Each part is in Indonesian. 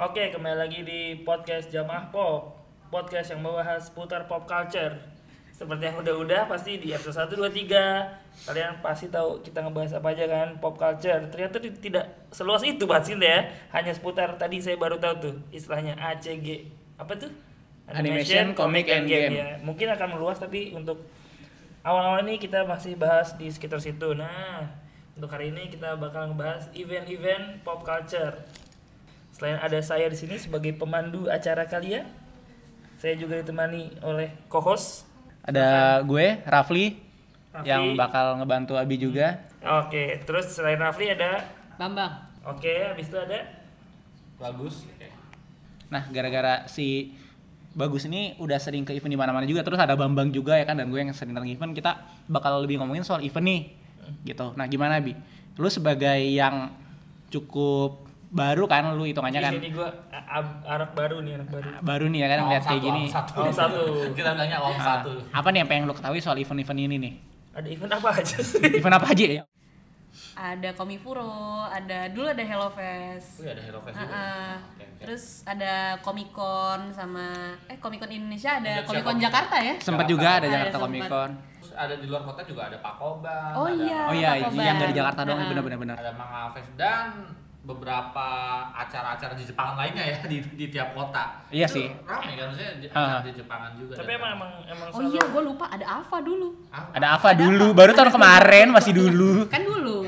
Oke, kembali lagi di podcast Jamaah Pop. Podcast yang membahas seputar pop culture. Seperti yang udah pasti di episode 1, 2, 3 kalian pasti tahu kita ngebahas apa aja kan, pop culture. Ternyata tidak seluas itu bahasin ya. Hanya seputar tadi saya baru tahu tuh istilahnya ACG. Apa tuh? Animation, Comic, and Game. Ya. Mungkin akan meluas tapi untuk awal-awal ini kita masih bahas di sekitar situ. Nah, untuk hari ini kita bakal ngebahas event-event pop culture. Selain ada saya di sini sebagai pemandu acara kalian, saya juga ditemani oleh co-host. Ada gue, Rafli, yang bakal ngebantu Abi juga. Oke, terus selain Rafli ada Bambang. Oke, habis itu ada Bagus. Nah, gara-gara si Bagus ini udah sering ke event di mana-mana juga, terus ada Bambang juga ya kan, dan gue yang sering datang event, kita bakal lebih ngomongin soal event nih. Gitu. Nah, gimana Bi? Lu sebagai yang cukup baru kan, lu hitungannya kan. di sini gue anak baru nih. Baru nih ya kan, ngeliat kayak gini. Satu. Kita bilangnya om satu. Apa nih yang pengen lu ketahui soal event-event ini nih? Ada event apa aja sih? Event apa aja ya? Ada Komifuro, dulu ada Hello Fest. Oh iya, ada Hero Fest juga. Oke. Terus ada Comic Con sama Comic Con Indonesia, ada Indonesia Comic Con Comic Con. Jakarta ya. Sempat juga ada Ada Jakarta sempet. Comic Con. Terus ada di luar kota juga ada Pakoban. Oh ada, iya. Oh iya, Pakoban. yang dari Jakarta doang, bener-bener. Ada Manga Fest dan beberapa acara-acara di Jepangan lainnya ya di tiap kota. Iya Itu sih. Ramai kan maksudnya acara di Jepangan juga. Tapi emang Oh iya, gue lupa ada Ava dulu. Ada Ava dulu, baru tahun kemarin masih dulu. Kan dulu.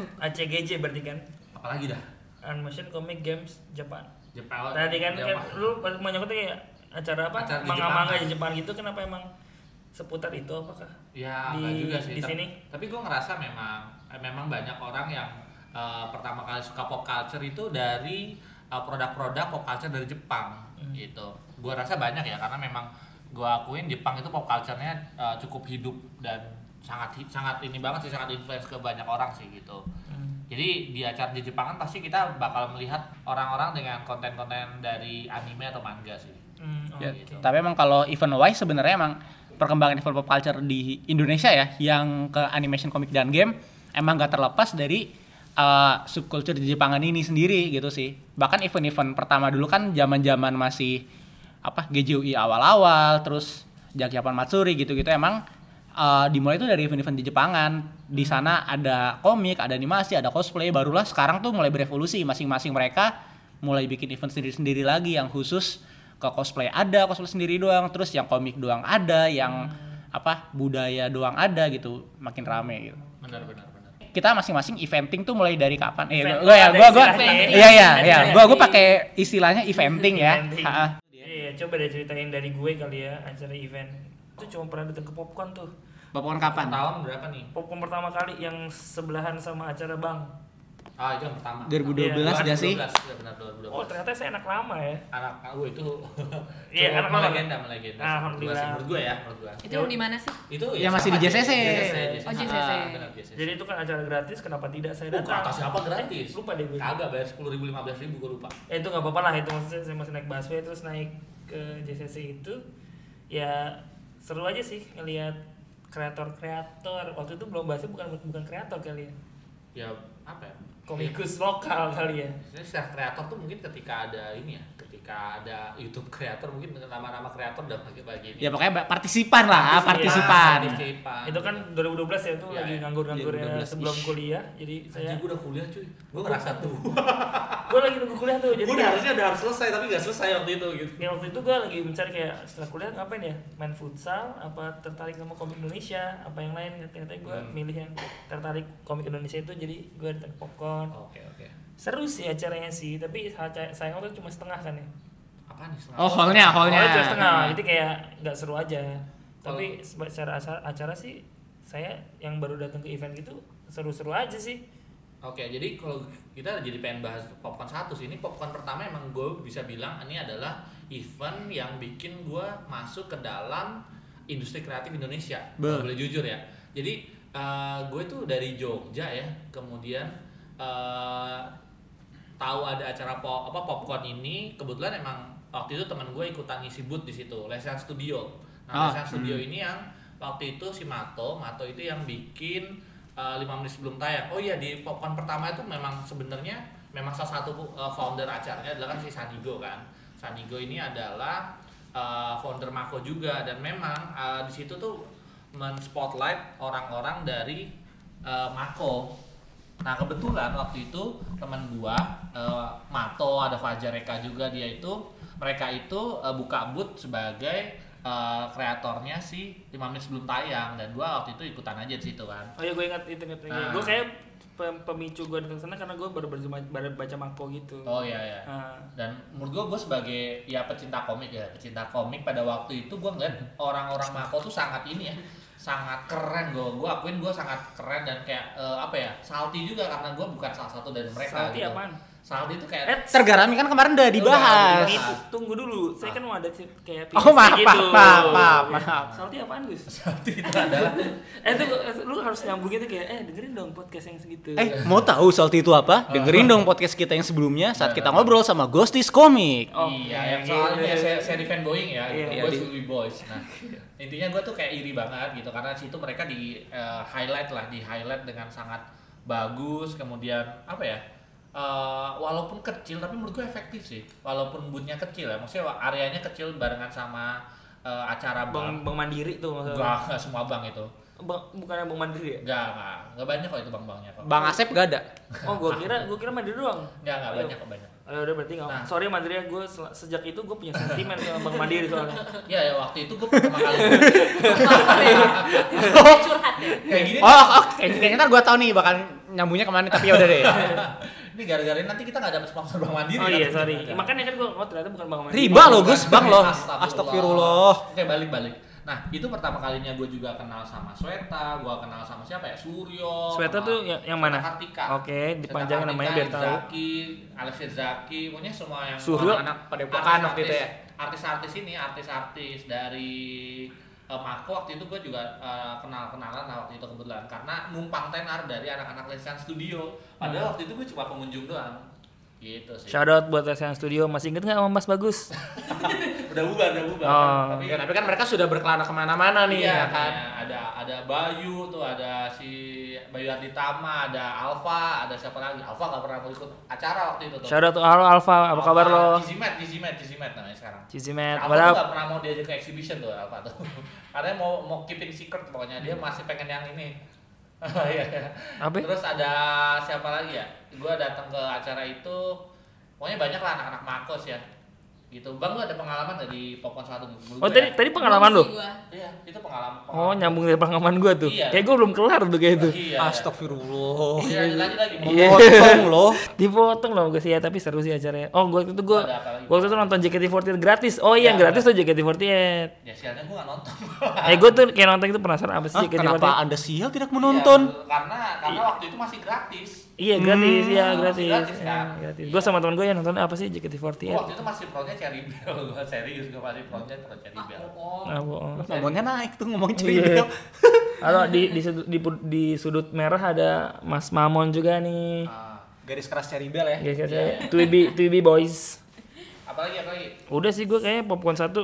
ACGJ berarti kan? Apalagi dah. Animation Comic Games Jepang. Jepang. Tadi kan Jepang. lu menyangkutnya kayak acara apa? Acara di Manga-manga Jepang. di Jepang gitu, kenapa emang seputar itu apakah? Ya, di- enggak juga sih. di sini? Tapi gue ngerasa memang banyak orang yang pertama kali suka pop culture itu dari produk-produk pop culture dari Jepang gitu. Gue rasa banyak ya, karena memang gue akuin Jepang itu pop culture-nya cukup hidup dan sangat ini banget sih, sangat influence ke banyak orang sih gitu. Jadi di acara di Jepang kan pasti kita bakal melihat orang-orang dengan konten-konten dari anime atau manga sih. Ya, gitu. tapi emang kalau event wise sebenarnya emang perkembangan event pop culture di Indonesia ya yang ke animation, komik dan game emang gak terlepas dari subculture di Jepangan ini sendiri gitu sih. Bahkan event-event pertama dulu kan zaman-zaman masih GJUI awal-awal, terus Jakyapan Matsuri gitu-gitu emang dimulai itu dari event-event di Jepangan. Di sana ada komik, ada animasi, ada cosplay. Barulah sekarang tuh mulai berevolusi, masing-masing mereka mulai bikin event sendiri-sendiri lagi yang khusus ke cosplay, ada cosplay sendiri doang, terus yang komik doang ada, yang budaya doang ada gitu, makin rame gitu. Benar. Kita masing-masing eventing tuh mulai dari kapan? Event- Gue pakai istilahnya eventing ya. Eventing. Ha-ha. Iya, coba deh ceritain dari gue kali ya acara event. Itu cuma pernah datang ke Popcorn tuh. Popcorn kapan? Tahun berapa nih? Popcorn pertama kali yang sebelahan sama acara Bang. Itu yang pertama. 2012 Iya, gak sih? 2012, ya benar 2012. Oh, ternyata saya anak lama ya. Anak gue itu Iya, cukup anak lama. melegenda. Alhamdulillah. Menurut gue ya. Itu yang di mana sih? Itu Yang masih di sama, JCC. Oh, JCC. Benar, JCC. Jadi itu kan acara gratis, kenapa tidak saya Oh, datang? kata siapa gratis? Lupa deh gue. Kagak, bayar 10.000 15.000 gue lupa. Itu nggak apa-apa lah, itu maksudnya saya masih naik busway terus naik ke JCC itu ya seru aja sih ngelihat kreator-kreator. Waktu itu belum bahasnya bukan kreator kali ya. Ya, apa ya? Komikus lokal kali ya. Sebenarnya secara kreator tuh mungkin ketika ada ini ya, ketika ada YouTube kreator mungkin dengan nama-nama kreator udah bagi ini. Ya pokoknya partisipan lah, partisipan. Itu kan 2012 ya, itu Ya, lagi ya. nganggur-nganggurnya 2012 sebelum kuliah. Jadi saya Gue udah kuliah cuy, gue ngerasa tuh. gue lagi nunggu kuliah tuh. Jadi Harusnya udah harus selesai tapi nggak selesai waktu itu gitu. ya waktu itu gue lagi mencari kayak setelah kuliah ngapain ya, main futsal apa tertarik sama komik Indonesia apa yang lain. Ternyata gue milih yang tertarik komik Indonesia itu, jadi gue datang ke Popcorn. Oke. Seru sih acaranya sih, tapi sayang waktu itu cuma setengah kan ya. Apa nih? Oh, hallnya. Oh, cuma setengah, jadi kayak nggak seru aja. Tapi Oh. secara acara sih saya yang baru datang ke event gitu seru-seru aja sih. Oke, jadi kalau kita jadi pengen bahas Popcorn 1 sih, ini Popcorn pertama emang gue bisa bilang ini adalah event yang bikin gue masuk ke dalam industri kreatif Indonesia. Kalau boleh jujur ya. Jadi gue tuh dari Jogja ya, kemudian tahu ada acara Popcorn ini, kebetulan emang waktu itu teman gue ikutan ngisi booth di situ, Lesehan Studio. Nah, Lesehan Studio ini yang waktu itu si Mato itu yang bikin 5 menit sebelum tayang. Oh iya, di Popcorn pertama itu memang sebenarnya memang salah satu founder acaranya adalah kan si Sanigo kan. Sanigo ini adalah founder Mako juga, dan memang di situ tuh men-spotlight orang-orang dari Mako. Nah kebetulan waktu itu teman gua Mato, ada Fajar Eka juga, mereka itu buka booth sebagai kreatornya si 5 menit sebelum tayang, dan gua waktu itu ikutan aja di situ kan. Oh iya, gue ingat itu. Gue kayak pemicu gue datang sana karena gue baru baca Mako gitu. Oh iya. Dan menurut gue sebagai ya pecinta komik pada waktu itu gue ngeliat orang-orang Mako tuh sangat keren. Gue akuin gue sangat keren, dan kayak salty juga karena gue bukan salah satu dari mereka. Salty gitu. apaan? Salty itu kayak Sergarami kan kemarin udah dibahas. Tunggu dulu, saya kan mau ada kayak Oh maaf, gitu. maaf. Salty apaan, Gus? Salty itu adalah Lu harus nyambung gitu kayak dengerin dong podcast yang segitu. Mau tahu salty itu apa? Dengerin dong podcast kita yang sebelumnya saat kita ngobrol sama Ghosties Comic. Yang soalnya seri fanboying ya, Iya, Boys will be boys. Nah, intinya gue tuh kayak iri banget gitu karena situ mereka di highlight dengan sangat bagus. Kemudian walaupun kecil tapi menurut gue efektif sih. Walaupun booth-nya kecil ya, maksudnya areanya kecil barengan sama acara Bang Mandiri tuh maksudnya. Enggak semua bank itu. Bukannya Bang Mandiri ya? Enggak banyak kok itu bank-banknya kok. Bang Asep gak ada. Oh, gue kira Mandiri doang. Enggak banyak kok banyak. Oh, udah berarti enggak. Nah. Sorry Mandiri ya, gue sejak itu gue punya sentimen sama Bang Mandiri soalnya. Ya waktu itu gue pertama kali Curhat ya. kayak gini. Kayaknya ntar gue tahu nih bakal nyambungnya kemana, tapi ya udah deh. Ini gara-gara nanti kita nggak dapat sponsor Bank Mandiri. Oh iya, kan? sorry. Makanya kan gue ternyata bukan Bang Mandiri. Riba lo Gus, bang lo. Astagfirullah. Astagfirullah. Oke, balik. Nah, itu pertama kalinya gue juga kenal sama Sweta, gue kenal sama siapa ya? Suryo. Sweta tuh yang mana? Kartika. Oke, dipanjangin namanya biar tahu. Zaki, Alex Zaki, pokoknya semua yang Suryo anak padepokan waktu itu ya. Artis-artis dari Mako waktu itu gue juga kenal-kenalan waktu itu kebetulan karena numpang tenar dari anak-anak Lesan Studio. Padahal waktu itu gue cuma pengunjung doang. Gitu sih. Shout out buat Lesan Studio, masih inget nggak sama Mas Bagus? udah bubar. Oh. Tapi kan mereka sudah berkelana kemana-mana nih, iya, ya kan. Ada Bayu tuh, ada si Bayu Arditama, ada Alfa, ada siapa lagi? Alfa nggak pernah mau ikut acara waktu itu tuh. Shout out halo Alfa, apa kabar lo? Cizimet namanya sekarang. Cizimet. Alfa tuh nggak pernah mau diajak ke exhibition tuh Alfa tuh. Katanya mau keeping secret pokoknya, dia masih pengen yang ini. Iya. Apa? Terus ada siapa lagi ya? Gue datang ke acara itu, pokoknya banyak lah anak-anak Makos ya. Gitu. Bang, lu ada pengalaman nggak di Popcorn 1? Oh, tadi pengalaman lo? Iya, itu pengalaman. Oh, nyambung dari pengalaman gue tuh. Iya. Kayak gue belum kelar tuh kayak itu. Iya. Astagfirullah. Iya, lanjut lagi. Iya. Potong loh. Dipotong loh guys ya, tapi seru sih acaranya. Oh, waktu itu Ada apa lagi? nonton JKT48 gratis. Oh iya, yang Iya, gratis tuh JKT48. Ya sialnya gue nggak nonton. Gue tuh kayak nonton itu penasaran apa sih JKT48. Kenapa Anda sial tidak menonton? Iya, karena waktu itu masih gratis. Iya gratis, gratis. Gratis, kan? Gratis. Gue sama teman gue yang nonton apa sih JKT48. Waktu itu masih pro-nya Cherry Bell. Gue serius, gue masih pro-nya Cherry Bell. Nah, bohong. Ngomongnya naik tuh, ngomong Iya. cerita. Halo, di sudut merah ada Mas Mamon juga nih. Garis keras Cherry Bell ya. Guys, Iya. Twiby Boys. Apalagi? Udah sih gue kayaknya Popcorn 1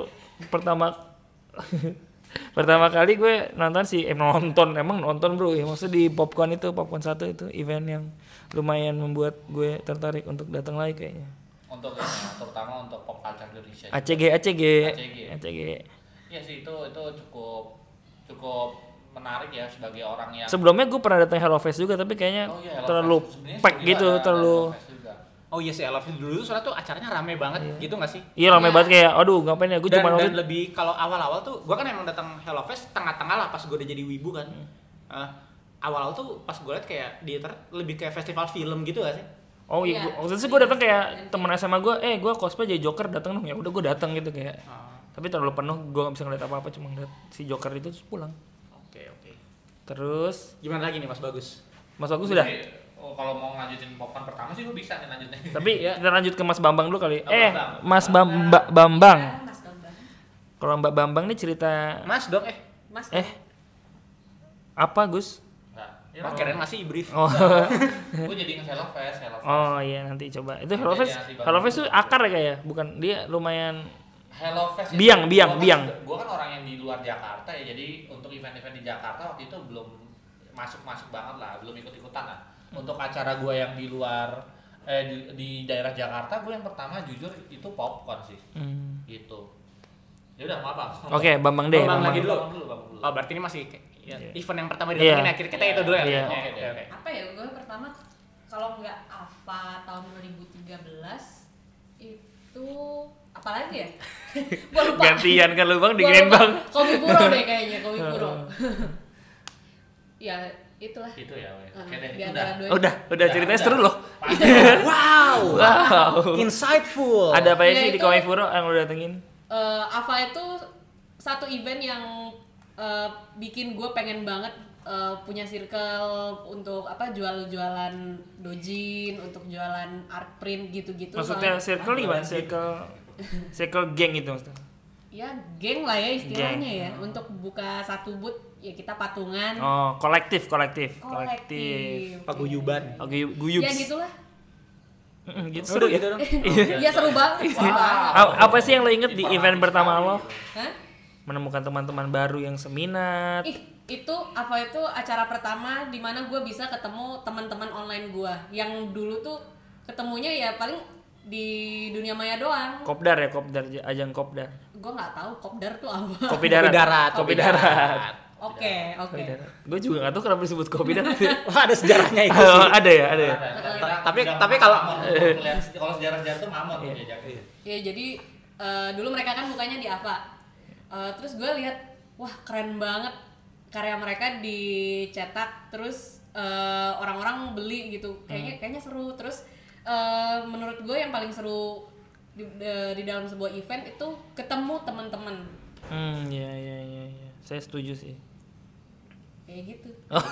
pertama kali gue nonton bro ya, maksudnya di Popcorn 1 itu event yang lumayan membuat gue tertarik untuk datang lagi kayaknya. Untuk terutama untuk pop culture Indonesia. ACG. Iya sih, itu cukup menarik ya sebagai orang yang Sebelumnya gue pernah datang Hello Fest juga tapi kayaknya Hello terlalu Fest. Sebenarnya pack juga gitu, ada terlalu Hello Fest juga. Oh iya sih, I Love You dulu tuh soalnya tuh acaranya rame banget gitu gak sih? iya ramai banget kayak aduh ngapain ya gue Dan, cuma dan lebih kalau awal-awal tuh gue kan emang datang Hello Fest tengah-tengah lah pas gue udah jadi wibu kan. Awal-awal tuh pas gue liat kayak di internet lebih kayak festival film gitu gak sih? Oh iya, waktu itu gue datang kayak temen SMA gue, gue cosplay jadi Joker datang dong ya, udah gue datang gitu kayak. Tapi terlalu penuh, gue nggak bisa ngeliat apa-apa, cuma ngeliat si Joker itu terus pulang. Oke. Terus, Gimana lagi nih Mas Bagus? Mas Bagus sudah. Kalau mau lanjutin popcorn pertama sih gue bisa nih lanjutin. Tapi kita lanjut ke Mas Bambang dulu kali. Bambang. Mas Bambang. Mas Bambang. Kalau Mbak Bambang nih cerita, Mas dong Mas apa Gus? Ya, Mas kirain masih brief. Oh, gue jadi nge Hello Fest. oh iya nanti coba. Itu Hello Nanti Fest, ya, si Bambang Hello Fest tuh itu. akar ya kayak, bukan dia lumayan. Hello Fest Biang. Gue kan orang yang di luar Jakarta ya, jadi untuk event-event di Jakarta waktu itu belum masuk banget lah, belum ikut-ikutan lah. Untuk acara gue yang di luar di daerah Jakarta gue yang pertama jujur itu popcorn sih. Gitu. Ya udah apa? Oke, Bambang deh. Bambang lagi dulu. Bambang dulu. Oh, berarti ini masih event yang pertama didatengin ya. Kita itu dulu ya. Iya. Oke. Apa ya, gue pertama kalau nggak AFA tahun 2013 itu apalagi ya? Gua lupa. Gantian kan lu Bang, Gua diginiin lupa. Bang. Kopi Puro deh kayaknya, Kopi Puro. Ya, itulah. Itu ya, weh. Oke deh, Di itu antara udah. dua itu. Udah ceritanya seru loh. Wow. Wow. Insightful. Ada apa Ya, sih di itu- Kopi Puro yang lu datengin? AFA itu satu event yang bikin gue pengen banget punya circle untuk jual-jualan dojin, untuk jualan art print gitu-gitu. Maksudnya circle gimana? Circle geng itu maksudnya. Ya geng lah ya istilahnya Geng. ya, untuk buka satu booth ya kita patungan. Oh, kolektif. Kolektif. Paguyuban. Oke, guyups. Ya gitulah. Gitu seru ya. gitu dong. Ya seru banget. Seru banget. Apa sih yang lo inget di event pertama lo? Hah? Menemukan teman-teman baru yang seminat. Itu acara pertama di mana gue bisa ketemu teman-teman online gue yang dulu tuh ketemunya ya paling di dunia maya doang. Kopdar, ajang kopdar. Gue nggak tahu kopdar tuh apa. Kopi darat. Kopi darat. Oke. Gue juga nggak tahu kenapa disebut kopi darat. Wah, ada sejarahnya itu. Oh, ada ya. Tapi kalau- kalau sejarah-sejarah tuh mamon ya. Ya jadi dulu mereka kan mukanya di AFA. Terus gue lihat, wah keren banget karya mereka dicetak, terus orang-orang beli gitu. Kayaknya seru. Terus menurut gue yang paling seru di dalam sebuah event itu ketemu teman-teman. Iya. Saya setuju sih. Kayak gitu.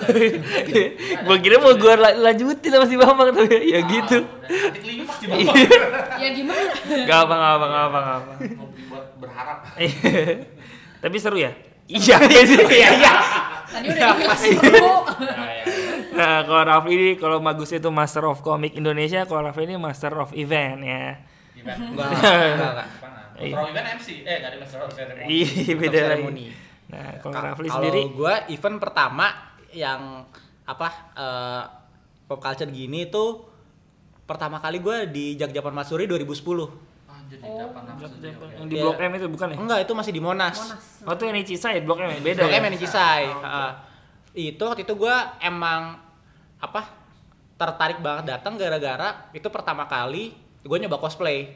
Gue kira mau gue lanjutin sama si Bambang tapi ya gitu. Nanti klimaks di bawah. Ya gimana? Gak apa. Mau dibuat berharap. Tapi seru ya? Iya. Iya. Tadi udah dibilang seru. Nah, kalau Rafli ini, kalau Magus itu Master of Comic Indonesia, kalau Rafli ini Master of Event ya. Event. Enggak. Pro event MC. Enggak ada master of ceremony. Iya, beda lagi. Ceremony. Nah, kalau Rafli sendiri, Kalau gue event pertama yang pop culture gini tuh pertama kali gue di Jagjapan Matsuri 2010. Anjir di Japan yang di Blok M itu bukan ya? Enggak, itu masih di Monas. Oh, itu yang di Cisai, Blok M beda Blok ya? M yang di Cisai. Itu waktu itu gue emang tertarik banget datang gara-gara itu pertama kali gue nyoba cosplay.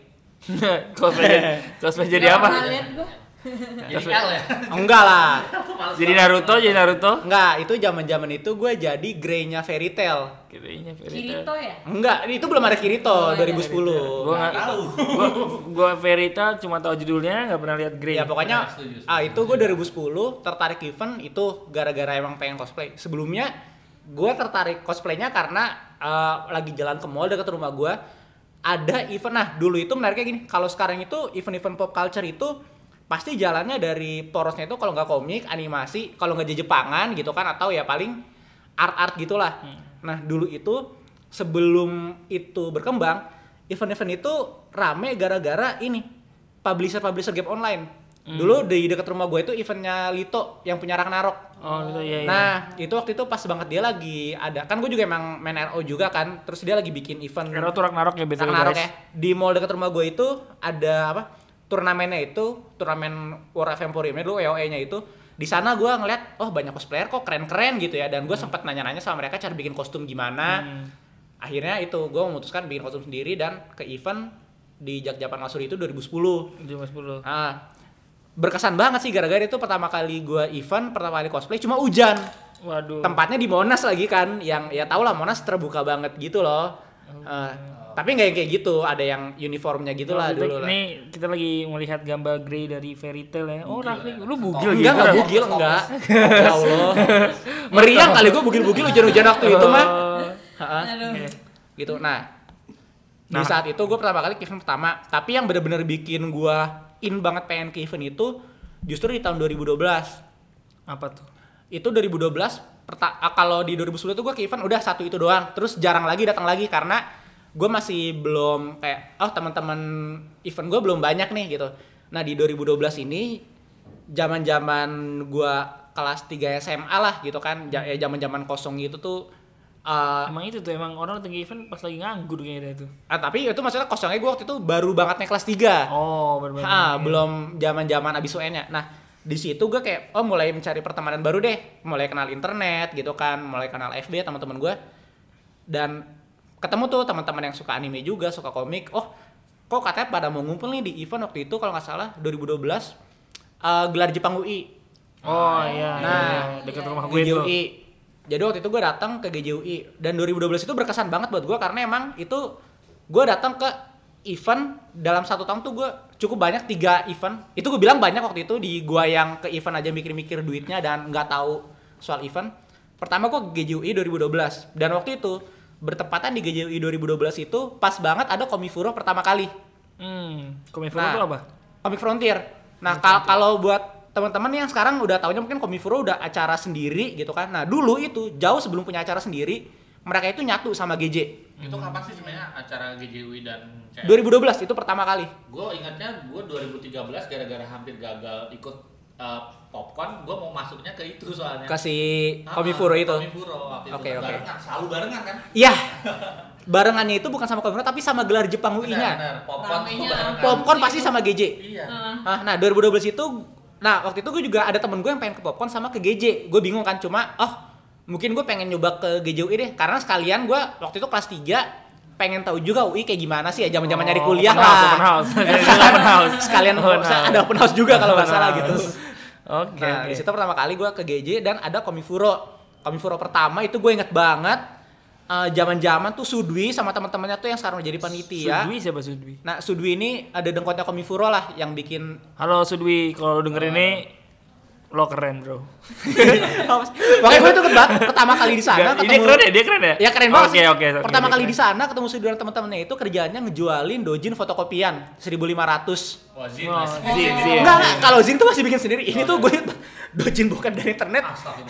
Cosplay jadi Nggak apa? pernah lihat gue. Jadi L ya. Enggak lah. Jadi Naruto? Enggak, itu zaman-zaman itu gue jadi Grey-nya Fairy Tail. Kiranya Kirito ya? Enggak, itu belum ada Kirito 2010. Gue nggak tahu. Gue Fairy Tail cuma tahu judulnya, nggak pernah lihat Grey. Ya pokoknya Setuju. itu gue 2010 tertarik event itu gara-gara emang pengen cosplay. Sebelumnya gue tertarik cosplaynya karena lagi jalan ke mall dekat rumah gue ada event. Nah dulu itu menariknya gini, kalau sekarang itu event-event pop culture itu pasti jalannya dari porosnya itu kalau nggak komik, animasi, kalau nggak Jepangan gitu kan, atau ya paling art gitulah. Nah dulu itu sebelum itu berkembang, event-event itu rame gara-gara ini publisher game online. Dulu di dekat rumah gue itu eventnya Lito yang punya Ragnarok. Oh gitu ya. Nah itu waktu itu pas banget dia lagi ada, kan gue juga emang main RO juga kan, terus dia lagi bikin event Karena tuh Ragnarok ya betul Ragnarok guys. ya. Di mall dekat rumah gue itu ada turnamennya itu, turnamen World of Emporium dulu WoE-nya itu. Di sana gue ngeliat, oh banyak cosplayer kok keren-keren gitu ya, dan gue sempat nanya-nanya sama mereka cara bikin kostum gimana. Akhirnya itu gue memutuskan bikin kostum sendiri dan ke event di Jagjapan Matsuri itu 2010. 2010. Nah, berkesan banget sih gara-gara itu pertama kali gue event, pertama kali cosplay cuma hujan. Waduh. Tempatnya di Monas lagi kan, yang ya tau lah Monas terbuka banget gitu loh. Tapi nggak yang kayak gitu, ada yang uniformnya gitu lah dulu lah. Ini kita lagi melihat gambar Grey dari Fairy Tail ya. Oh Rafli, lu bugil gitu. Enggak bugil, enggak. Ya Allah. Meriang kali gue bugil-bugil hujan-hujan waktu itu mah. Aduh. Gitu. Nah, di saat itu gue pertama kali ke event pertama, tapi yang bener-bener bikin gue in banget pengen ke event itu justru di tahun 2012. Apa tuh? Itu 2012 kalau di 2010 itu gue ke event udah satu itu doang, terus jarang lagi datang lagi karena gue masih belum kayak teman-teman event gue belum banyak nih gitu. Nah di 2012 ini zaman gue kelas 3 SMA lah gitu kan, zaman kosong gitu tuh Emang itu tuh emang orang tinggi event pas lagi nganggur kayaknya itu. Tapi itu maksudnya kosongnya gue waktu itu baru banget naik kelas 3. Oh, Belum zaman-zaman abis UN-nya. Nah, di situ gue kayak mulai mencari pertemanan baru deh, mulai kenal internet gitu kan, mulai kenal FB teman-teman gue. Dan ketemu tuh teman-teman yang suka anime juga, suka komik. Kok katanya pada mau ngumpul nih di event waktu itu kalau nggak salah 2012 gelar Jepang UI. Oh iya, dekat rumah gue itu. GJUI. Jadi waktu itu gue datang ke GJUI dan 2012 itu berkesan banget buat gue karena emang itu gue datang ke event dalam 1 tahun tuh gue cukup banyak 3 event. Itu gue bilang banyak waktu itu di gue yang ke event aja mikir-mikir duitnya dan nggak tahu soal event. Pertama gue ke GJUI 2012 dan waktu itu bertepatan di GJUI 2012 itu pas banget ada Komifuro pertama kali. Komifuro itu apa? Comic Frontier. Nah, kalau buat teman-teman yang sekarang udah taunya mungkin Komifuro udah acara sendiri gitu kan. Nah, dulu itu jauh sebelum punya acara sendiri, mereka itu nyatu sama GJ. Itu kapan sih sebenarnya acara GJUI dan CS? 2012 itu pertama kali. Gue ingatnya 2013 gara-gara hampir gagal ikut Popcorn, gue mau masuknya ke itu soalnya. Ke si Komifuro itu. Komifuro waktu itu. Oke. Barengan, selalu barengan kan? Iya. Barengannya itu bukan sama Komifuro tapi sama gelar Jepang UI-nya. Benar, Popcorn tuh barengan. Popcorn pasti sama GJ. Iya. Nah, 2012 itu waktu itu gue juga ada temen gue yang pengen ke Popcorn sama ke GJ. Gue bingung kan, cuma mungkin gue pengen nyoba ke GJUI deh karena sekalian gue waktu itu kelas 3 pengen tahu juga UI kayak gimana sih ya zaman-zaman nyari kuliah Open house. Sekalian ada open house juga kalau nggak salah gitu. Oke. Di situ pertama kali gue ke GJ dan ada Komifuro. Komifuro pertama itu gue inget banget zaman-zaman tuh Sudwi sama teman-temannya tuh yang sekarang jadi panitia. Sudwi siapa Sudwi? Nah, Sudwi ini ada dengkotnya Komifuro lah yang bikin. Halo Sudwi, kalau lu denger ini lo keren, Bro. Makanya gue tuh pertama kali di sana ketemu. Dia keren ya? Ya keren banget. Oke. Pertama kali di sana ketemu Sudwi dan teman-temannya itu kerjaannya ngejualin dojin fotokopian 1.500. Wah, Zin. Enggak, kalau Zin tuh masih bikin sendiri. Ini tuh gue dojin bukan dari internet.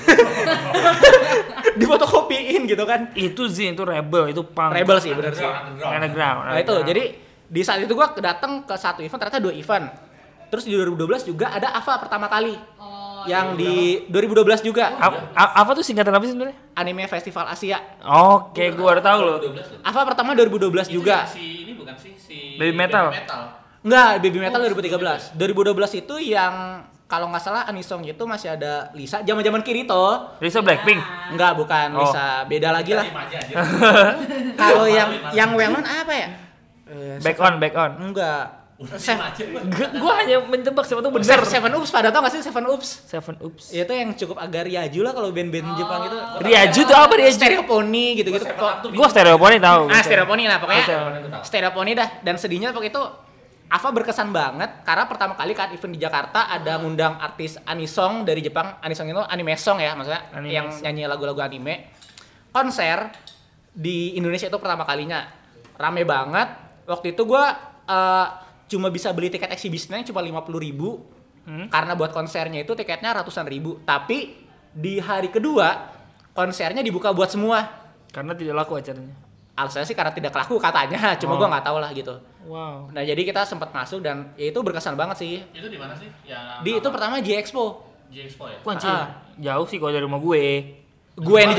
Difotokopiin gitu kan. Itu Zin, itu rebel, itu punk. Rebel sih, bener sih. Underground. Nah itu, jadi di saat itu gue datang ke 1 event, ternyata 2 event. Terus di 2012 juga ada AVA pertama kali. Yang di 2012 juga. Apa tuh singkatan apa sih sebenarnya? Anime Festival Asia. Oke, gue udah tahu loh. AVA pertama 2012 juga. Ini bukan si Baby Metal. Enggak, Baby Metal 2013. 2012 itu yang kalau nggak salah anisongnya itu masih ada Lisa, zaman-zaman Kirito. Lisa Blackpink. Enggak, bukan Lisa, beda lagi lah. Kalau yang well-known apa ya? Back on. Enggak. Gue hanya menjebak siapa tuh bener. Seven Oops, pada tau gak sih Seven Oops? Seven Oops. Itu yang cukup agak riaju lah kalau band-band Jepang itu. Riaju tuh apa Riaju? Stereopony gitu-gitu. Gue Stereopony tahu. Stereopony lah pokoknya. Stereopony dah. Dan sedihnya waktu itu Ava berkesan banget karena pertama kali kan event di Jakarta ada ngundang artis anisong dari Jepang. Anisong itu anime song ya maksudnya, yang nyanyi lagu-lagu anime. Konser di Indonesia itu pertama kalinya. Rame banget. Waktu itu gue cuma bisa beli tiket eksibisinya cuma 50.000 karena buat konsernya itu tiketnya ratusan ribu. Tapi di hari kedua konsernya dibuka buat semua karena tidak laku acaranya. Alasannya sih karena tidak laku katanya, cuma gua nggak tahu lah gitu. Wow. Nah jadi kita sempat masuk dan ya itu berkesan banget sih. Itu di mana sih? Itu pertama J-Expo. J-Expo ya? Jauh sih kalau dari rumah gue. Gue yang di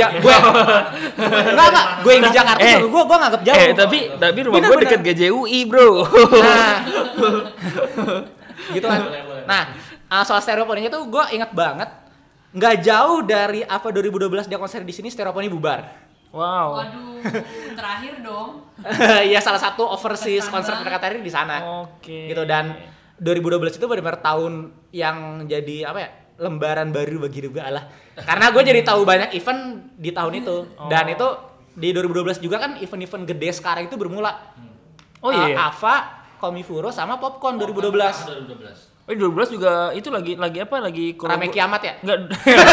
Jakarta gue nganggap jauh. Tapi rumah gue dekat GJUI, Bro. Nah. Gitu kan. Nah, soal Stereopony itu gue ingat banget. Nggak jauh dari apa 2012 dia konser di sini Stereopony bubar. Wow. Waduh, terakhir dong. Iya, salah satu overseas konser mereka tadi di sana. Oke. Gitu, dan 2012 itu benar-benar tahun yang jadi apa ya? Lembaran baru bagi gue lah. Karena gue jadi tahu banyak event di tahun itu. Dan itu di 2012 juga kan event-event gede sekarang itu bermula. Oh iya. AVA, Komifuro sama Popcorn 2012. 2012 juga itu lagi apa? Lagi Rame kiamat ya? Enggak.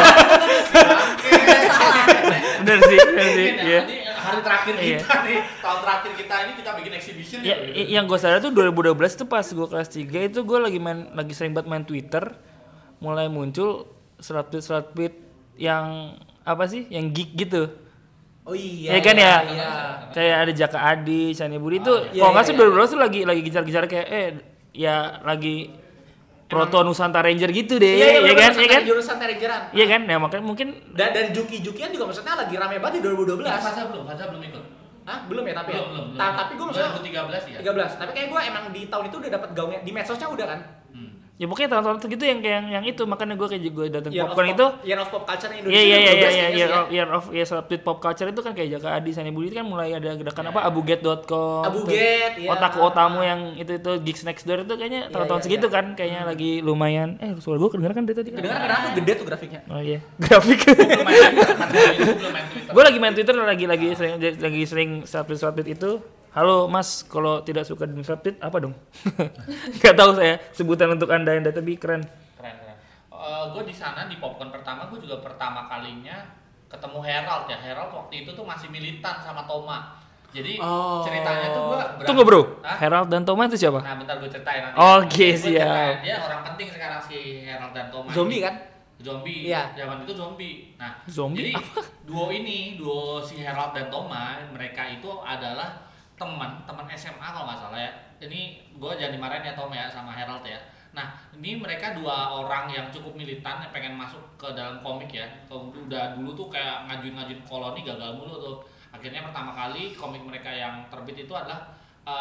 Salah. Bener sih. Iya. Ini hari terakhir kita nih, tahun terakhir kita ini kita bikin exhibition ya. Yang gue sadar tuh 2012 itu pas gue kelas 3 itu gue lagi sering banget main Twitter. Mulai muncul surat tweet yang apa sih? Yang geek gitu. Oh iya. Ya kan ya? Iya. Kayak ada Jaka Adi, Shani Budi itu kalau nggak sih 2012 tuh lagi gencar-gencar kayak ya lagi Proto Nusantara Ranger gitu deh. Iya ya kan? Iya kan? Jurusan Ranger-an. Iya kan? Nah, makanya mungkin Dan Juki-Jukian juga maksudnya lagi rame banget di 2012. Fasa belum ikut. Hah? Belum ya tapi ya? Belum. Tapi gue maksudnya 2013 ya. 13. Tapi kayak gue emang di tahun itu udah dapat gaungnya di medsosnya udah kan. ya pokoknya tahun-tahun segitu yang itu, makanya gue kayak gue datang Year popcorn of itu. Year of Pop Culture Indonesia. Iya, Year of Pop Culture itu kan kayak Jaka Adi, Sani Budi kan mulai ada gerakan apa abugate.com. Abugate, iya. Otaku Otamu yang itu Geeks Next Door itu kayaknya tahun-tahun segitu kan kayaknya lagi lumayan. Suara gue kedengeran kan dari tadi kan? Kedengeran kenapa gede tuh grafiknya. Oh iya, grafik. Belum main Twitter. Gue lagi main Twitter lagi sering subtweet itu. Halo Mas, kalau tidak suka dengan subtweet apa dong? Gak tahu saya sebutan untuk Anda yang tapi keren. Keren. Gue di sana di popcorn pertama gue juga pertama kalinya ketemu Herald ya. Herald waktu itu tuh masih militan sama Toma. Jadi ceritanya tuh gue Tunggu bro, Herald dan Toma itu siapa? Nah bentar gue ceritain nanti. Oke, Gua ceritain. siap. Dia orang penting sekarang si Herald dan Toma. Zombie ini. kan? Zombie. Iya. Zaman itu zombie. Nah, Zombie jadi duo si Herald dan Toma, mereka itu adalah teman SMA kalau nggak salah ya. Ini gue jangan dimarahin ya Tom ya sama Herald ya. Nah ini mereka dua orang yang cukup militan yang pengen masuk ke dalam komik ya. Udah dulu tuh kayak ngajuin koloni gagal mulu tuh. Akhirnya pertama kali komik mereka yang terbit itu adalah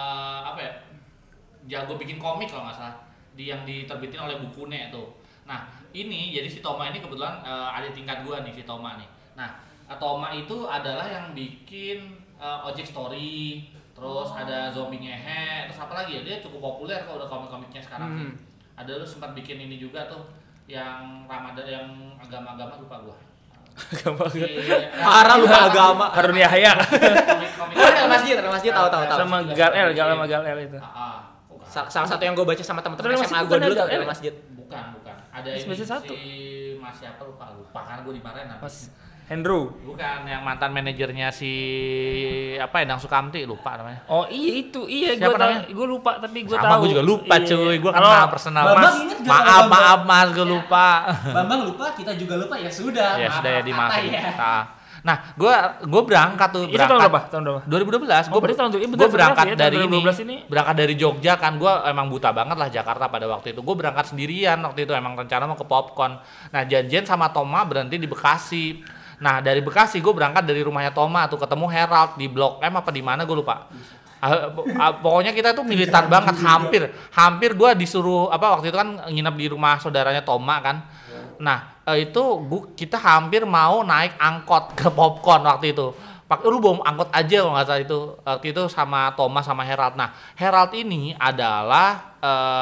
jago bikin komik kalau nggak salah. Yang diterbitin oleh Bukune tuh. Nah ini jadi si Toma ini kebetulan adik tingkat gue nih si Toma nih. Nah Toma itu adalah yang bikin Ojek Story. Terus ada Zombie Ngehe, terus apa lagi ya, dia cukup populer kalau udah komik-komiknya sekarang sih. Ada lu sempat bikin ini juga tuh yang Ramadan yang agama-agama lupa gua. Agama. Parah lu agama. Harun Yahya. Komik-komik. Ada masjid tahu. Sama Gal El itu. Salah satu yang gue baca sama teman-teman Tapi SMA masih gue bukan dulu ada tuh L. masjid. Bukan. Ada Semester ini 1. si Mas siapa lupa karena gua dimarahin nanti. Mas Hendro. Bukan yang mantan manajernya si Endang Sukamti lupa namanya. Oh iya itu, Siapa namanya? gue lupa tapi gue Sama tahu. gue juga lupa cuy, gue Kalau kenal personal Bambang Mas. ingat gak kalau Maaf Mas, gue lupa. Bambang lupa, kita juga lupa ya sudah. Ya sudah ya dimaafin. Ya. Nah, gue berangkat tuh. Itu tahun berapa? Tahun berapa? 2012. Oh, berarti tahun Gue betul, berangkat ya, dari tahun 2012 ini. Berangkat dari Jogja kan, gue emang buta banget lah Jakarta pada waktu itu. Gue berangkat sendirian waktu itu, emang rencana mau ke Popcorn. Nah, janjian sama Toma berhenti di Bekasi. Nah, dari Bekasi gue berangkat dari rumahnya Toma tuh ketemu Herald di Blok M apa di mana gue lupa. Pokoknya kita tuh militan banget, hampir gue disuruh waktu itu kan nginep di rumah saudaranya Toma kan. Nah itu kita hampir mau naik angkot ke Popcorn waktu itu. Lu bawa angkot aja kalau nggak salah itu waktu itu sama Toma sama Herald. Nah Herald ini adalah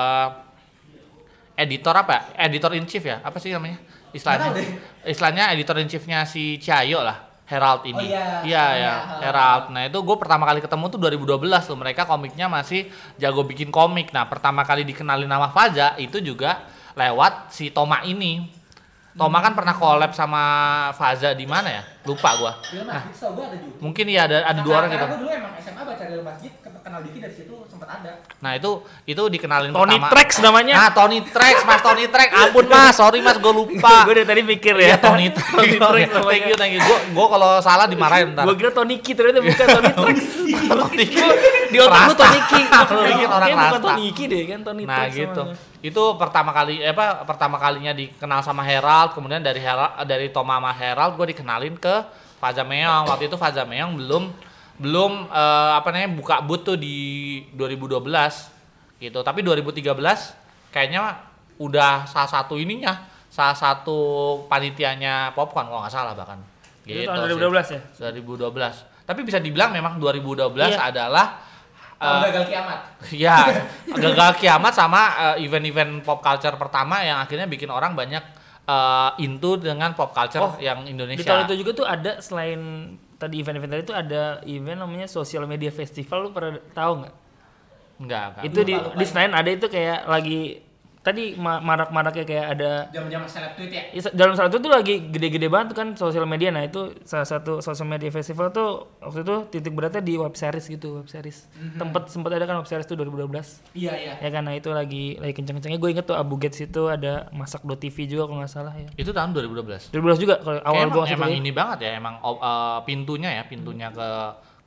editor in chief ya, apa sih namanya istilahnya editor in chiefnya si Cahyo lah. Herald ini. Herald. Nah, itu gue pertama kali ketemu tuh 2012 tuh. Mereka komiknya masih jago bikin komik. Nah, pertama kali dikenalin nama Faza itu juga lewat si Toma ini. Toma kan pernah collab sama Faza di mana ya? Lupa gua. Nah, mungkin ya ada dua orang gitu. Karena gue dulu emang SMA baca Real Masjid, kenal Diki dari situ sempat ada. Nah, itu dikenalin Tony pertama. Trex namanya. Nah, Tony Trex. Ampun Mas, sorry Mas, gue lupa. Gue dari tadi mikir ya. Tony Trex. Thank you. Gue kalau salah dimarahin ntar. Gue kira Tony Ki, ternyata bukan Tony Trex. Di otak gue Rasta. Tony Ki. Bikin orang Kayaknya bukan rasta. Tony Ki deh kan, Tony Nah Trex. gitu. namanya. Itu pertama kalinya dikenal sama Herald, kemudian dari Toma sama Herald gue dikenalin ke Faza Meong. Waktu itu Faza Meong belum buka booth tuh di 2012 gitu. Tapi 2013 kayaknya udah salah satu panitianya Popcorn kalau nggak salah bahkan. Itu Gitu tahun sih. 2012 ya? 2012. Tapi bisa dibilang memang 2012 adalah gagal kiamat. ya gagal kiamat sama event-event pop culture pertama yang akhirnya bikin orang banyak into dengan pop culture yang Indonesia. Di tahun itu juga tuh ada selain tadi event-event tadi itu ada event namanya Social Media Festival, lu pernah tahu nggak? Enggak. Itu di Senayan ada itu kayak lagi tadi marak-maraknya kayak ada Zaman-zaman seleb tweet ya. dalam saat itu tuh lagi gede-gede banget kan sosial media. Nah itu salah satu social media festival tuh waktu itu titik beratnya di web series gitu, sempat ada kan web series tuh 2012. Iya. Ya kan, nah itu lagi kenceng-kencengnya. Gue inget tuh Abugate situ ada Masak.tv juga kalau nggak salah ya. Itu tahun 2012. 2012 juga kalau awal gue emang ini banget ya, emang pintunya ke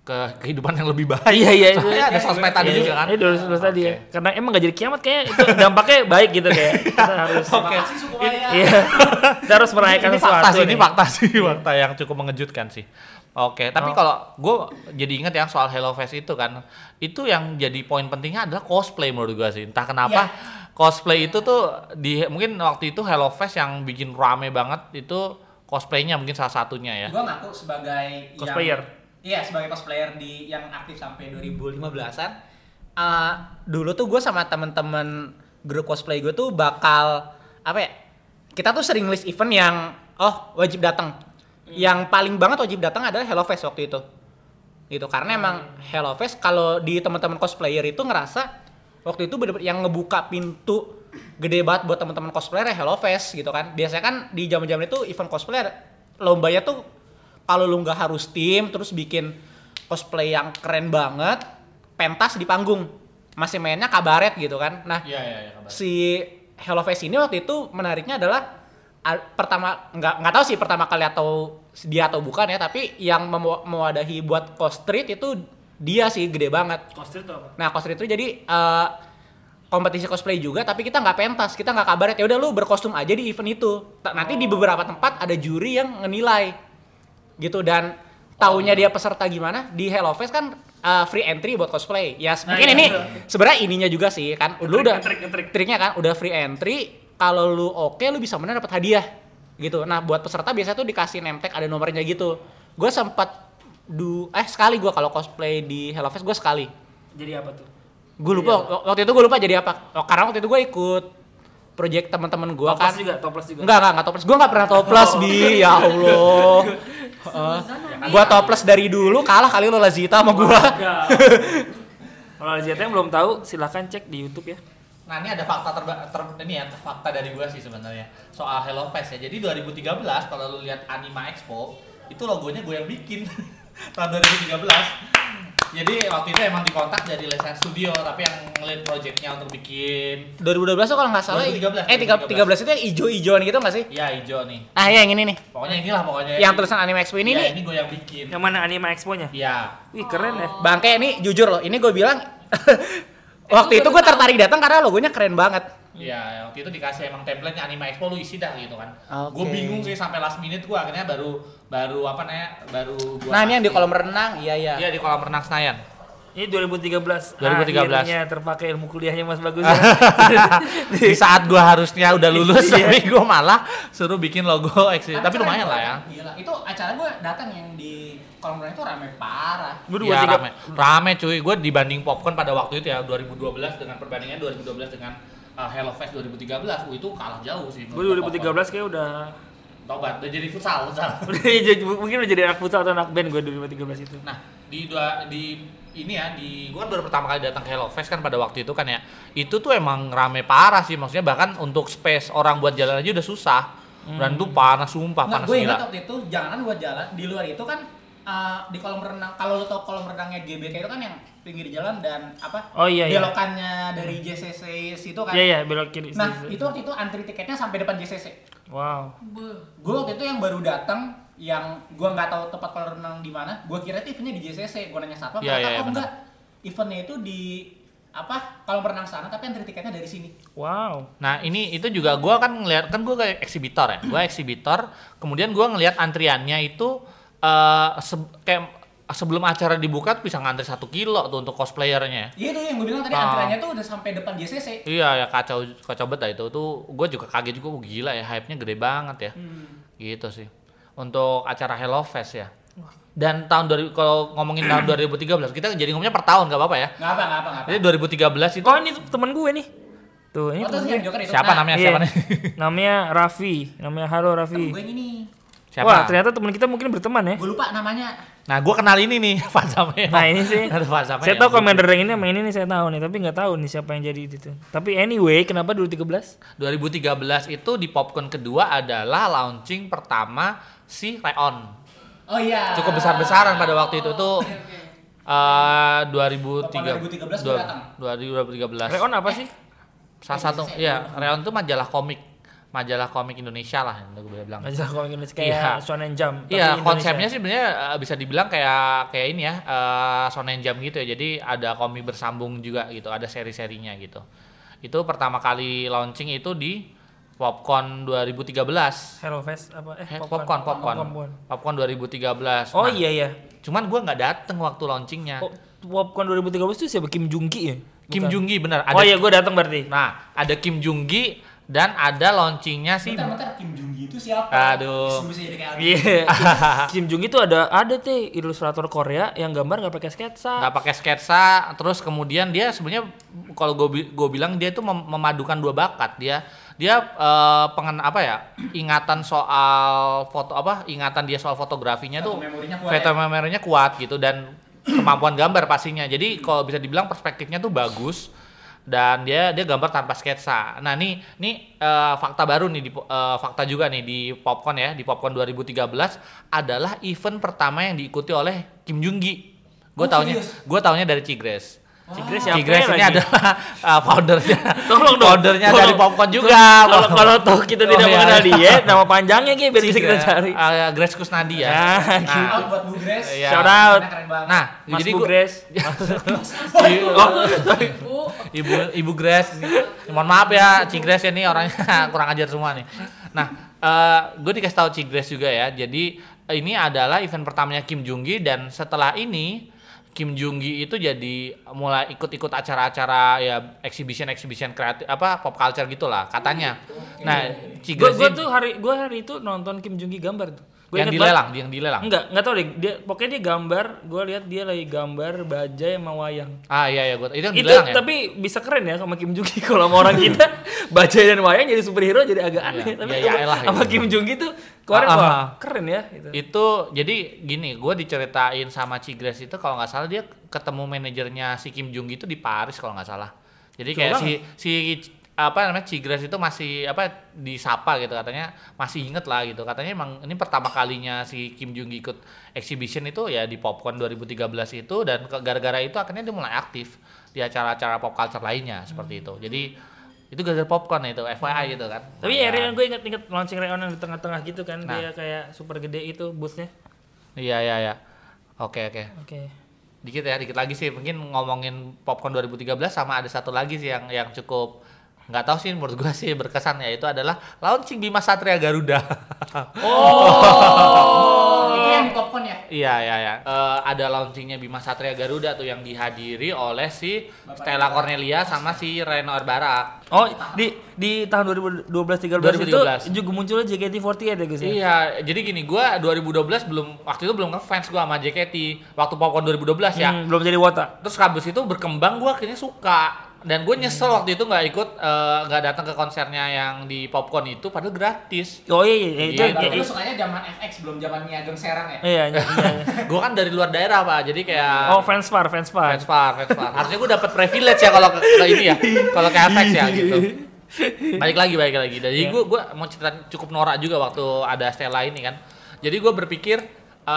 ke kehidupan yang lebih baik. Iya, Soalnya ada sosmed tadi juga kan. Iya, dulu tadi ya. Karena emang gak jadi kiamat kayaknya itu dampaknya baik gitu kayak. Kita harus Oke. Iya. Kita harus merayakan Ini sesuatu. fakta sih, ini nih. fakta yang cukup mengejutkan sih. Oke, tapi kalau gue jadi ingat yang soal HelloFest itu kan, itu yang jadi poin pentingnya adalah cosplay menurut gue sih. Entah kenapa cosplay itu tuh mungkin waktu itu HelloFest yang bikin rame banget itu cosplaynya mungkin salah satunya ya. Gue ngaku sebagai Cosplayer. Iya, sebagai cosplayer yang aktif sampai 2015-an. Dulu tuh gue sama temen-temen grup cosplay gue tuh bakal kita tuh sering list event yang wajib datang. Yang paling banget wajib datang adalah HelloFest waktu itu. Gitu, karena emang HelloFest kalau di teman-teman cosplayer itu ngerasa waktu itu bener-bener yang ngebuka pintu gede banget buat teman-teman cosplayer ya HelloFest gitu kan. Biasanya kan di zaman-zaman itu event cosplayer lombanya tuh kalau lu nggak harus tim terus bikin cosplay yang keren banget, pentas di panggung, masih mainnya kabaret gitu kan. Nah, Kabaret. si HelloFest ini waktu itu menariknya adalah pertama nggak tahu sih pertama kali atau dia atau bukan ya, tapi yang mewadahi buat Costreet itu dia sih gede banget. Cosplay itu apa? Nah, Costreet itu jadi kompetisi cosplay juga, tapi kita nggak pentas, kita nggak kabaret. Ya udah lu berkostum aja di event itu. Nanti di beberapa tempat ada juri yang ngenilai gitu, dan taunya dia peserta gimana di HelloFest kan free entry buat cosplay. Ya mungkin ini sebenarnya ininya juga sih kan. Lu udah triknya kan udah free entry, kalau lu oke lu bisa menang dapat hadiah gitu. Nah, buat peserta biasanya tuh dikasih name tag ada nomornya gitu. Gue sempat sekali gue kalau cosplay di HelloFest gue sekali. Jadi apa tuh? Gue lupa waktu itu gue lupa jadi apa. Karena waktu itu gue ikut project teman-teman gue kan. Toples juga. Enggak toples. Gue enggak pernah toples Bi. Ya Allah. Gua toples dari dulu, kalah kali lo Lazita sama gua. Kalau Lazita yang belum tahu silahkan cek di YouTube ya. Nah, ini ada fakta fakta dari gua sih sebenarnya soal HelloFest ya. Jadi 2013 kalau lu lihat Anima Expo, itu logonya gue yang bikin tahun 2013. Jadi waktu itu emang dikontak dari Lesen Studio, tapi yang ngelit projectnya untuk bikin 2012 tuh kalau nggak salah 2013 itu yang ijo-ijoan gitu nggak sih? ya hijau nih. Ya yang ini nih. Pokoknya Yang tulisan Anime Expo ini nih. Ini gue yang bikin. Yang mana Anima Expo-nya? Iya. Wih, keren ya. Bangke ini jujur loh, ini gue bilang waktu itu gue tertarik datang karena logonya keren banget. Iya, waktu itu dikasih emang template-nya Anima Expo lu isi dah gitu kan. Oke. Gue bingung sih sampai last minute gue akhirnya baru gua Nah, ini yang di kolam renang, iya. Iya, di kolam renang Senayan. Ini 2013. 2013. Akhirnya terpakai ilmu kuliahnya Mas Bagus ya. Di saat gua harusnya udah lulus Iya. tapi gua malah suruh bikin logo Exit. Tapi lumayan lah ya. Gila. Itu acara gue datang yang di kolam renang itu rame parah. Iya, rame cuy. Gue dibanding Popcorn pada waktu itu ya 2012 dengan perbandingan 2012 dengan HelloFest 2013, itu kalah jauh sih. Gue 2013 kayak udah tobat, udah jadi futsal. mungkin udah jadi anak futsal atau anak band gue 2013 itu. Nah, gue kan baru pertama kali datang ke HelloFest kan pada waktu itu kan ya. Itu tuh emang rame parah sih, maksudnya bahkan untuk space orang buat jalan aja udah susah. Dan tuh panas sumpah, panas gue gila. ingat waktu itu jangan buat jalan di luar itu kan di kolam renang. Kalau lo tau kolam renangnya GBK itu kan yang pinggir jalan dan belokannya dari JCC situ kan. Iya, belok kiri. Nah, itu waktu itu antri tiketnya sampai depan JCC. Wow. Gue waktu itu yang baru datang, yang gue nggak tahu tempat kolam renang di mana. Gue kira itu eventnya di JCC. Gue nanya siapa, enggak. Eventnya itu di kolam renang sana, tapi antri tiketnya dari sini. Wow. Nah, itu juga gue kan ngeliat, kan gue kayak eksibitor ya. Gue eksibitor, kemudian gue ngeliat antriannya itu kayak sebelum acara dibuka tuh bisa ngantri 1 kilo tuh untuk cosplayernya. Iya tuh yang gue bilang tadi, antriannya tuh udah sampai depan JCC. Iya ya, kacau banget itu tuh. Gue juga kaget juga, gila ya, hype-nya gede banget ya. Gitu sih untuk acara HelloFest ya. Dan kalau ngomongin tahun 2013, kita jadi ngomongnya per tahun, gak apa-apa ya? Gak apa. Jadi 2013 itu. Oh, ini teman gue nih. Tuh, ini teman gue. Siapa namanya? Siapa nih? Namanya Raffi. Halo Raffi. Temen gue ini. Siapa? Wah, ternyata teman kita mungkin berteman ya. Gue lupa namanya. Nah, gue kenal ini nih, Fazame. Nah, ini sih. Saya tahu Commander Rank ini sama ini nih saya tahu nih, tapi nggak tahu nih siapa yang jadi itu. Tapi anyway, kenapa 2013? 2013 itu di Popcorn kedua adalah launching pertama si Reon. Oh iya. Cukup besar-besaran pada waktu itu tuh. 2013 gue datang. 2013. Reon apa sih? Salah satu, ya, Reon tuh majalah komik majalah komik Indonesia lah yang gue bilang. Majalah komik Indonesia Iya. kayak Shonen Jump. tapi Iya, Indonesia. konsepnya sih sebenarnya bisa dibilang kayak ini ya, Shonen Jump gitu ya. Jadi ada komik bersambung juga gitu, ada seri-serinya gitu. Itu pertama kali launching itu di Popcorn 2013. Hellfest apa? Popcorn 2013. Oh Nah, iya. Cuman gue nggak dateng waktu launchingnya. Popcorn 2013 itu siapa? Kim Jung Gi ya? Kim Bukan. Jung Gi benar. Oh iya, gue datang berarti. Nah, ada Kim Jung Gi dan ada launchingnya sih. Bentar, Kim Jung Gi itu siapa? Aduh. Bisa jadi kayak Iya. Kim Jung Gi itu ada teh ilustrator Korea yang gambar nggak pakai sketsa. Nggak pakai sketsa, terus kemudian dia sebenarnya kalau gue bilang dia itu memadukan dua bakat. Dia ingatan soal ingatan dia soal fotografinya tuh memorinya kuat gitu, dan kemampuan gambar pastinya. Jadi kalau bisa dibilang perspektifnya tuh bagus, dan dia gambar tanpa sketsa. Nah, ini fakta baru nih fakta juga nih di Popcorn ya, di Popcorn 2013 adalah event pertama yang diikuti oleh Kim Jung Gi. Gue taunya dari Cigres. Cigres ini adalah foundernya. Tolong dong. Foundernya dari Popcorn juga. Kalau toh kita tidak mengenal dia, nama panjangnya biar bisa kita cari. Grace Kusnadi ya. Shout buat Bu Grace. Iya. Shout out. Keren banget. Nah, Mas jadi Bu Grace. Ibu Grace. Mohon maaf ya, Cigres ini orangnya kurang ajar semua nih. Nah, gue dikasih tahu Cigres juga ya. Jadi ini adalah event pertamanya Kim Jung Gi, dan setelah ini Kim Jung Gi itu jadi mulai ikut-ikut acara-acara ya exhibition kreatif pop culture gitulah katanya. Nah, Cigres gue hari itu nonton Kim Jung Gi gambar tuh. yang dilelang. Enggak tahu deh. Pokoknya dia gambar, gue lihat dia lagi gambar bajai sama wayang. Ah iya itu yang Itu dilelang ya. tapi bisa keren ya sama Kim Jung Gi. Kalau sama orang kita bajai dan wayang jadi superhero jadi agak aneh. Iya, Tapi ya elah, sama gitu. Kim Jung Gi tuh kemarin wah keren ya gitu. Itu jadi gini, gue diceritain sama Cigres itu kalau nggak salah dia ketemu manajernya si Kim Jung Gi itu di Paris kalau nggak salah. Jadi kayak si Cigres itu masih disapa gitu, katanya masih inget lah gitu, katanya emang ini pertama kalinya si Kim Jung Gi ikut exhibition itu ya di Popcorn 2013 itu, dan gara-gara itu akhirnya dia mulai aktif di acara-acara pop culture lainnya seperti itu. Jadi itu gara-gara Popcorn itu FYI gitu kan. Tapi Reon gue inget launching Reon yang di tengah-tengah gitu kan, dia kayak super gede itu boothnya. Iya. Oke. Dikit lagi sih mungkin ngomongin Popcorn 2013, sama ada satu lagi sih yang cukup nggak tahu sih menurut gue sih berkesan, yaitu adalah launching Bima Satria Garuda. Itu yang di Popcorn ya? Iya. Ada launchingnya Bima Satria Garuda tuh yang dihadiri oleh si Stella Cornelia sama si Reno Arbarak. Oh, di tahun 2012-13 itu juga munculnya JKT48 ya guys ya? Iya, jadi gini, gue 2012 waktu itu belum ngefans gue sama JKT waktu Popcorn 2012 ya. Belum jadi wota. Terus habis itu berkembang, gue akhirnya suka. Dan gue nyesel waktu itu nggak datang ke konsernya yang di Popcorn itu, padahal gratis. Oh iya. Lu sukanya zaman FX, belum zamannya Ageng Serang ya? Iya. Gue kan dari luar daerah Pak, jadi kayak Fansfar. Harusnya gue dapat privilege ya kalau ke ini ya, kalau ke FX ya gitu. Balik lagi. Jadi gue mau cerita cukup norak juga waktu ada Stella ini kan. Jadi gue berpikir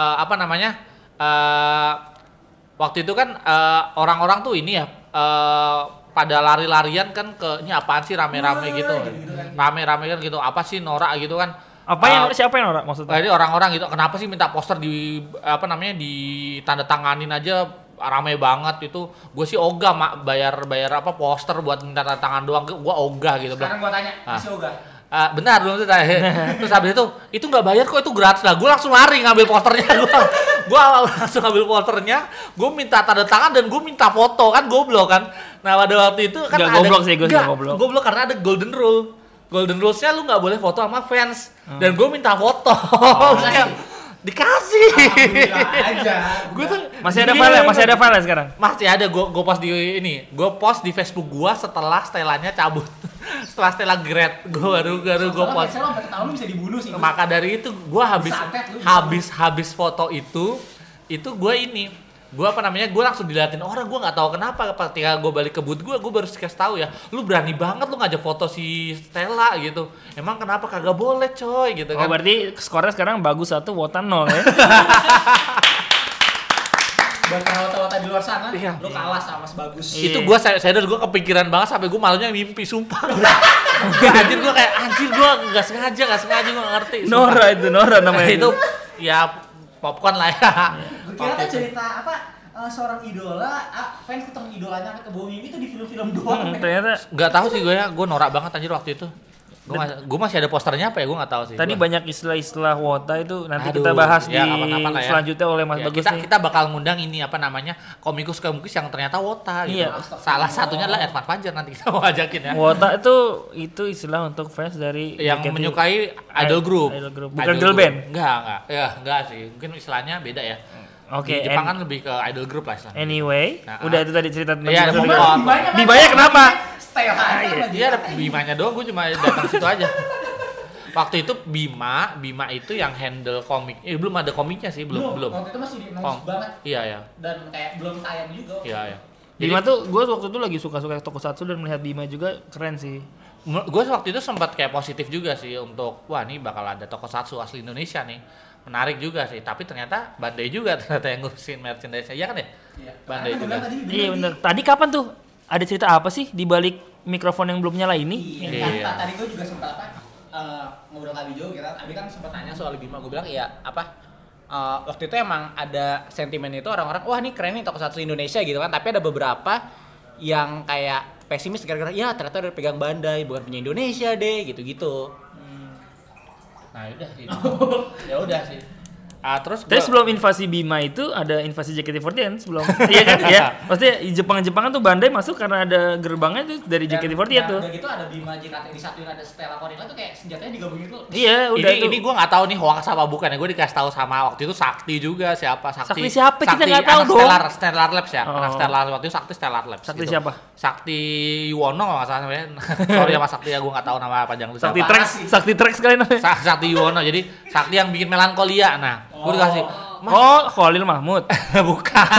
waktu itu kan orang-orang tuh ini ya pada lari-larian kan ke ini apaan sih rame-rame gitu. Rame-rame kan gitu. Apa sih norak gitu kan. Siapa yang norak maksudnya? Jadi orang-orang gitu, kenapa sih minta poster di ditandatanganin aja rame banget itu. Gue sih ogah bayar poster buat minta tanda tangan doang. Gue ogah gitu. Sekarang gue tanya, masih ogah? Benar belum tuh terus habis itu nggak bayar kok, itu gratis lah. Gue langsung lari ngambil posternya. Gue langsung ngambil posternya, gue minta tanda tangan dan gue minta foto kan, goblok kan. Nah pada waktu itu kan goblok karena ada golden rule. Golden rules-nya lu nggak boleh foto sama fans, dan gue minta foto. Dikasih. Aja. Gue tuh masih ada file sekarang. Masih ada, gue post di Facebook gue setelah Stellanya cabut. Setelah Stella grad, gue baru post. Kalau sampai ketahuan bisa dibunuh sih. Maka dari itu gue habis foto itu gue langsung diliatin orang. Gue nggak tahu kenapa ketika gue balik ke booth gue baru kasih tahu ya, lu berani banget lu ngajak foto si Stella gitu. Emang kenapa kagak boleh coy gitu kan. Oh berarti skornya sekarang bagus 1 wota 0 ya. Buat para wota-wota di luar luar sana, Iya. lu kalah sama Mas Bagus. Iya. Itu gue sadar gue kepikiran banget sampai gue malunya mimpi sumpah. Anjir gue kayak gue nggak sengaja gue nggak ngerti. sumpah. Nora namanya. Itu ya popcorn lah ya. Gue kira tuh cerita seorang idola, fans ketemu idolanya ke bawah mimpi itu di film-film doang. Ternyata Nggak tahu sih gue norak banget anjir waktu itu. Gue masih ada posternya apa ya gue nggak tahu sih. tadi Gua. banyak istilah wota itu nanti Aduh, kita bahas ya, di kapan-kapan lah ya. selanjutnya oleh Mas Ya, Bagus nih. kita bakal ngundang ini apa namanya komikus yang ternyata wota gitu. Iya. Salah satunya adalah Edward Fajar nanti kita mau ajakin ya. Wota itu istilah untuk fans dari Yang JKT. menyukai idol group. Idol group. Bukan girl band. Enggak. Ya, enggak sih. Mungkin istilahnya beda ya. Oke. Di Jepang kan lebih ke idol group lah istilahnya. Anyway, Nah, udah itu tadi cerita tentang Iya, ada Bima Bima. Sakti. Bimanya kenapa? Style aja sama Dia ada Bimanya doang, gue cuma datang situ aja. Waktu itu Bima itu yang handle komik. Belum ada komiknya sih, belum. Waktu itu masih di Kom- banget Iya. dan kayak belum tayang juga. Iya. Bima tuh gue waktu itu lagi suka-suka tokusatsu dan melihat Bima juga keren sih. Gue waktu itu sempat kayak positif juga sih untuk wah nih bakal ada tokusatsu asli Indonesia nih. Menarik juga sih, tapi ternyata Bandai juga ternyata yang ngurusin merchandise-nya. Iya kan ya? Iya. Bandai Karena juga. tadi Iya bener. Tadi kapan tuh? Ada cerita apa sih di balik mikrofon yang belum nyala ini? Iya, Iya. kan, tadi gue juga sempat ngobrol ke Abi Jo, Abi kan sempat nanya soal Bima, gue bilang iya waktu itu emang ada sentimen itu orang-orang wah ini keren nih tokusatsu Indonesia gitu kan, tapi ada beberapa yang kayak pesimis gara-gara ya ternyata udah pegang Bandai bukan punya Indonesia deh gitu-gitu. Nah, udah sih. Ya udah sih. Terus Tapi sebelum invasi Bima itu ada invasi JKT48 sebelum. Iya kan ya. Maksudnya di Jepang tuh Bandai masuk karena ada gerbangnya tuh dari JKT48 tuh. Udah gitu ada Bima JKT disatuin ada Stella Cornella tuh kayak senjatanya digabungin tuh. Iya, udah itu. ini gue nggak tahu nih hoax apa bukan ya. Gue dikasih tahu sama waktu itu Sakti juga siapa Sakti siapa? Kita nggak tahu anak dong. Stellar Labs ya. Oh. Anak Stellar waktu itu Sakti Stellar Labs. Sakti gitu. siapa? Sakti Yuwono kalau nggak salah namanya. Sorry sama Sakti ya gue nggak tahu nama panjang itu Sakti siapa. Trax sekali namanya. Sakti Yuwono. Jadi Sakti yang bikin melankolia. Nah, gue dikasih. Oh, Khalil Mahmud. Bukan.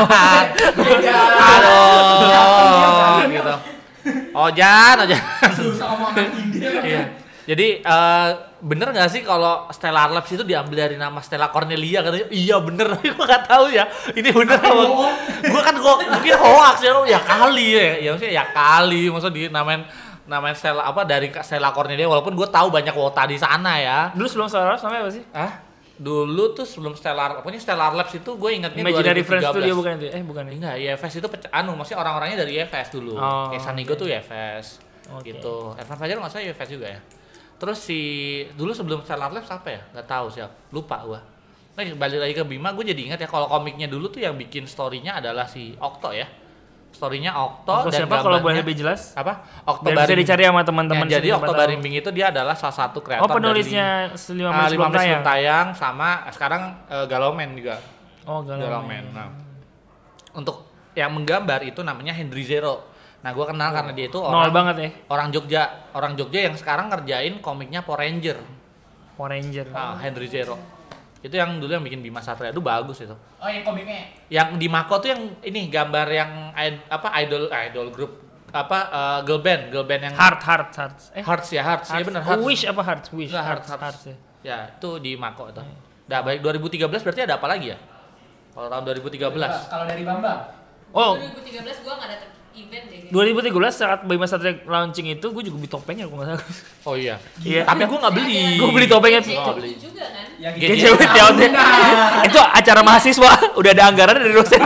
Aduh, gitu. Ojan. Susah ngomong India. Iya. Jadi bener nggak sih kalau Stellar Labs itu diambil dari nama Stella Cornelia katanya? Iya bener, tapi gue nggak tahu ya. Ini bener apa? Gue kan mungkin hoax ya kali ya maksudnya ya kali maksudnya namain Stella apa dari Stella Cornelia walaupun gue tahu banyak wota di sana ya. Dulu sebelum Star Wars namanya apa sih? Dulu tuh sebelum Stellar, pokoknya Stellar Labs itu gue ingatnya Imaginary 2013. Friends Studio bukan itu? Bukan ya? Enggak, IFS itu maksudnya orang-orangnya dari IFS dulu. Oh, Kayak Sanigo tuh IFS. Oke. Gitu. Evan Fajar nggak salah IFS juga ya. Terus dulu sebelum Stellar Labs apa ya? Nggak tahu siapa. Lupa gua. Nah, balik lagi ke Bima, gue jadi ingat ya kalau komiknya dulu tuh yang bikin story-nya adalah si Okto ya. Story-nya Okto Okto dan siapa kalau boleh gambarnya- lebih jelas? Apa? Okto Biar bisa Barimbing. dicari sama teman-teman. Ya, jadi sini, Okto siapa tahu. Barimbing itu dia adalah salah satu kreator Oh, penulisnya 15 sebelum 15 tayang. tayang sama sekarang Galoman juga. Oh, Galoman. Nah, untuk yang menggambar itu namanya Henry Zero. Nah, gue kenal karena dia itu Nol banget ya. orang Jogja yang sekarang ngerjain komiknya Power Ranger. Power Ranger. Henry Zero. Itu yang dulu yang bikin Bima Satria itu bagus itu. Oh yang komiknya. Yang di Mako tuh yang ini gambar yang idol group girl band yang Hearts. Hearts ya benar Hearts. Wish apa Hearts? Wish. Enggak, Hearts. Hearts ya. Ya, itu di Mako itu. Nah, baik 2013 berarti ada apa lagi ya? Kalau tahun 2013. Kalau dari Bambang. Oh, 2013 gua nggak datang event deh. 2013 saat Bima Satria launching itu gue juga beli topengnya kalau nggak salah. Oh iya. Iya. Tapi gue nggak beli. Gue beli topengnya. Nggak beli. juga kan. Yang Gadget. Gadget with Yaote. Itu acara mahasiswa, udah ada anggaran dari dosen.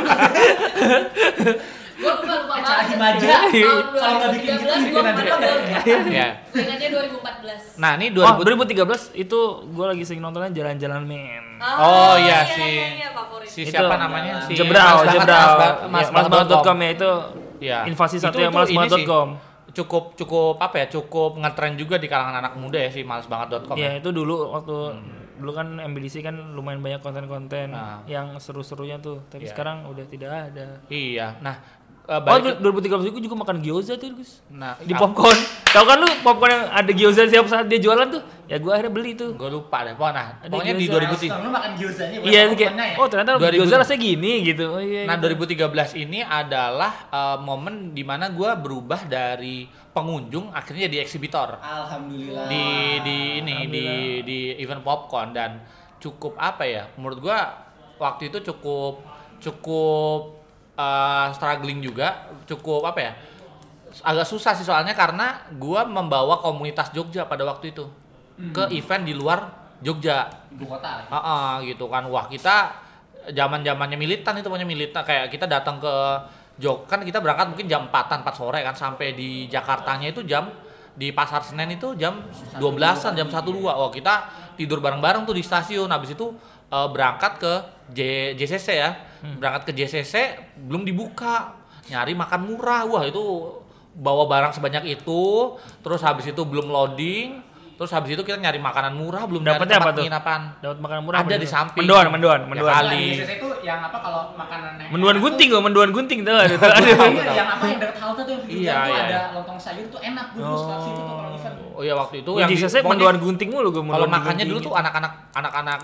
Gua lupa Acara banget. Himaja. Tahun Kalau nggak bikin gitu, 2013 bikin gua aja. belum. Ya. Gua ingatnya 2014. Nah, ini Oh, 2000 2013 itu gue lagi sering nontonnya Jalan-Jalan Men. Oh, iya, favorit. si Itu, siapa namanya? Si Jebrau. Masbanget.com. Masbanget.com ya itu Ya. invasi satu Itu yang ini sih, Masbanget.com. Cukup apa ya? Cukup ngetren juga di kalangan anak muda ya si malesbanget.com. Ya itu dulu waktu dulu kan MBDC kan lumayan banyak konten-konten Nah. yang seru-serunya tuh. Tapi Iya. sekarang udah tidak ada. Iya. Nah, Oh, balik 2013 gue juga makan gyoza tuh, Gus. nah, Di popcorn. Tahu kan lu popcorn yang ada gyoza setiap saat dia jualan tuh? Ya gua akhirnya beli tuh. gue lupa deh. Pokoknya Ada di gyoza. 2003. Lu makan gyozanya. Iya kayak oh ternyata 2000. gyoza rasanya gini gitu. Oh iya. Nah, gitu. 2013 ini adalah momen dimana gue berubah dari pengunjung akhirnya jadi eksibitor Alhamdulillah. di event popcorn dan cukup apa ya? Menurut gue waktu itu cukup struggling juga, cukup apa ya? Agak susah sih soalnya karena gua membawa komunitas Jogja pada waktu itu ke event di luar Jogja. Ibu kota. Gitu kan. Wah, kita zaman-zamannya militan itu punya militan kayak kita datang ke kan kita berangkat mungkin jam 4 sore kan sampai di Jakartanya itu di Pasar Senen itu jam 12-an, jam 1-2. Wah, kita tidur bareng-bareng tuh di stasiun. Habis itu berangkat ke JCC ya. Berangkat ke JCC belum dibuka. Nyari makan murah. Wah, itu bawa barang sebanyak itu. Terus habis itu belum loading. Terus habis itu kita nyari makanan murah, belum dapetnya nyari apa tuh? penginapan. Dapat makanan murah. Ada di samping. Mendoan. Ya kali. Di itu yang apa kalau makanannya? Mendoan gunting tuh ada. Iya, yang apa yang dekat halte tuh yang pinggir Iya, jalan tuh iya. ada lontong sayur tuh enak. Gue dulu suka situ tuh kalau event. Oh iya waktu itu Yang di pokoknya mendoan gunting mulu gue. kalau makannya dulu tuh anak-anak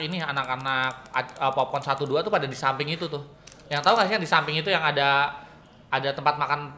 popcorn 1-2 tuh pada di samping itu tuh. Yang tahu nggak sih yang di samping itu yang ada tempat makan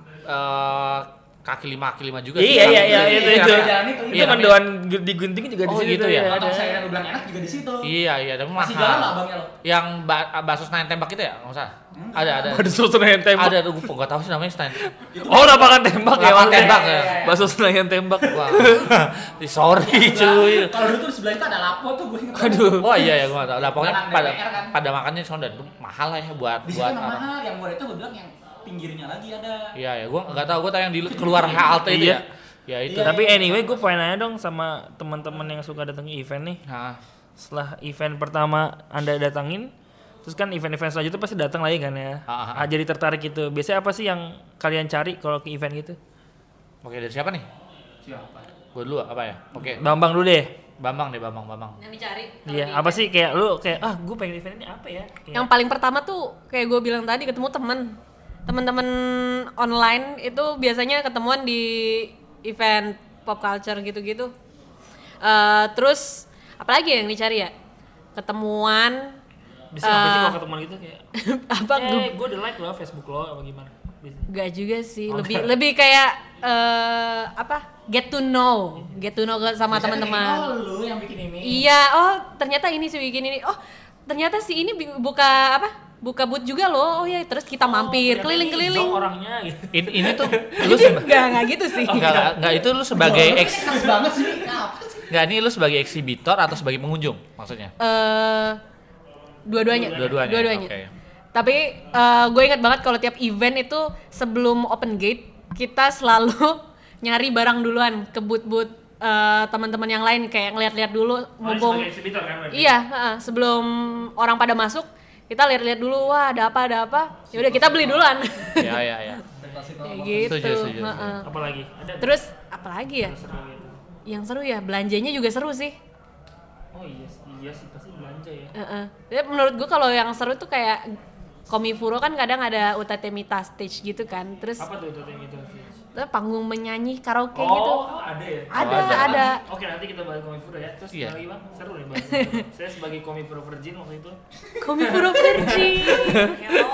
kaki lima juga. Iya itu. Iya, mendoan digunting juga di Oh, situ gitu tuh, ya? Lontong sayur yang lu bilang enak juga di situ. Iya, tapi mahal. Masih jalan lah abangnya lo. Yang bakso Senayan tembak itu ya? Enggak usah. Ada. Ada Senayan tembak. Ada tuh gue enggak tahu sih namanya Senayan. Oh, lapangan tembak ya. Lapangan maksudnya. tembak ya. Bakso Senayan tembak. Wah. Sorry cuy. Kalau dulu tuh di sebelah itu ada lapo tuh gue inget. Aduh. Oh iya gua tahu. Lah pokoknya Makanan pada DPR kan? pada makannya soalnya mahal lah ya buat Di situ buat emang orang. mahal, yang murah itu gue bilang yang pinggirnya lagi ada. Iya, gua enggak tahu, gua tahu yang di keluar halte itu Iya. ya. Ya itu. Tapi anyway, gue pengen nanya dong sama teman-teman yang suka datang ke event nih. Nah, Setelah event pertama Anda datangin, terus kan event-event selanjutnya pasti datang lagi kan ya. Jadi tertarik gitu. Biasanya apa sih yang kalian cari kalau ke event gitu? oke, dari siapa nih? Siapa? Gua dulu apa ya? Oke. Bambang dulu deh. Bambang. Yang dicari. kalau Iya, di apa event. sih kayak lu kayak gue pengen event ini apa ya? Kayak, Yang paling pertama tuh kayak gue bilang tadi ketemu teman-teman online itu biasanya ketemuan di event pop culture gitu-gitu. Terus apalagi yang dicari ya? Ketemuan. bisa apa sih kalau ketemuan gitu kayak Apa gue udah like lo Facebook lo apa gimana? Bisa. Gak juga sih, lebih kayak get to know sama Biasanya teman-teman. bikin, oh lu yang bikin ini. Iya, oh ternyata ini sih bikin ini. Oh ternyata si ini buka booth juga loh. Oh ya, terus kita mampir Ternyata keliling-keliling. ini Zong orangnya gitu. Ini tuh lu Enggak gitu sih. enggak itu lu sebagai Khas banget sih. Apa sih? enggak ini lu sebagai eksibitor atau sebagai pengunjung maksudnya? Dua-duanya. Dua-duanya. Oke. Tapi gue ingat banget kalau tiap event itu sebelum open gate kita selalu nyari barang duluan ke booth-booth teman-teman yang lain kayak ngeliat-liat dulu mumpung. Sebagai eksibitor kan berarti? Iya, sebelum orang pada masuk kita lihat-lihat dulu, wah ada apa. Ya udah kita beli duluan. Iya. Kayak gitu. Setuju. Apalagi? Ada Terus apalagi ya? seru gitu. Yang seru ya, belanjanya juga seru sih. Oh iya sih pasti belanja ya. Tapi menurut gue kalau yang seru tuh kayak Komifuro kan kadang ada UTT Mita Stage gitu kan. Terus Apa tuh itu yang itu? panggung menyanyi karaoke gitu. Ada ya? Ada. Oke, nanti kita bahas Komifuro ya. Terus Iya. lagi Bang, seru nih bahas Komifuro. Saya sebagai Komifuro Virgin waktu itu. Komifuro Virgin. Hello.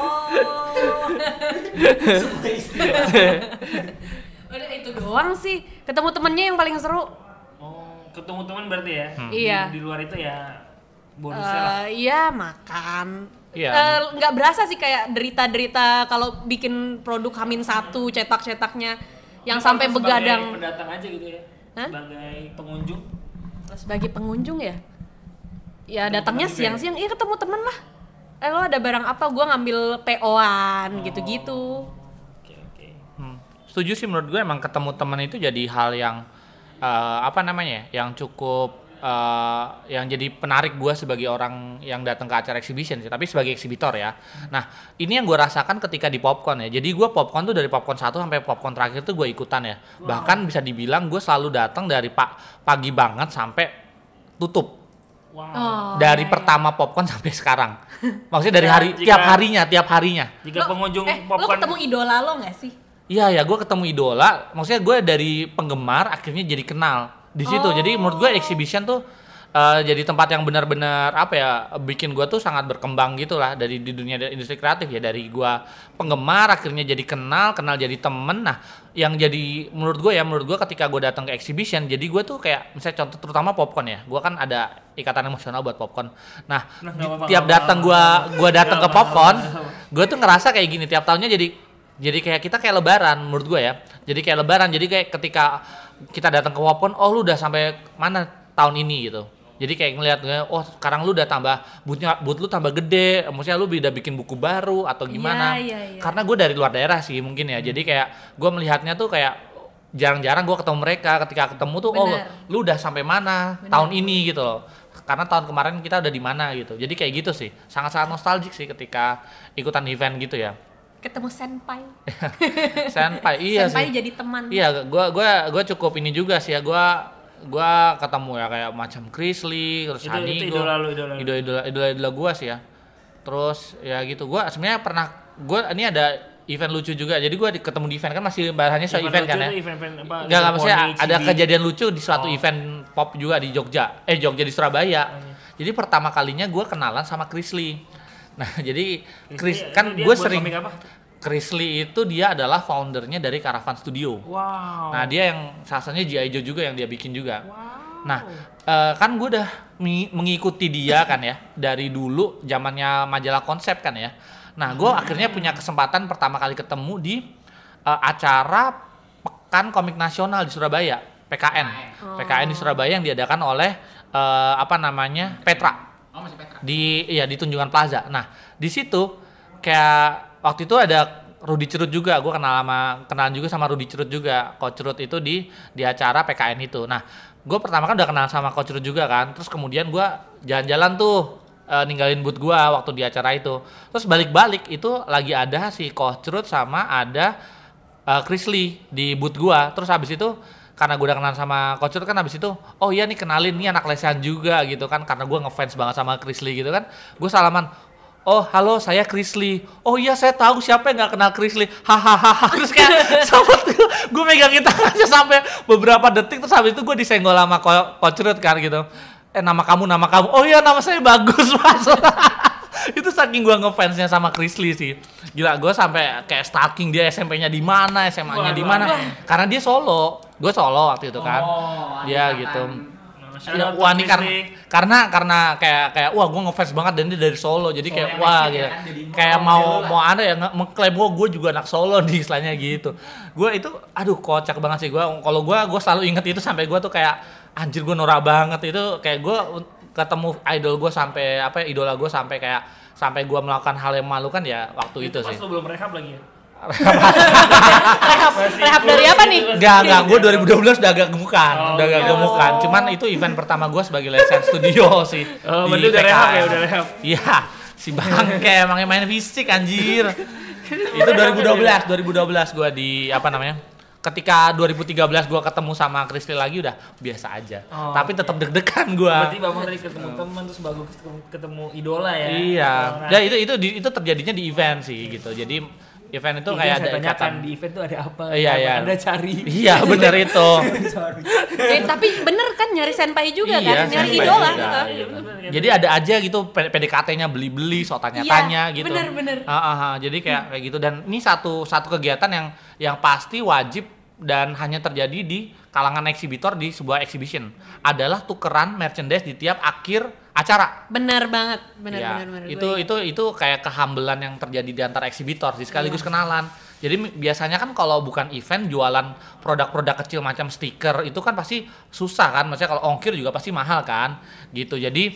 Udah itu doang sih. Ketemu temennya yang paling seru. Oh, ketemu teman berarti ya? Iya. Di luar itu ya bonusnya lah. Iya makan. Iya. Nggak berasa sih kayak derita-derita kalau bikin produk H-1 cetak-cetaknya yang sampai begadang. Sebagai pendatang aja gitu ya? Hah? Sebagai pengunjung. Sebagai pengunjung ya? Ya Ketemu datangnya teman juga ya? siang-siang, iya ketemu temen lah. Lo ada barang apa? Gua ngambil PO-an gitu-gitu. Oke. Setuju sih menurut gue emang ketemu teman itu jadi hal yang yang cukup yang jadi penarik gue sebagai orang yang datang ke acara exhibition sih, tapi sebagai eksibitor ya. Nah ini yang gue rasakan ketika di popcorn ya. Jadi gue popcorn tuh dari popcorn 1 sampai popcorn terakhir tuh gue ikutan ya. Bahkan bisa dibilang gue selalu datang dari pagi banget sampai tutup. Wow. Oh, Dari iya, pertama popcorn sampai sekarang. Maksudnya dari Ya, hari jika- tiap harinya. Jika pengunjung Lo ketemu idola lo nggak sih? Iya, gue ketemu idola. Maksudnya gue dari penggemar akhirnya jadi kenal di situ. Oh. Jadi menurut gue exhibition tuh jadi tempat yang benar-benar apa ya, bikin gue tuh sangat berkembang gitulah dari di dunia industri kreatif ya, dari gue penggemar akhirnya jadi kenal jadi temen. Nah yang jadi menurut gue ketika gue datang ke exhibition, jadi gue tuh kayak misalnya contoh terutama popcorn ya, gue kan ada ikatan emosional buat popcorn. Nah tiap datang gue datang ke popcorn, gue tuh ngerasa kayak gini tiap tahunnya, jadi kayak kita kayak lebaran menurut gue ya, jadi kayak lebaran. Jadi kayak ketika kita datang ke popcorn, oh lu udah sampai mana tahun ini gitu. Jadi kayak ngeliat, oh sekarang lu udah tambah boot lu tambah gede, maksudnya lu udah bikin buku baru atau gimana. Iya. Karena gue dari luar daerah sih mungkin ya, jadi kayak gue melihatnya tuh kayak jarang-jarang gue ketemu mereka. Ketika ketemu tuh, oh lu udah sampai mana tahun ini gitu loh. Karena tahun kemarin kita udah di mana gitu. Jadi kayak gitu sih, sangat-sangat nostalgic sih ketika ikutan event gitu ya. Ketemu senpai. Senpai, iya senpai sih. jadi teman. Iya, gue cukup ini juga sih ya, gue ketemu ya kayak macam Chris Lee, terus Hanigo, idola gue sih ya. Terus ya gitu, gue sebenarnya ini ada event lucu juga. Jadi gue ketemu di event, kan masih bahasannya soal event kan ya. Enggak maksudnya ada kejadian lucu di suatu event pop juga di Jogja di Surabaya. Jadi pertama kalinya gue kenalan sama Chris Lee. Nah jadi gue sering Chris Lee itu dia adalah foundernya dari Caravan Studio. Wow. Nah dia yang salah satunya G.I. Joe juga yang dia bikin juga. Wow. Nah kan gue udah mengikuti dia kan ya dari dulu zamannya majalah Konsep kan ya. Nah gue akhirnya punya kesempatan pertama kali ketemu di acara Pekan Komik Nasional di Surabaya, PKN. PKN di Surabaya yang diadakan oleh Petra. Oh masih Petra. Di Tunjungan Plaza. Nah di situ kayak waktu itu ada Rudi Cerut juga, gue kenalan juga sama Rudi Cerut juga. Coach Cerut itu di acara PKN itu. Nah, gue pertama kan udah kenalan sama Coach Cerut juga kan. Terus kemudian gue jalan-jalan tuh ninggalin booth gue waktu di acara itu. Terus balik-balik itu lagi ada si Coach Cerut sama ada Chris Lee di booth gue. Terus habis itu karena gue udah kenalan sama Coach Cerut kan, habis itu oh iya nih kenalin nih anak lesehan juga gitu kan, karena gue ngefans banget sama Chris Lee gitu kan. Gue salaman, oh halo saya Chris Lee. Oh iya saya tahu, siapa yang nggak kenal Chris Lee. Hahaha. Terus kayak sobat gue megangin tangannya sampai beberapa detik. Terus habis itu gue disenggol sama Coach Ruth kan gitu. Nama kamu. Oh iya nama saya Bagus Mas. Itu saking gue ngefansnya sama Chris Lee sih. Gila, gue sampai kayak stalking dia, SMP-nya di mana, SMA-nya di mana. Karena dia Solo. Gue Solo waktu itu kan. Dia gitu. Ya, wah ini karena kayak wah gue ngefans banget dan dia dari Solo, jadi kayak wah gitu. Kayak mau ada ya mengklaim gue juga anak Solo di istilahnya gitu. Gue itu kocak banget sih. Kalau gue selalu inget itu sampai gue tuh kayak anjir, gue norak banget itu. Kayak gue ketemu idol gue sampai idola gue sampai gue melakukan hal yang memalukan ya waktu itu sih. Pas lo belum rehab lagi ya? Rehab dari apa nih? Enggak, gue 2012 udah agak gemukan. Cuman itu event pertama gue sebagai lesehan studio sih. Oh, berarti udah rehab ya, udah rehab. Iya, si bangke emangnya main fisik anjir. Itu 2012 gue di ketika 2013 gue ketemu sama Chris Lee lagi udah biasa aja. Tapi tetap deg-degan gue. Berarti Bang tadi ketemu teman, terus Bagus ketemu idola ya. Iya. Ya itu terjadinya di event sih gitu. Jadi event itu kayak ada ikatan. Di event tuh ada apa? Iya. Anda cari. Iya, benar itu. Tapi bener kan nyari senpai juga iya, kan, nyari senpai idola juga. gitu. Iya, bener. Jadi ada aja gitu PDKT-nya beli-beli, so tanya-tanya gitu. Bener. Jadi kayak gitu, dan ini satu kegiatan yang pasti wajib dan hanya terjadi di kalangan eksibitor di sebuah exhibition adalah tukeran merchandise di tiap akhir acara. Benar banget, benar. Itu kayak kehambelan yang terjadi di antara eksibitor sih, sekaligus kenalan. Jadi biasanya kan kalau bukan event jualan produk-produk kecil macam stiker itu kan pasti susah kan, maksudnya kalau ongkir juga pasti mahal kan, gitu. Jadi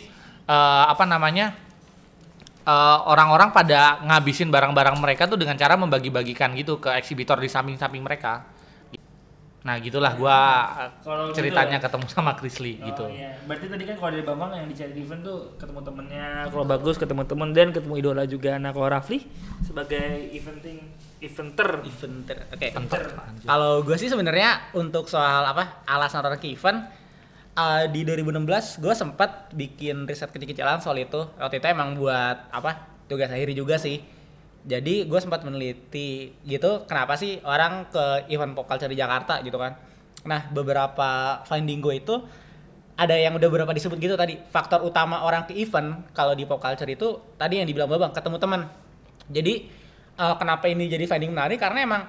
orang-orang pada ngabisin barang-barang mereka tuh dengan cara membagi-bagikan gitu ke eksibitor di samping-samping mereka. Nah gitulah gua ceritanya gitu, ketemu sama Chris Lee gitu. Iya. Berarti tadi kan kalau dari Bambang yang dicari di event tuh ketemu temennya, kalau Bagus ketemu temen dan ketemu idola juga. Nah kalau Rafli sebagai eventer. Oke. Kalau gue sih sebenarnya untuk soal alasan orang ke event, di 2016 gue sempat bikin riset kecil-kecilan soal itu. Waktu itu emang buat tugas akhir juga sih. Jadi gue sempat meneliti gitu, kenapa sih orang ke event pop culture di Jakarta gitu kan. Nah beberapa finding gue itu ada yang udah beberapa disebut gitu tadi. Faktor utama orang ke event kalau di pop culture itu tadi yang dibilang Babang, ketemu teman. Jadi kenapa ini jadi finding menarik karena emang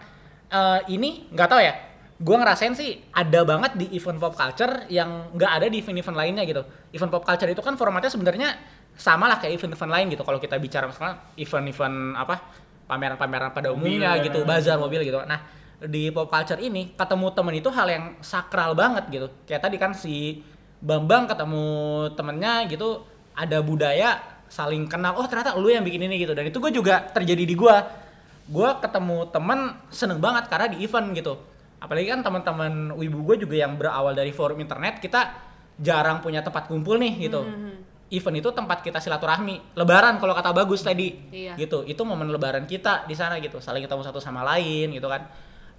ini nggak tahu ya. Gue ngerasain sih ada banget di event pop culture yang nggak ada di event-event lainnya gitu. Event pop culture itu kan formatnya sebenarnya sama lah kayak event-event lain gitu. Kalau kita bicara misalnya event-event pameran-pameran pada umumnya mobil, gitu, bazar mobil gitu. Nah di pop culture ini ketemu temen itu hal yang sakral banget gitu. Kayak tadi kan si Bambang ketemu temennya gitu, ada budaya saling kenal, oh ternyata lu yang bikin ini gitu. Dan itu gue juga terjadi di gue ketemu temen seneng banget karena di event gitu. Apalagi kan teman-teman wibu gue juga yang berawal dari forum internet, kita jarang punya tempat kumpul nih gitu. Event itu tempat kita silaturahmi, lebaran kalau kata Bagus tadi gitu. Itu momen lebaran kita di sana gitu, saling ketemu satu sama lain gitu kan.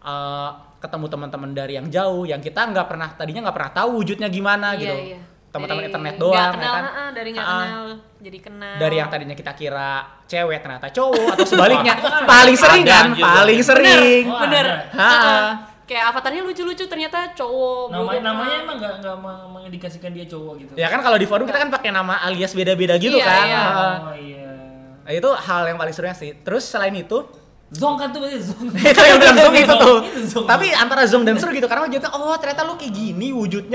Ketemu teman-teman dari yang jauh yang kita tadinya nggak pernah tahu wujudnya gimana gitu. Teman-teman internet doang kenal, kan. Dari nggak kenal jadi kenal. Dari yang tadinya kita kira cewek ternyata cowok atau sebaliknya. Paling sering kan, paling sering. Bener. Kayak avatarnya lucu-lucu ternyata cowok. Namanya emang nggak mengindikasikan dia cowok gitu. Ya kan kalau di forum kita kan pakai nama alias beda-beda gitu kan. Oh iya. Nah, itu hal yang paling serunya sih. Terus selain itu Zong kan tuh berarti Zong. itu yang bilang Zong itu tuh. Zong. Tapi antara Zong dan seru gitu karena wujudnya ternyata lu kayak gini wujudnya.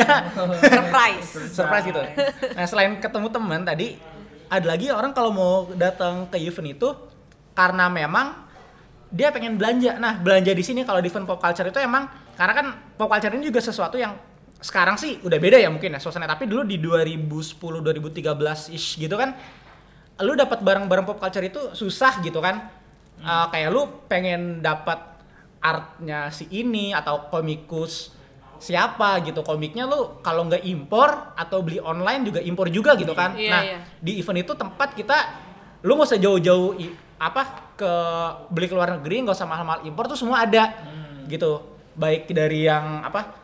Surprise gitu. Nah, selain ketemu teman tadi ada lagi orang kalau mau datang ke event itu karena memang dia pengen belanja. Nah, belanja di sini kalau di event pop culture itu emang karena kan pop culture ini juga sesuatu yang sekarang sih udah beda ya mungkin ya suasana, tapi dulu di 2010 2013 ish gitu kan lu dapat barang-barang pop culture itu susah gitu kan. Kayak lu pengen dapat artnya si ini atau komikus siapa gitu, komiknya lu kalau nggak impor atau beli online juga impor juga gitu kan. Di event itu tempat kita lu nggak usah jauh-jauh ke beli ke luar negeri, nggak usah mahal-mahal impor tuh semua ada gitu. Baik dari yang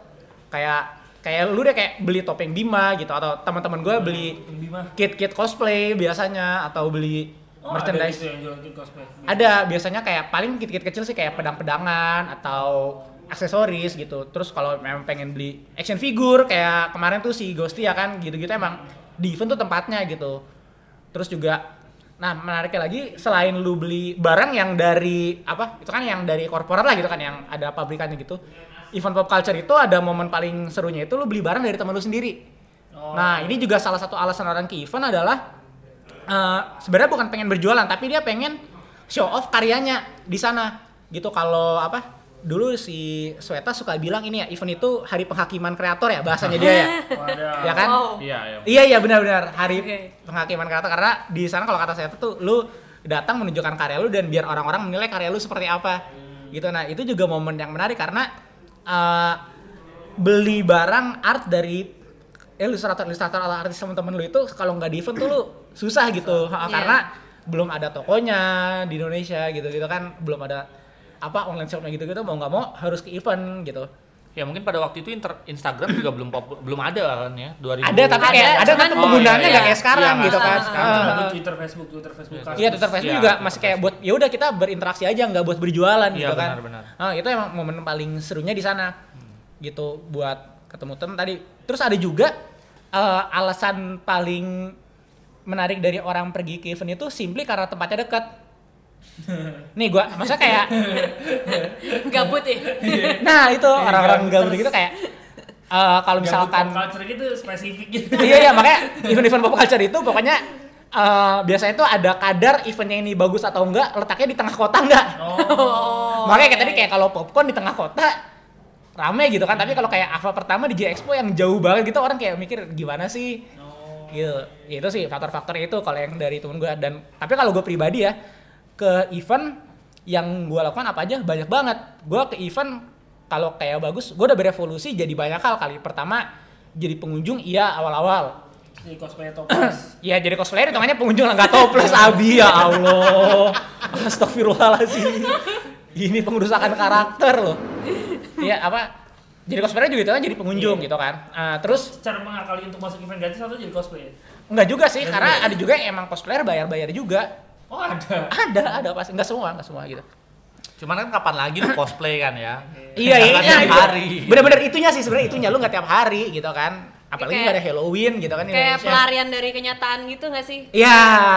kayak lu deh kayak beli topeng Bima gitu, atau teman-teman gue beli kit cosplay biasanya, atau beli merchandise. Ada gitu yang jual kit cosplay. Ada biasanya kayak paling kit-kit kecil sih kayak pedang-pedangan atau aksesoris gitu. Terus kalau memang pengen beli action figure kayak kemarin tuh si Ghosty ya kan, gitu-gitu emang di event tuh tempatnya gitu. Terus juga nah menariknya lagi selain lu beli barang yang dari itu kan yang dari korporat lah gitu kan, yang ada pabrikannya gitu. Event pop culture itu ada momen paling serunya itu lu beli barang dari teman lu sendiri. Nah, ini juga salah satu alasan orang ke event adalah sebenarnya bukan pengen berjualan, tapi dia pengen show off karyanya di sana gitu. Kalau dulu si Sweta suka bilang ini ya, event itu hari penghakiman kreator ya bahasanya dia ya. Ya kan? Iya benar-benar hari penghakiman kreator, karena di sana kalau kata Sweta tuh lu datang menunjukkan karya lu dan biar orang-orang menilai karya lu seperti apa. Gitu. Nah, itu juga momen yang menarik karena beli barang art dari ilustrator atau artis teman-teman lu itu kalau nggak di event tuh lu susah gitu. Karena belum ada tokonya di Indonesia gitu kan, belum ada online shopnya gitu mau nggak mau harus ke event gitu. Ya mungkin pada waktu itu Instagram juga belum ada kan ya, 2000. Ada tapi kayak ada kan penggunaannya nggak kayak sekarang gitu kan. Twitter Facebook. Iya, Twitter Facebook juga masih kayak buat ya udah kita berinteraksi aja, nggak buat berjualan gitu kan. Benar. Itu emang momen paling serunya di sana. Gitu buat ketemu teman tadi. Terus ada juga alasan paling menarik dari orang pergi ke event itu simply karena tempatnya dekat. Nih gua masa kayak gabut ya. Nah, itu orang-orang gabut gitu kayak kalau misalkan pop culture gitu spesifik gitu. Iya makanya event-event pop culture itu pokoknya biasanya tuh ada kadar eventnya ini bagus atau enggak letaknya di tengah kota enggak. Makanya kayak tadi kayak kalau popcorn di tengah kota rame gitu kan, tapi kalau kayak Ava pertama di J Expo yang jauh banget gitu orang kayak mikir gimana sih gitu. Itu sih faktor-faktor itu kalau yang dari temen gue. Dan tapi kalau gue pribadi ya ke event yang gue lakukan apa aja banyak banget. Gue ke event kalau kayak Bagus gue udah berevolusi jadi banyak hal kali. Pertama jadi pengunjung awal-awal jadi cosplay toples. Iya jadi cosplayer hitungannya pengunjung lah, nggak toples Abi ya Allah. Astagfirullahaladzim. Ini pengerusakan karakter loh. Iya jadi cosplayer juga itu kan jadi pengunjung gitu kan. Terus cara mengakali untuk masuk event gratis atau jadi cosplay? Enggak juga sih, karena ada juga yang emang cosplayer bayar juga. Oh ada? Ada pasti, nggak semua gitu. Cuman kan kapan lagi tuh cosplay kan ya? Iya. Tiap hari. Bener-bener itunya sih sebenarnya, itunya lu nggak tiap hari gitu kan. apalagi Kayak- nggak ada Halloween gitu kan di Kayak Indonesia. pelarian dari kenyataan gitu nggak sih? Iya,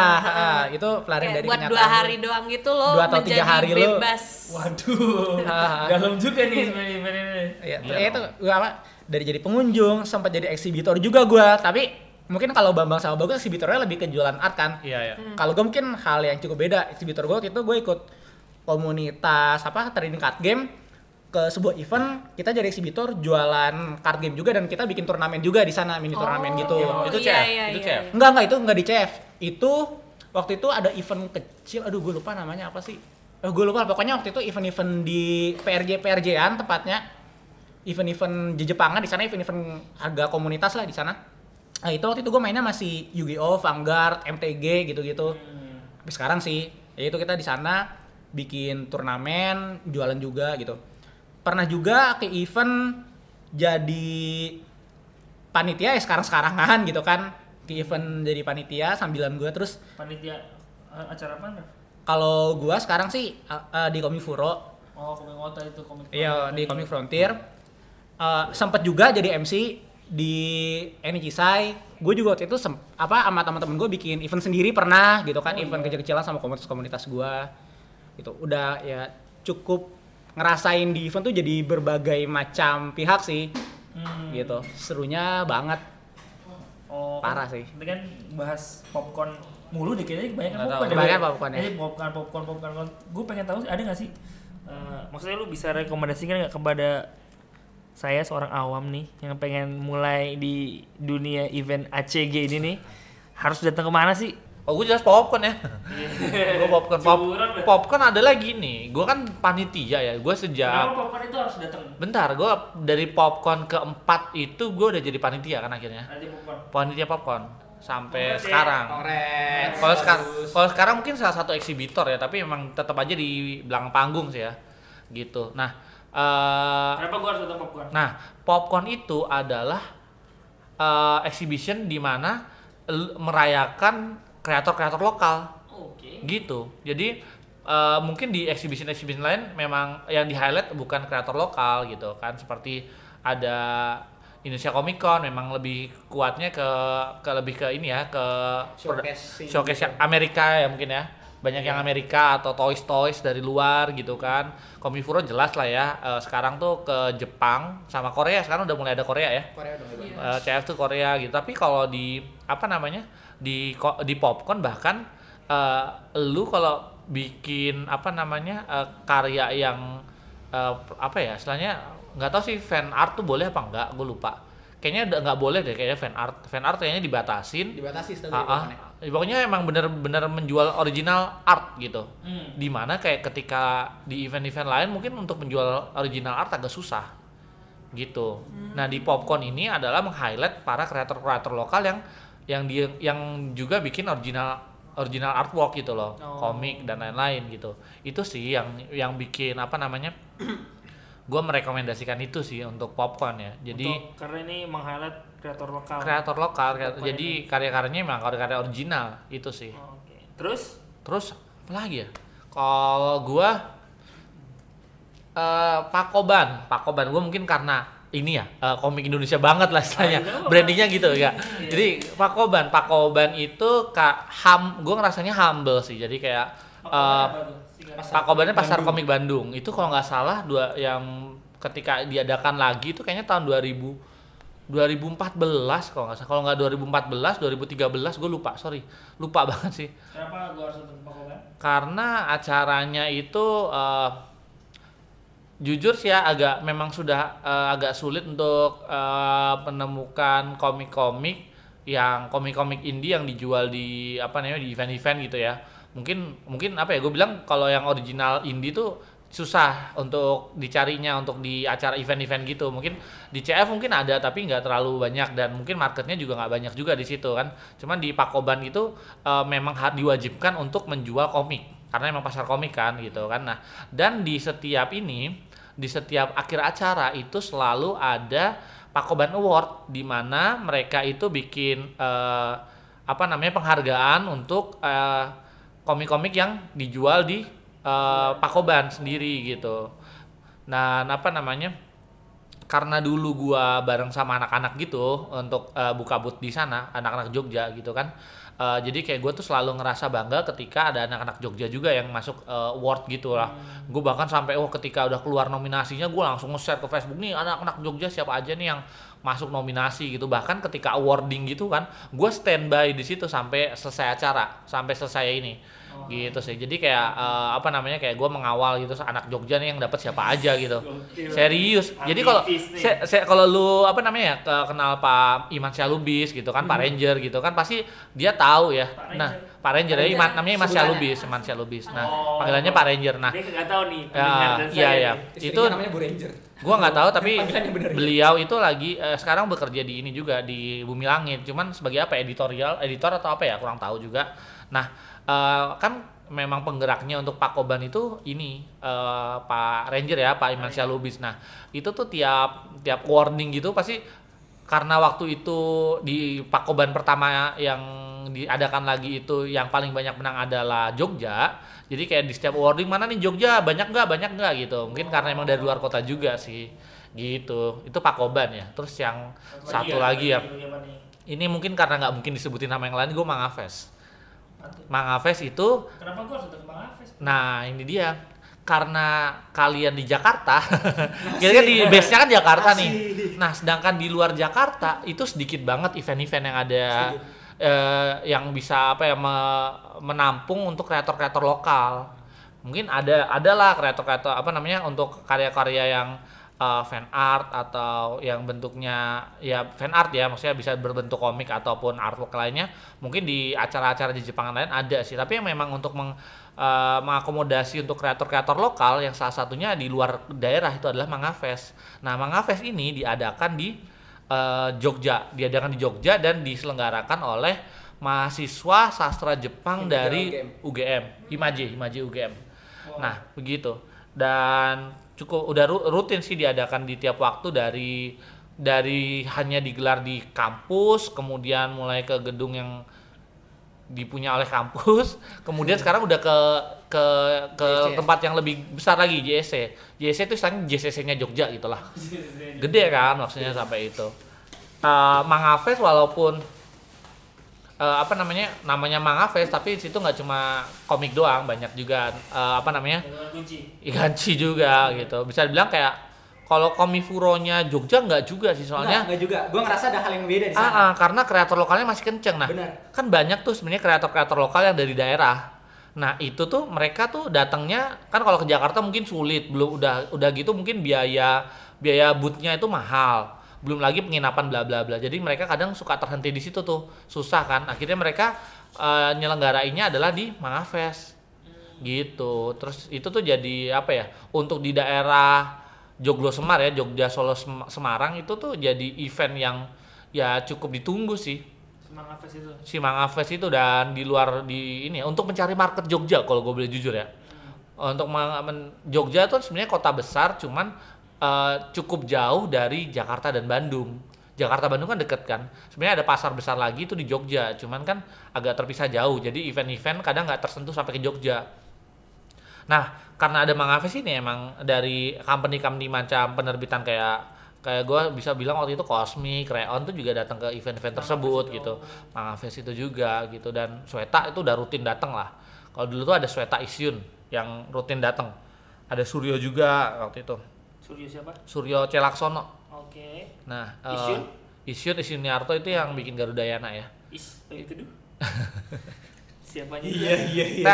itu pelarian Kayak dari buat kenyataan. 2 hari doang gitu lo 2 atau 3 menjadi hari lo. bebas. Waduh, dalam juga nih sebenarnya event ini. Iya, Iya itu gua apa dari jadi pengunjung sempat jadi eksibitor juga gua, tapi mungkin kalau Bambang sama Bagus eksibitornya lebih ke jualan art kan. Iya. Kalau gue mungkin hal yang cukup beda. Eksibitor gue waktu itu gue ikut komunitas trading card game ke sebuah event, kita jadi eksibitor jualan card game juga dan kita bikin turnamen juga di sana, mini turnamen gitu. Itu iya, CF, iya, itu iya, CF. iya. Enggak itu enggak di CF. Itu waktu itu ada event kecil, aduh gue lupa namanya apa sih. Gue lupa, pokoknya waktu itu event-event di PRJ-an tepatnya. Event-event di Jepangan di sana, event-event harga komunitas lah di sana. Nah, itu waktu itu gue mainnya masih Yu-Gi-Oh, Vanguard, MTG gitu-gitu. Tapi sekarang sih, ya itu kita di sana bikin turnamen, jualan juga gitu. Pernah juga ke event jadi panitia ya sekarang-sekarangan gitu kan. Ke event jadi panitia sambilan gue terus Panitia acara apa? kalau gue sekarang sih di Komifuro. Oh, Komik Kota itu komik. Iya, di Comic Frontier. Sempet juga jadi MC di Enicisai. Gue juga waktu itu sama teman-teman gue bikin event sendiri pernah gitu kan, event kecil-kecilan sama komunitas-komunitas gue. Gitu. Udah ya cukup ngerasain di event tuh jadi berbagai macam pihak sih. Gitu. Serunya banget. Oh, Parah sih. Itu kan bahas popcorn mulu deh kayaknya kebanyakan Nggak popcorn. tahu. Kebanyakan popcorn ya. Popcorn. Gue pengen tahu ada nggak sih? Maksudnya lu bisa rekomendasikan nggak kepada saya seorang awam nih yang pengen mulai di dunia event ACG ini nih, harus datang kemana sih? Oh, gue jelas popcorn ya. Gue popcorn. Curan dah. Popcorn adalah gini. Gue kan panitia ya. Gue Kenapa sejak popcorn itu harus datang? bentar. Gue dari popcorn keempat itu gue udah jadi panitia kan akhirnya. Nanti popcorn. Panitia popcorn sampai Kongres ya. sekarang. Kongres. Kalau sekarang mungkin salah satu eksibitor ya, tapi emang tetap aja di belakang panggung sih ya. Gitu. Nah, Kenapa gue harus datang popcorn? popcorn itu adalah exhibition di mana merayakan kreator-kreator lokal. Oke. Gitu. Jadi mungkin di exhibition lain memang yang di highlight bukan kreator lokal gitu kan, seperti ada Indonesia Comic Con memang lebih kuatnya ke lebih ke ini ya, ke showcase yang Amerika ya mungkin ya. Banyak yang Amerika atau toys dari luar gitu kan. Komifuro jelas lah ya. Sekarang tuh ke Jepang sama Korea, sekarang udah mulai ada Korea ya. CF tuh Korea gitu. Tapi kalau di apa namanya? Di popcorn bahkan lu kalau bikin apa namanya? Karya yang apa ya? Istilahnya nggak tahu sih fan art tuh boleh apa enggak, gue lupa. Kayaknya udah nggak boleh deh kayaknya fan art kayaknya dibatasin. Pokoknya emang bener-bener menjual original art gitu. Dimana kayak ketika di event-event lain mungkin untuk menjual original art agak susah gitu. Nah di popcorn ini adalah meng-highlight para kreator-kreator lokal yang juga bikin original artwork gitu loh, komik dan lain-lain gitu. Itu sih yang bikin apa namanya? Gue merekomendasikan itu sih untuk popcorn ya. Jadi karena ini meng-highlight kreator lokal. Jadi karya-karyanya memang karya original itu sih. Oke. Terus Apa lagi ya? Kalau gue Pakoban gue mungkin karena ini ya komik Indonesia banget lah istilahnya, brandingnya gitu ya. Jadi Pakoban itu gue ngerasanya humble sih. Jadi kayak Pakobannya Pasar Komik Bandung itu kalau nggak salah yang ketika diadakan lagi itu kayaknya tahun 2014 kalau nggak salah. Kalau nggak 2014, 2013 gue lupa banget sih. Kenapa gue harus nonton Pakoban? Karena acaranya itu jujur sih ya memang sudah agak sulit untuk menemukan komik-komik indie yang dijual di di event-event gitu ya. Mungkin apa ya, gue bilang kalau yang original indie tuh susah untuk dicarinya untuk di acara event-event gitu. Mungkin di CF mungkin ada tapi nggak terlalu banyak dan mungkin marketnya juga nggak banyak juga di situ kan. Cuman di Pakoban itu memang diwajibkan untuk menjual komik karena memang pasar komik kan gitu kan. Nah, dan di setiap akhir acara itu selalu ada Pakoban Award di mana mereka itu bikin penghargaan untuk komik-komik yang dijual di Pakoban sendiri gitu. Nah, karena dulu gua bareng sama anak-anak gitu untuk buka booth di sana, anak-anak Jogja gitu kan. Jadi kayak gue tuh selalu ngerasa bangga ketika ada anak-anak Jogja juga yang masuk award gitu lah. Gue bahkan sampai ketika udah keluar nominasinya gue langsung nge-share ke Facebook nih anak-anak Jogja siapa aja nih yang masuk nominasi gitu. Bahkan ketika awarding gitu kan, gue standby di situ sampai selesai acara, sampai selesai ini. Gitu sih. Jadi kayak kayak gue mengawal gitu anak Jogja nih yang dapat siapa aja gitu. Serius. Jadi kalau lu kenal Pak Iman Syalubis gitu kan, Pak Ranger gitu kan, pasti dia tahu ya. Nah, Pak Ranger ya namanya Iman Syalubis. Nah, panggilannya Pak Ranger. Nah, dia nggak tahu nih. Iya. Itu namanya Bu Ranger. Gua nggak tahu tapi beliau itu lagi sekarang bekerja di ini juga di Bumi Langit. Cuman sebagai editor atau apa ya, kurang tahu juga. Nah, kan memang penggeraknya untuk Pak Koban itu ini Pak Ranger ya, Pak Iman Syalubis. Nah, itu tuh tiap warning gitu pasti karena waktu itu di Pak Koban pertama yang diadakan lagi itu yang paling banyak menang adalah Jogja. Jadi kayak di setiap awarding mana nih Jogja banyak nggak gitu. Mungkin karena emang dari luar kota juga sih. Gitu. Itu Pak Koban ya. Terus yang satu lagi ya. Ini mungkin karena nggak mungkin disebutin nama yang lain, gue Mangafes. Mangafes itu. Kenapa gue harus datang ke Mangafes? Nah ini dia. Karena kalian di Jakarta, kira-kira di base-nya kan Jakarta nih. Nah sedangkan di luar Jakarta itu sedikit banget event-event yang ada. Yang bisa menampung untuk kreator-kreator lokal. Mungkin adalah kreator-kreator untuk karya-karya yang fan art atau yang bentuknya ya fan art ya, maksudnya bisa berbentuk komik ataupun artwork lainnya. Mungkin di acara-acara di Jepangan lain ada sih, tapi yang memang untuk mengakomodasi untuk kreator-kreator lokal yang salah satunya di luar daerah itu adalah Mangafes. Nah, Mangafes ini diadakan di Jogja dan diselenggarakan oleh mahasiswa sastra Jepang dari UGM, Himaji UGM. Wow. Nah, begitu. Dan cukup udah rutin sih diadakan di tiap waktu dari hanya digelar di kampus, kemudian mulai ke gedung yang dipunya oleh kampus, kemudian sekarang udah ke tempat yang lebih besar lagi, JSC. JSC itu istilahnya JCC-nya Jogja gitulah. Gede kan maksudnya sampai itu. Mangafes walaupun namanya Mangafes, tapi di situ nggak cuma komik doang, banyak juga Ganci juga gitu. Bisa dibilang kayak kalau Komifuronya Jogja nggak juga sih soalnya. Nggak juga. Gue ngerasa ada hal yang beda di sana. Karena kreator lokalnya masih kenceng. Nah, bener. Kan banyak tuh sebenarnya kreator-kreator lokal yang dari daerah. Nah, itu tuh mereka tuh datangnya kan kalau ke Jakarta mungkin sulit, belum udah gitu mungkin biaya booth-nya itu mahal. Belum lagi penginapan bla bla bla. Jadi mereka kadang suka terhenti di situ tuh. Susah kan. Akhirnya mereka nyelenggarainya adalah di Mangafes. Gitu. Terus itu tuh jadi untuk di daerah Joglo Semar ya, Jogja Solo Semarang itu tuh jadi event yang ya cukup ditunggu sih. Si Mangafes itu dan di luar ini untuk mencari market Jogja kalau gue boleh jujur ya. Untuk Jogja tuh sebenarnya kota besar cuman cukup jauh dari Jakarta dan Bandung. Jakarta Bandung kan deket kan. Sebenarnya ada pasar besar lagi itu di Jogja, cuman kan agak terpisah jauh. Jadi event-event kadang nggak tersentuh sampai ke Jogja. Nah, karena ada Mangafes ini emang dari company macam penerbitan kayak gue bisa bilang waktu itu Cosmic, Crayon tuh juga datang ke event-event tersebut gitu. Mangafes itu juga gitu dan Sweta itu udah rutin datang lah. Kalau dulu tuh ada Sweta Isyun yang rutin datang. Ada Suryo juga waktu itu. Suryo siapa? Suryo Celaksono. Oke. Nah, Isyun Niarto itu yang bikin Garudayana ya. Itu dulu. Siapanya? Iya.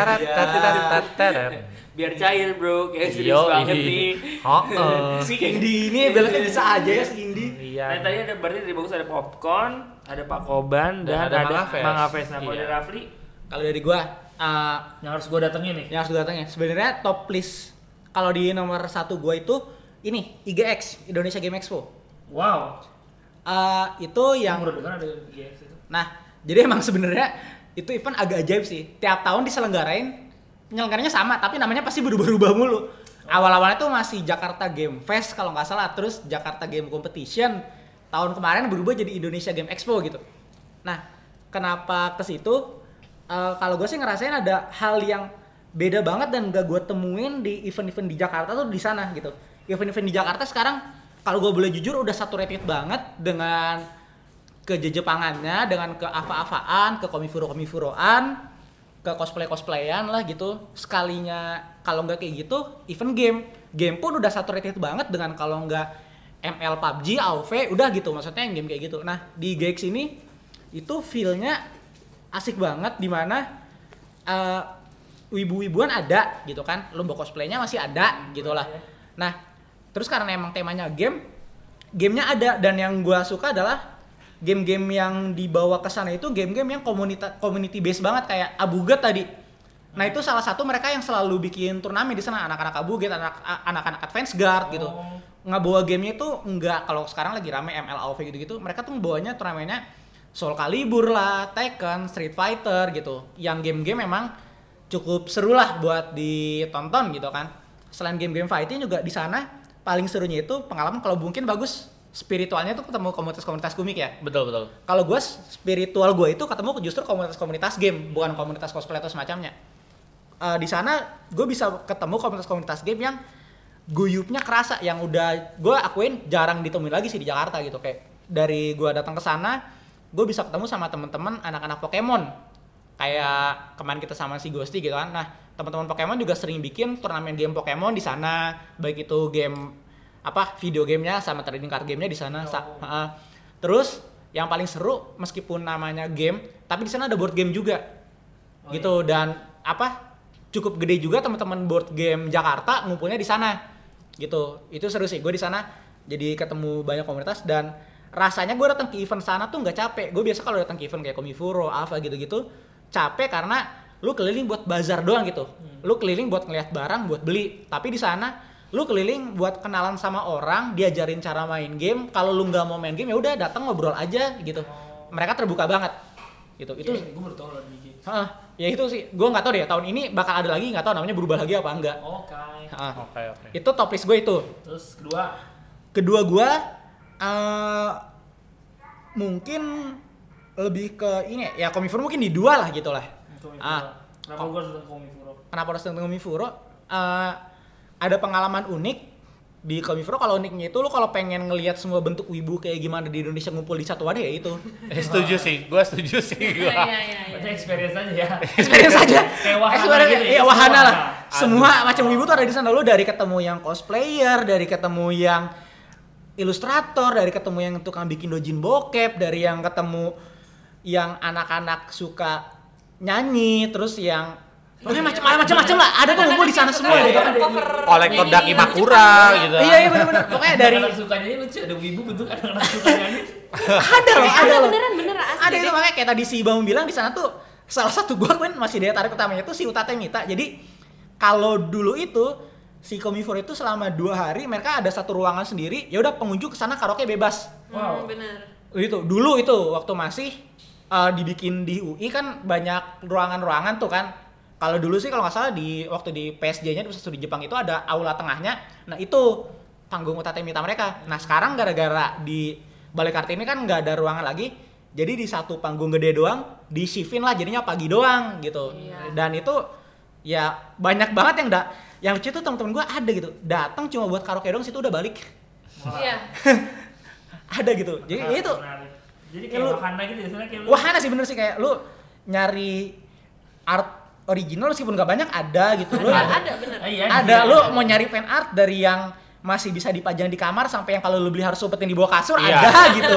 Biar cair bro, kayak serius banget nih. Si Indi ini belakangnya bisa aja ya si Indi. Iya. Nah tadi ada berarti dari bagus ada Popcorn, ada Pak Koban dan ada Mangafes. Nah kalau dari Rafli? Kalau dari gua yang harus gua datengin nih. Yang harus gua datengin. Sebenarnya top list kalau di nomor 1 gua itu ini IGX Indonesia Game Expo. Wow. Itu yang menurut kan ada IGX itu. Nah, jadi emang sebenarnya itu event agak ajaib sih. Tiap tahun diselenggarain, penyelenggaranya sama, tapi namanya pasti berubah-ubah mulu. Awal-awalnya tuh masih Jakarta Game Fest kalau nggak salah, terus Jakarta Game Competition. Tahun kemarin berubah jadi Indonesia Game Expo gitu. Nah, kenapa ke situ? Kalau gue sih ngerasain ada hal yang beda banget dan gak gue temuin di event-event di Jakarta tuh di sana gitu. Event-event di Jakarta sekarang kalau gue boleh jujur udah saturated banget dengan kejejepangannya, dengan ke ava-avaan, ke komifuro-komifuroan, ke cosplayan lah gitu. Sekalinya kalau nggak kayak gitu, even game pun udah saturated banget dengan kalau nggak ML, PUBG, AoV, udah gitu. Maksudnya yang game kayak gitu. Nah di GX ini itu feel-nya asik banget, dimana wibu-wibuan ada gitu kan, lomba cosplaynya masih ada gitu lah. Nah terus karena emang temanya gamenya ada, dan yang gue suka adalah game-game yang dibawa ke sana itu game-game yang community based banget, kayak Abuget tadi. Nah itu salah satu mereka yang selalu bikin turnamen di sana, anak-anak Abuget, anak-anak Advance Guard gitu. Ngebawa gamenya itu enggak, kalau sekarang lagi rame ML, AoV gitu-gitu, mereka tuh ngebawanya turnamennya Soul Calibur lah, Tekken, Street Fighter gitu. Yang game-game memang cukup seru lah buat ditonton gitu kan. Selain game-game fighting juga di sana paling serunya itu pengalaman, kalau mungkin bagus spiritualnya tuh ketemu komunitas-komunitas komik ya. Betul. Kalau gue spiritual gue itu ketemu justru komunitas-komunitas game, bukan komunitas cosplay atau semacamnya. Di sana gue bisa ketemu komunitas-komunitas game yang guyupnya kerasa, yang udah gue akuin jarang ditemuin lagi sih di Jakarta gitu. Kayak dari gue datang ke sana, gue bisa ketemu sama teman-teman anak-anak Pokemon. Kayak kemarin kita sama si Ghosty gitu kan. Nah, teman-teman Pokemon juga sering bikin turnamen game Pokemon di sana, baik itu game video gamenya sama trading card gamenya di sana. Terus yang paling seru meskipun namanya game, tapi di sana ada board game juga, gitu. Dan cukup gede juga teman-teman board game Jakarta ngumpulnya di sana, gitu. Itu seru sih, gue di sana jadi ketemu banyak komunitas, dan rasanya gue datang ke event sana tuh nggak capek. Gue biasa kalau datang ke event kayak Komifuro, Alpha gitu-gitu capek karena lu keliling buat bazar doang gitu, lu keliling buat ngeliat barang buat beli. Tapi di sana lu keliling buat kenalan sama orang, diajarin cara main game. Kalau lu nggak mau main game ya udah datang ngobrol aja gitu. Mereka terbuka banget gitu. Itu gue baru tahu loh di game. Ya itu sih, gue nggak tahu deh tahun ini bakal ada lagi, nggak tahu namanya berubah lagi apa enggak. Oke. Itu top list gue itu. Terus kedua gue mungkin lebih ke ini ya, Komifuro mungkin di 2 lah gitu lah. Kenapa gue harus tentang Komifuro? Kenapa harus tentang Komifuro? Ada pengalaman unik di Komifuro. Kalau uniknya itu lu kalau pengen ngelihat semua bentuk wibu kayak gimana di Indonesia ngumpul di satu wadah ya itu. Setuju sih. Iya. Berarti experience aja ya. Experience aja. Kayak wahana gitu. Iya, wahana lah. Semua macam wibu tuh ada di sana. Lu dari ketemu yang cosplayer, dari ketemu yang ilustrator, dari ketemu yang tukang bikin dojin bokep, dari yang ketemu yang anak-anak suka nyanyi, terus yang macam-macam lah, ada tuh ngumpul di sana semua gitu kan. Kolektor Dakimakura gitu. Iya benar. Pokoknya dari anak sukanya lucu, ada wibu bentuk anak sukanya ini. ada loh. Beneran asli. Ada itu, makanya kayak tadi si Bang bilang di sana tuh salah satu gua kan masih daya tarik utamanya tuh si Utate Mita. Jadi kalau dulu itu si Komifuro itu selama 2 hari mereka ada satu ruangan sendiri, ya udah pengunjung kesana karaoke bebas. Wow. Bener. Itu dulu itu waktu masih dibikin di UI kan banyak ruangan-ruangan tuh kan. Kalau dulu sih kalau nggak salah waktu di PSJ-nya di studi Jepang itu ada aula tengahnya. Nah itu panggung Utate Mita mereka. Nah sekarang gara-gara di Balai Kartini kan nggak ada ruangan lagi, jadi di satu panggung gede doang di shiftin lah, jadinya pagi doang gitu. Iya. Dan itu ya banyak banget yang lucu tuh teman-teman gue ada gitu, datang cuma buat karaoke doang, situ udah balik. Iya. Ada gitu. Jadi itu. Jadi kayak wahana gitu ya, sebenarnya kayak wahana sih bener sih, kayak lu nyari art original meskipun gak banyak ada gitu. Lu Ada bener. ada lu mau nyari fan art dari yang masih bisa dipajang di kamar sampai yang kalau lu beli harus umpetin di bawah kasur, ada gitu.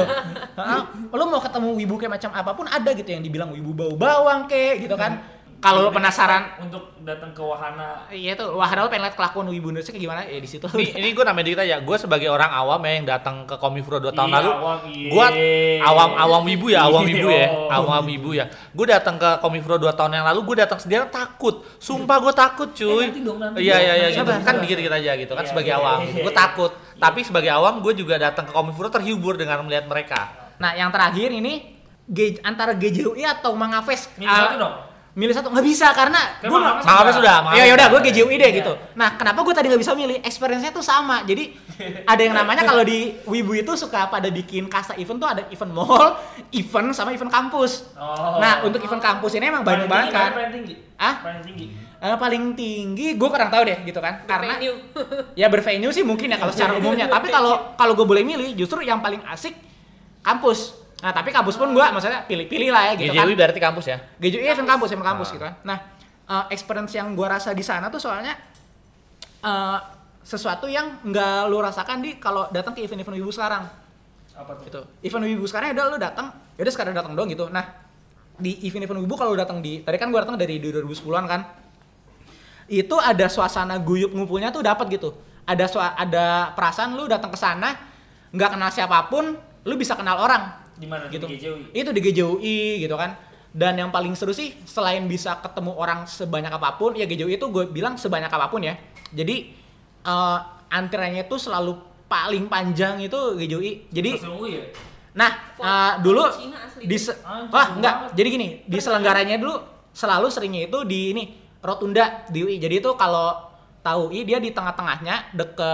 Lu mau ketemu wibu kayak macam apapun ada gitu, yang dibilang wibu bau bawang kayak gitu kan. Kalau lu penasaran untuk datang ke wahana, iya tuh wahana lu pengen lihat kelakuan wibu Indonesia kayak gimana ya di situ. Ini gue namanya dikit aja. Gue sebagai orang awam ya yang datang ke Komifuro 2 tahun lalu. Iya. Gue awam wibu ya. Awam wibu ya. Gue datang ke Komifuro 2 tahun yang lalu, gue datang sendirian takut. Sumpah gue takut, cuy. Nanti Iya. dong. Gitu. Kan dikit-dikit aja gitu kan Iya, sebagai iya, awam. iya. Gue takut. Tapi sebagai awam gue juga datang ke Komifuro terhibur dengan melihat mereka. Nah, yang terakhir ini antara GJUI atau Mangafest. Milih satu dong. Milih satu nggak bisa karena gue Mangafest sudah. ya udah gue GJUI deh gitu. Nah, kenapa gue tadi nggak bisa milih? Experience-nya tuh sama. Jadi ada yang namanya kalau di Wibu itu suka pada bikin kasta event tuh ada event mall, event sama event kampus. Nah, untuk event kampus ini emang banyak banget kan. Paling tinggi. Ah? Paling tinggi. Paling tinggi gue kurang tahu deh gitu kan. Karena Venue. ya bervenue sih mungkin ya kalau secara umumnya. Tapi kalau gue boleh milih, justru yang paling asik kampus. Nah tapi kampus pun gue maksudnya pilih-pilih lah ya gitu kan. GJUI berarti kampus ya? GJUI event kampus gitu kan. Nah experience yang gue rasa di sana tuh soalnya sesuatu yang nggak lu rasakan di kalau datang ke event-event wibu sekarang. Apa tuh? Gitu. Event wibu sekarang udah lu datang, udah sekadar datang doang gitu. Nah di event-event wibu kalau lu datang tadi kan gue datang dari 2010-an kan. Itu ada suasana guyup ngumpulnya tuh dapat gitu. Ada perasaan lu datang ke sana nggak kenal siapapun, lu bisa kenal orang. Di mana Gitu. di GJUI? Itu di GJUI gitu kan. Dan yang paling seru sih selain bisa ketemu orang sebanyak apapun, ya GJUI itu gue bilang sebanyak apapun ya. Jadi antriannya itu selalu paling panjang itu GJUI. Jadi Langsung UI ya? nah dulu Cina asli. enggak. Jadi gini, di selenggaranya dulu selalu seringnya itu di ini Rotunda di UI. Jadi itu kalau tahu UI dia di tengah-tengahnya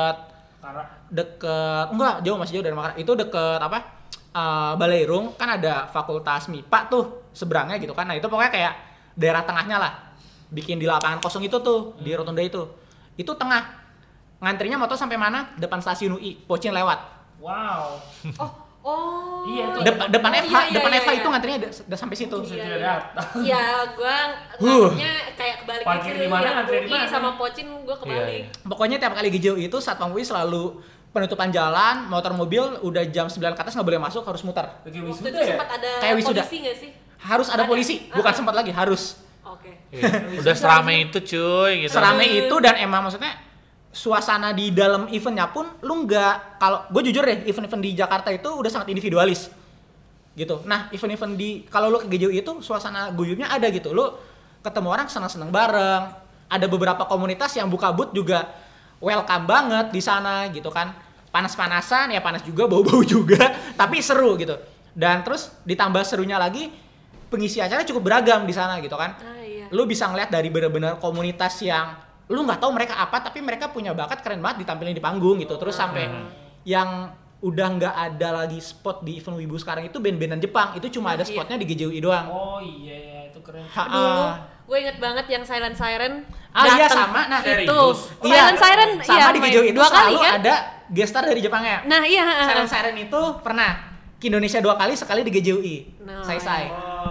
deket enggak jauh, masih jauh dari Makassar. Itu deket apa? Baleirung kan ada fakultas MIPA tuh seberangnya gitu kan. Nah itu pokoknya kayak daerah tengahnya lah. Bikin di lapangan kosong itu tuh di Rotunda itu. Itu tengah. Ngantrinya mau tau sampai mana? Depan stasiun UI. Pocin lewat. Wow. Oh. Iya, itu. Depan FH, iya, depan iya, FH iya. itu ngantrinya udah sampai situ. Saya tidak datang. Iya, gua ngantrinya kayak kebalik Parkir gitu. di mana, Yang ngantri di UI mana? sama Pocin gua kebalik. Pokoknya tiap kali GJUI itu Satpam UI selalu penutupan jalan, motor mobil udah jam 9 ke atas nggak boleh masuk, harus muter. Oke, Waktu wisuda itu ya? sempat ada Kayak wisuda. polisi nggak sih? Harus ada polisi, bukan sempat lagi, harus. Oke. Udah serame itu cuy gitu. Serame itu dan emang maksudnya suasana di dalam eventnya pun lu nggak, kalau gue jujur deh, event-event di Jakarta itu udah sangat individualis gitu. Nah event-event di kalau lu ke GJUI itu suasana guyupnya ada gitu, lu ketemu orang senang-senang bareng, ada beberapa komunitas yang buka booth juga welcome banget di sana gitu kan. Panas-panasan ya, panas juga, bau-bau juga, tapi seru gitu. Dan terus ditambah serunya lagi pengisi acara cukup beragam di sana gitu kan. Iya. Lu bisa ngeliat dari benar-benar komunitas yang lu nggak tahu mereka apa, tapi mereka punya bakat keren banget ditampilin di panggung gitu. Terus sampai yang udah nggak ada lagi spot di event wibu sekarang itu band-bandan Jepang, itu cuma ada spotnya di GJUI doang. Oh iya ya, itu keren. Dulu gue inget banget yang Silent Siren. Iya dateng. sama. Nah Itu iya, Silent Siren sama iya, di main GJUI itu dua kali selalu kan? ada guest star dari Jepangnya. Nah iya. Silent Siren itu pernah ke Indonesia 2 kali, sekali di GJUI. Nah, Sai.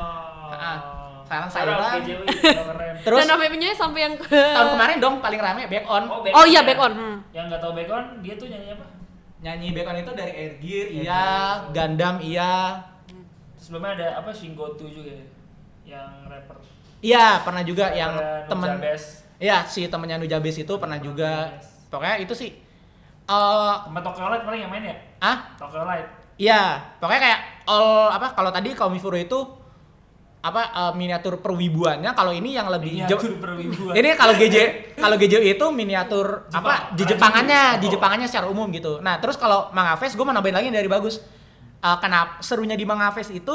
Silent Siren. GJUI, keren. Terus Dan namanya sampai yang tahun kemarin dong paling rame Back On. Oh iya ya? Back On. Yang nggak tahu Back On, dia tuh nyanyi apa? Nyanyi Back On itu dari Air Gear, iya, Gundam, iya. Sebelumnya ada apa Shingoku juga ya? Yang rapper. Iya, pernah juga yang Ada temen. Nujabes. Iya, si temennya Nujabes itu pernah juga. Nujabes. Pokoknya itu sih. Sama Tokyo Light paling yang main ya? Tokyo Light. Iya, pokoknya kayak kalau tadi Kaumifuro itu miniatur perwibuannya, kalau ini yang lebih Miniatur perwibuan. Ini kalau GJUI itu miniatur Jepangannya secara umum gitu. Nah, terus kalau Manga Fest gue mau nambahin lagi dari Bagus. Kenapa serunya di Manga Fest itu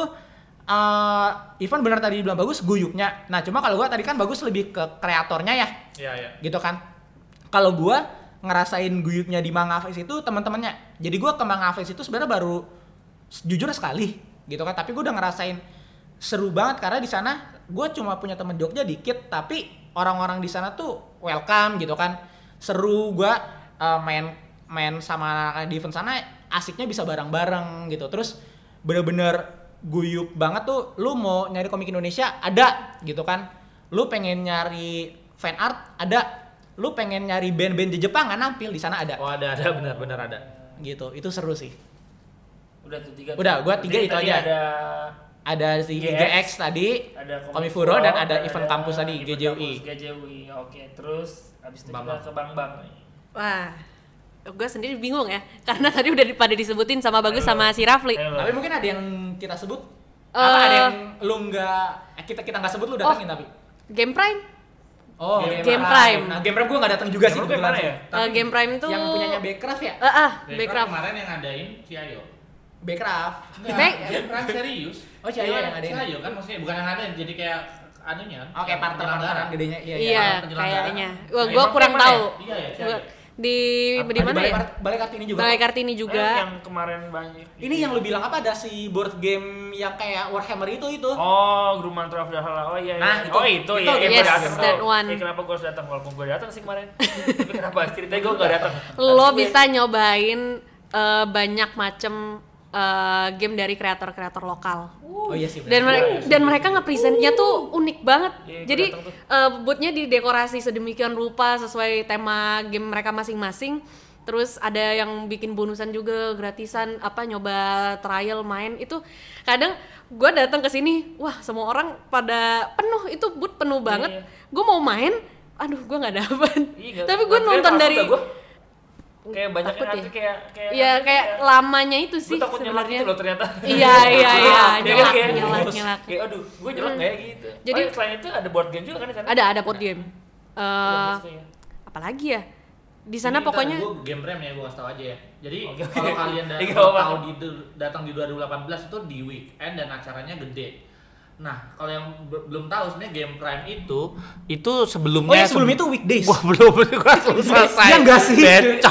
Ivan benar tadi bilang bagus guyupnya. Nah, cuma kalau gue tadi kan Bagus lebih ke kreatornya ya. Iya. Gitu kan. Kalau gue ngerasain guyupnya di Manga Fest itu teman-temannya. Jadi gue ke Manga Fest itu sebenarnya baru jujur sekali gitu kan, tapi gue udah ngerasain seru banget karena di sana gue cuma punya temen Jogja dikit, tapi orang-orang di sana tuh welcome gitu kan, seru. Gue main sama di event sana asiknya bisa bareng-bareng gitu. Terus bener-bener guyup banget tuh. Lu mau nyari komik Indonesia ada gitu kan, lu pengen nyari fan art ada, lu pengen nyari band-band di Jepang kan nampil di sana ada. Oh ada benar ada. Gitu, itu seru sih. Udah tuh 3. Udah, gua 3 itu Tadi aja. Ada si GX tadi, ada Komifuro dan ada event kampus tadi, GJUI. GJUI. Oke, terus habis itu Bambang. kita ke Bang nih. Wah, gue sendiri bingung ya, karena tadi udah pada disebutin sama Bagus sama si Rafli. Tapi mungkin ada yang kita sebut, Eh, ada yang lu nggak, kita nggak sebut lu datengin tapi. Game Prime. Oh, Game Prime. Nah, Game Prime gua nggak datang juga sih Game Prime kebetulan mana sih. ya? Game Prime tuh Yang punyanya Backcraft ya? Backcraft. Kemarin yang ngadain Ciayo. Backcraft. Game Prime serius. Oh, Ciayo yang ngadain. Ciayo kan maksudnya bukan yang ngadain, jadi kayak anunya kan. Oke, partner-partneran gedenya. Iya, penyelenggara. kayaknya. Nah, Wah, Game gue Prime kurang mana tahu. Iya ya, Gua- Ciayo. Di mana ya? Balai Kartini juga. Balai Kartini juga. Yang kemarin banyak. Ini yang lu bilang apa, ada si board game yang kayak Warhammer itu. Oh, Grumman of Valhalla. Oh iya. Nah, iya. itu Ya, yes, gua datang that tuh. one. Kenapa gue harus datang? Walaupun gue datang sih kemarin. Tapi kenapa ceritanya gue nggak datang? Lo bisa nyobain banyak macem game dari kreator-kreator lokal. Oh iya sih. Dan mereka nge-presentnya tuh unik banget. Iya, Jadi gua datang tuh. boothnya didekorasi sedemikian rupa sesuai tema game mereka masing-masing. Terus ada yang bikin bonusan juga, gratisan, nyoba trial main. Itu kadang gue datang ke sini, wah semua orang pada penuh, itu booth penuh banget. Iya. Gue mau main, aduh gue nggak dapet. Iya, Tapi gue ngantri nonton takut dari dah gua. Kayak banyak Takut yang ngantri kayak ya kayak lamanya itu sih gue takut nyelak sebenarnya. gitu loh ternyata. Iya, Dia kayak nyelak. kayak aduh, gue nyelak kayak gitu. Jadi selain itu ada board game juga kan di sana? ada board game. Bagus tuh ya. Apalagi ya? Di sana pokoknya gue game prem ya, gue kasih tau aja ya. Jadi Oke. kalau kalian Iya, nggak apa-apa. datang di 2018 itu di weekend dan acaranya gede. Nah, kalau yang belum tahu sebenarnya Game Prime itu sebelumnya. Oh ya, sebelum itu weekdays. Wah, belum selesai. Iya enggak sih?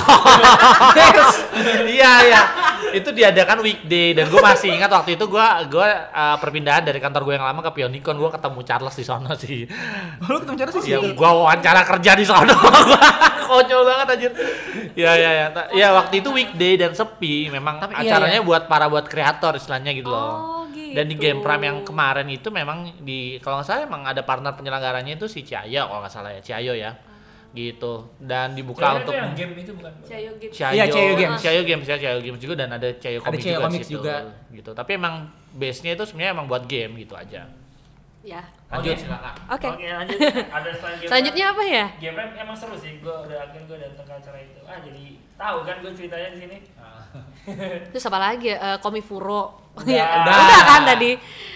Becok. Iya. Itu diadakan weekday dan gue masih ingat waktu itu gue perpindahan dari kantor gue yang lama ke Pionicon, gue ketemu Charles di sono sih. Lu ketemu cara sih? Ya, gue wawancara kerja di sono. Konyol banget anjir. Ya, waktu itu weekday dan sepi. Memang Tapi acaranya buat kreator istilahnya gitu loh. gitu. Dan di Game Prime yang kemarin itu memang kalau nggak salah emang ada partner penyelenggaranya itu si Ciayo kalau nggak salah ya, Ciayo ya. Gitu. Dan dibuka Kayaknya untuk itu yang game itu bukan? Cayo Game. Iya, Ciayo Games. Ciayo Games juga dan ada Ciayo Ada Comics Ciayo juga Comics situ, juga. gitu. Tapi emang base-nya itu sebenarnya emang buat game gitu aja. Ya. Lanjut Oke. silakan. Oke. Oke, lanjut. Ada selain game. Selanjutnya apa ya? Game Prime emang seru sih. Gue udah yakin gue datang ke acara itu. Jadi tahu kan gue ceritanya di sini. Terus apa lagi ya? Komifuro. Udah. Ya, udah kan tadi.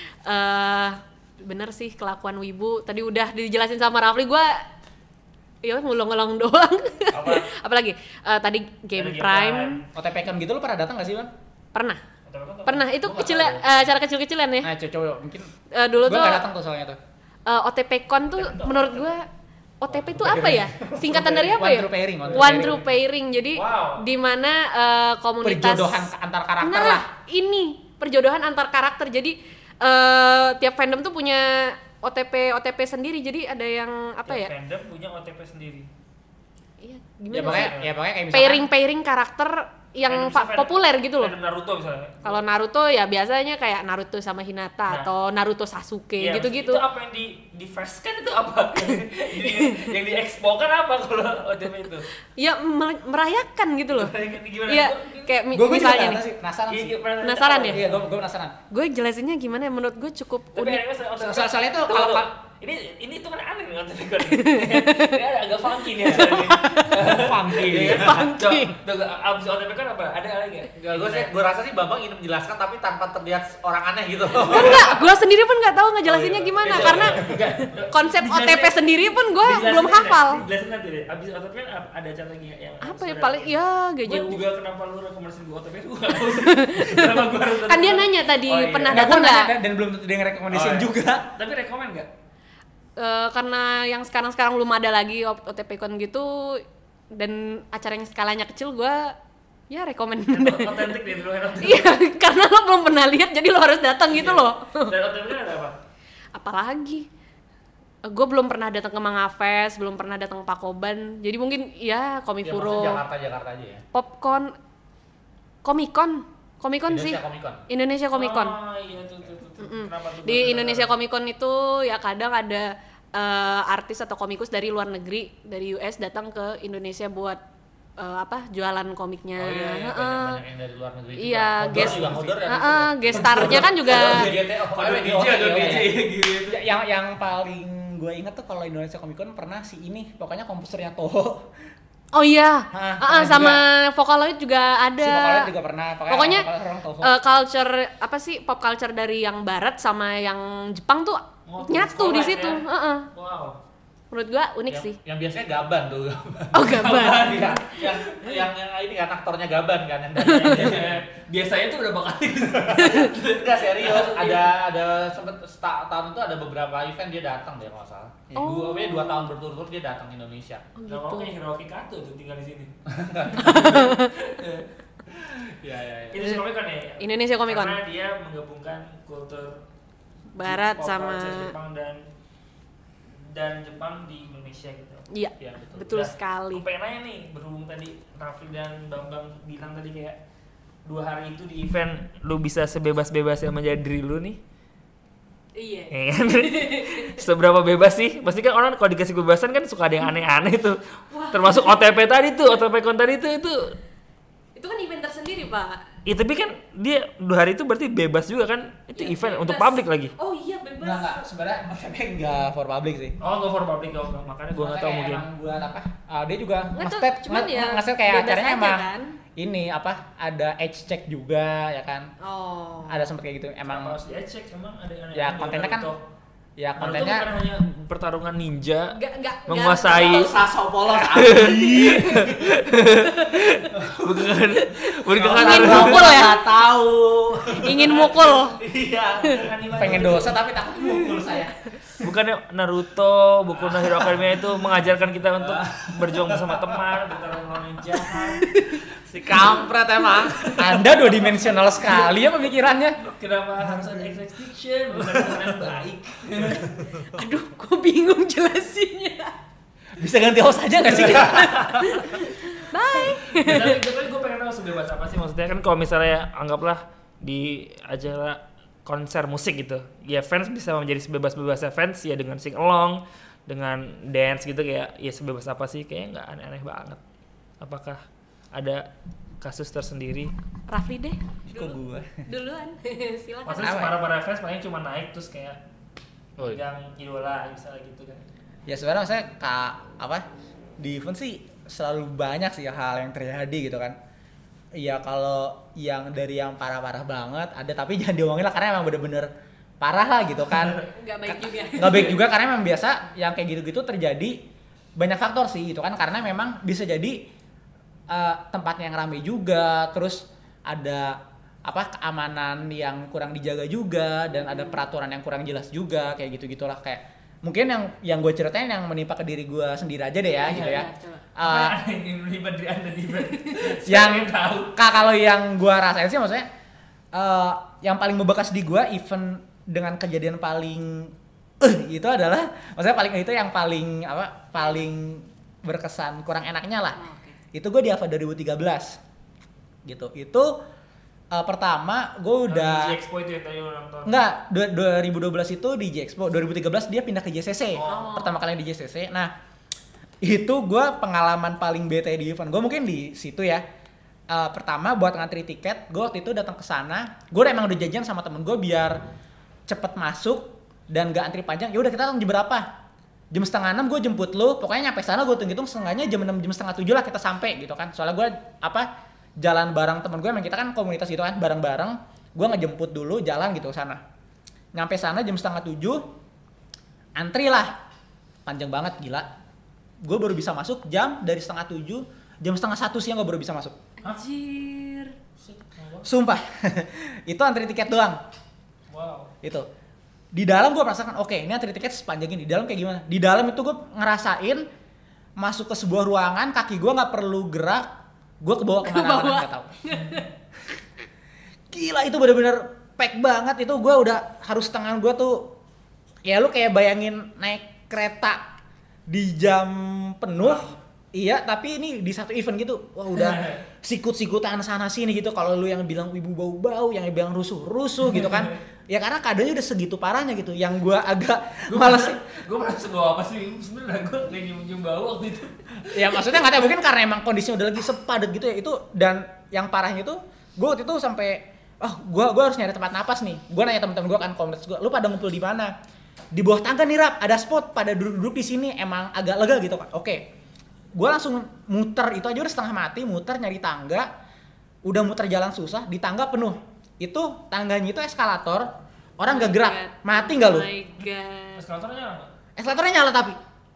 Bener sih kelakuan wibu. Tadi udah dijelasin sama Rafli, gue ya ngulong-ngulong doang. Apalagi tadi Game Ada Game Prime. OTP kan gitu lu pernah datang enggak sih, Bang? Pernah itu kecil acara kecil-kecilan ya. Nah, coba mungkin Dulu gua tuh enggak datang tuh soalnya tuh. OTP Con tuh menurut gue OTP itu apa ya? Singkatan dari apa One ya? True Pairing, One True Pairing. Jadi Wow. di mana komunitas Perjodohan antar karakter nah, lah. ini perjodohan antar karakter. Jadi tiap fandom tuh punya OTP sendiri. Jadi ada yang apa ya? Fandom punya OTP sendiri. Iya, Ya gimana sih? pokoknya kayak misalkan Pairing karakter yang Fandom populer gitu loh. Fandom Naruto misalnya. Kalau Naruto ya biasanya kayak Naruto sama Hinata Nah. atau Naruto Sasuke Iya, gitu-gitu. Itu apa yang di first kan itu apa? yang di expo kan apa kalau OTP itu? Ya merayakan gitu loh. Gimana? Iya, kayak gua misalnya nih. penasaran sih. Penasaran ya? Iya, gua penasaran. Gue jelasinnya gimana ya, menurut gue cukup Tapi unik. anyway, OTP Soalnya tuh Tunggu, kalau tunggu. ini tuh kan aneh nih OTP kan. Ini agak funky nih acaranya. funky. Iya kan? Funky. Coba abis OTP kan apa? Ada lagi nggak? Gue rasa sih Bambang ingin menjelaskan tapi tanpa terlihat orang aneh gitu. Enggak, gue sendiri pun nggak tahu ngejelasinnya Oh, iya. gimana Iya, karena iya. konsep Dijelasin- OTP sendiri pun gue dijelasin belum nanti, hafal. Dijelasin nanti deh. Abis OTP kan ada acara lagi yang Apa ya harus paling ada. ya gak Gue jauh. juga kenapa lu rekomendasi gue OTP itu gue gak tahu sih. Kenapa gue harus Kan dia nanya tadi Oh, iya. pernah Nah, datang gua nanya nggak? dan belum tentu dia ngerekomendasiin Oh, iya. juga. Tapi rekomen gak? Karena yang sekarang belum ada lagi OTP Con gitu dan acara yang skalanya kecil gue ya rekomen. Otentik deh dulu OTP. Iya, karena lo belum pernah lihat jadi lo harus datang gitu loh. Dan OTP ada apa? Apalagi gue belum pernah datang ke Mangafest, belum pernah datang ke Pakoban, jadi mungkin ya Komifuro, Jakarta aja ya. Popcorn, Comic-Con sih, Indonesia Comic Con. Oh iya tuh. Kenapa tuh? Di Indonesia Comic Con itu ya kadang ada artis atau komikus dari luar negeri, dari US datang ke Indonesia buat jualan komiknya. Oh iya, banyak yang dari luar negeri juga. Iya, guest Hodor ya. guest star-nya kan juga. Ada DJ, ada DJ gitu. Yang paling gue inget tuh kalau Indonesia Comic Con pernah si ini, pokoknya komposernya Toho. Oh iya, pernah sama Vocaloid juga ada. Si Vocaloid juga pernah. Pokoknya orang Toho. culture apa sih pop culture dari yang barat sama yang Jepang tuh Oh, nyatu di sekolah situ. ya? Wow. menurut gua unik yang, sih. yang biasanya Gaban tuh. Oh, Gaban. yang ini kan aktornya Gaban kan yang Biasanya tuh berapa kali? enggak serius, ada sempet tahun itu ada beberapa event dia datang deh kalau nggak salah. Oh. 2 tahun berturut-turut dia datang ke Indonesia. Oh, Nah, gitu. kayak Hiroki Kato tuh tinggal di sini. Ya. Indonesia Comic Con ya. Indonesia Comic Con. Karena dia menggabungkan kultur Barat pop sama culture Jepang dan Jepang di Indonesia gitu. iya. Iya betul. Betul Nah, sekali. Aku pengen nanya nih, berhubung tadi Rafli dan Bambang bilang tadi kayak 2 hari itu di event lu bisa sebebas-bebasnya menjadi diri lu nih. Iya. Ya kan? Seberapa bebas sih? Pasti kan orang kalau dikasih kebebasan kan suka ada yang aneh-aneh tuh. Termasuk OTP tadi tuh, OTP kon tadi tuh itu. Itu kan event tersendiri, Pak. Ya tapi kan dia 2 hari itu berarti bebas juga kan? Itu Iya, event bebas. untuk publik lagi. Oh iya, bebas. Enggak, sebenarnya maksudnya enggak for public sih. Oh, nggak for public oh, enggak. Makanya gua enggak tahu Maksudnya mungkin. emang buat apa? Dia juga Nggak tahu, nge-step, cuman ya nge-step kayak bebas acaranya aja emang kan? ini apa? Ada age check juga ya kan? Oh. Ada sempet kayak gitu. Emang harus dicek emang ada yang ya kontennya kan ya Naruto kontennya bukan hanya pertarungan ninja Enggak menguasai Saso polos bukan Ingin mukul ya? Nggak tahu. Ingin mukul. Iya. pengen dosa tapi takut mukul saya. bukannya Naruto buku No Hero Academia itu mengajarkan kita untuk berjuang bersama teman bertarung melawan yang jahat. Si kampret emang. Anda 2 dimensional sekali ya pemikirannya. Kenapa harus ada extinction bukan teman yang baik. Aduh, gue bingung jelasinnya. Bisa ganti host aja nggak sih? Bye. Tapi gue pengen tahu sebebas apa sih maksudnya kan kalau misalnya anggaplah di acara konser musik gitu ya fans bisa menjadi sebebas-bebasnya fans ya dengan sing along dengan dance gitu kayak ya sebebas apa sih kayaknya nggak aneh-aneh banget. Apakah ada kasus tersendiri? Rafli deh. Kok gua? Duluan. Silakan. Maksudnya para fans paling cuma naik terus kayak Oh, yang idola misalnya gitu kan. Ya sebenarnya saya di event sih selalu banyak sih hal yang terjadi gitu kan. Iya kalau yang dari yang parah-parah banget ada tapi jangan diomongin lah karena emang bener-bener parah lah gitu kan. Enggak baik juga. Nggak baik juga karena memang biasa yang kayak gitu-gitu terjadi banyak faktor sih gitu kan karena memang bisa jadi tempatnya yang ramai juga terus ada keamanan yang kurang dijaga juga dan ada peraturan yang kurang jelas juga kayak gitu-gitulah kayak mungkin yang gue ceritain yang menimpa ke diri gue sendiri aja deh ya gitu ya. Apa yang melibat diri Anda di Yang tahu. kalau yang gue rasain sih maksudnya yang paling membekas di gue event dengan kejadian paling itu adalah maksudnya paling itu yang paling berkesan kurang enaknya lah. Oh, okay. Itu gue di AVA 2013 gitu. Itu pertama gue udah Di Expo itu ya tadi lu nonton. enggak 2012 itu di J-Expo, 2013 dia pindah ke JCC. Oh. Pertama kali di JCC. Nah, itu gue pengalaman paling bete di event. Gue mungkin di situ ya. Pertama buat ngantri tiket, gue waktu itu datang ke sana. Gue emang udah janjian sama temen gue biar cepet masuk dan gak antri panjang. Ya udah kita datang jam berapa? Jam 5:30 gue jemput lu. Pokoknya nyampe sana gue hitung setengahnya jam 6 jam 6:30 lah kita sampai gitu kan. Soalnya gue jalan bareng temen gue, emang kita kan komunitas gitu kan, bareng-bareng. Gue ngejemput dulu jalan gitu sana. Nyampe sana jam 6:30, antri lah. Panjang banget gila. Gue baru bisa masuk dari 6:30, jam 6:30 siang gue baru bisa masuk. Anjir. Sumpah. Itu antri tiket doang. Wow. Itu. Di dalam gue merasakan, oke, ini antri tiket sepanjang ini. Di dalam kayak gimana? Di dalam itu gue ngerasain masuk ke sebuah ruangan, kaki gue nggak perlu gerak, gue kebawa kemana-mana nggak tahu. Gila itu bener-bener pack banget. Itu gue udah harus tangan gue tuh, ya lu kayak bayangin naik kereta di jam penuh. Iya, tapi ini di satu event gitu, wah udah sikut-sikutan sana sini gitu. Kalau lu yang bilang ibu bau-bau, yang bilang rusuh-rusuh gitu kan. Ya karena keadaannya udah segitu parahnya gitu. Yang gua agak males sih. Gue merasa bawa apa sih? Sebenarnya gue kayak nyium bau waktu itu. Ya maksudnya nggak tahu, mungkin karena emang kondisinya udah lagi sepadat gitu ya itu. Dan yang parahnya itu, gua waktu itu sampai, gua harus nyari tempat napas nih. Gua nanya teman-teman gua kan komunitas gua, lu pada ngumpul di mana? Di bawah tangga nih Rap, ada spot pada duduk-duduk di sini. Emang agak lega gitu kan. Oke. Gue langsung muter, itu aja udah setengah mati, muter nyari tangga. Udah muter jalan susah, di tangga penuh. Itu tangganya itu eskalator, orang gak gerak. Mati gak lu? Oh my god. Eskalatornya nyala nggak? Eskalatornya nyala tapi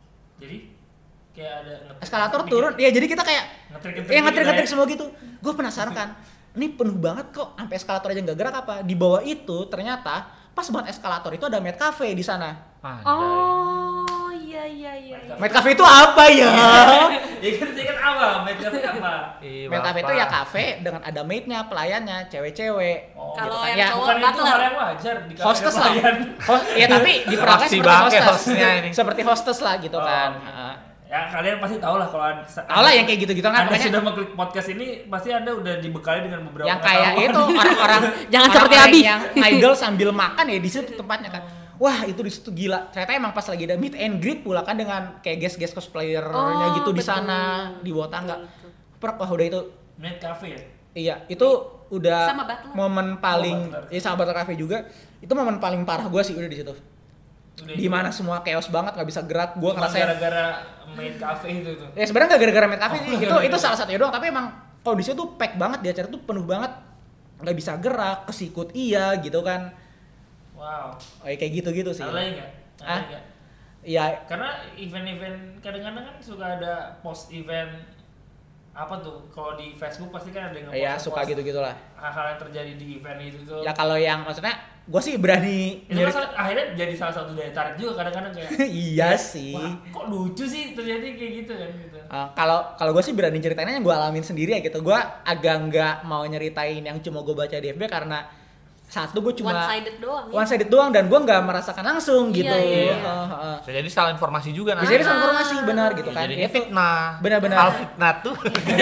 Jadi kayak ada eskalator turun, ya jadi kita kayak ngetrik-ngetrik ya. semua gitu. Gue penasaran kan, ini penuh banget kok, sampai eskalator aja nggak gerak apa? Di bawah itu ternyata pas banget eskalator itu ada Maid Cafe di sana. Oh, iya. Maid Cafe itu apa ya? Ya kan apa? Maid Cafe apa? Maid Cafe itu ya kafe dengan ada maidnya, pelayannya, cewek-cewek. Oh, Kalau gitu kan. yang Ya, cowok bukan itu butler. hal yang wajar di kafe hostess lah. pelayan. Ya tapi diperlakukan Raksi seperti banget hostess. hostnya ini. Seperti hostess lah gitu Oh. kan. Ya kalian pasti tahu lah kalau Tahu lah yang kayak gitu-gitu kan, Anda makanya- sudah mengklik podcast ini pasti Anda udah dibekali dengan beberapa Yang kayak pengetahuan. itu orang-orang Jangan seperti orang-orang Abi. yang idol sambil makan ya di situ tempatnya kan. Wah, itu di situ gila. Ternyata emang pas lagi ada meet and greet pula kan dengan kayak guest-guest cosplayernya Oh, gitu di betul. sana di bawah tangga. Prok, wah udah itu. Maid Cafe ya. Iya, itu udah Sama Butler. momen paling Butler. sama Butler Cafe juga. Itu momen paling parah gue sih udah di situ. Udah Di mana semua chaos banget, nggak bisa gerak. Gue cuma ngerasain. gara-gara Maid Cafe itu tuh. Ya sebenarnya nggak gara-gara Maid Cafe sih. Oh, Itu salah satunya doang. Tapi emang kondisinya tuh pack banget, di acara tuh penuh banget. Nggak bisa gerak, kesikut iya gitu kan. Wow. Kayak gitu-gitu sih. Ada lagi nggak? Ada Hah? lagi nggak? Iya, Karena event-event kadang-kadang kan suka ada post event apa tuh? Kalau di Facebook pasti kan ada yang iya ngepost- suka gitu-gitulah. hal-hal yang terjadi di event itu tuh. Ya kalau yang maksudnya gue sih berani Itu kan akhirnya jadi salah satu daya tarik juga kadang-kadang kayak iya sih. wah kok lucu sih terjadi kayak gitu kan gitu. Kalau gue sih berani ceritainnya yang gue alamin sendiri ya gitu. Gue agak nggak mau nyeritain yang cuma gue baca di FB karena satu gue cuma one sided doang. doang dan gue nggak merasakan langsung Iya, gitu. iya. Bisa jadi salah informasi juga Bisa jadi nanti. informasi benar gitu kan. Jadinya Itu fitnah. Benar-benar. Hal fitnah tuh.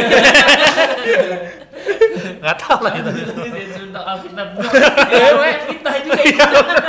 Nggak tahu lah itu. Untuk alfitnah ya fitnah juga itu.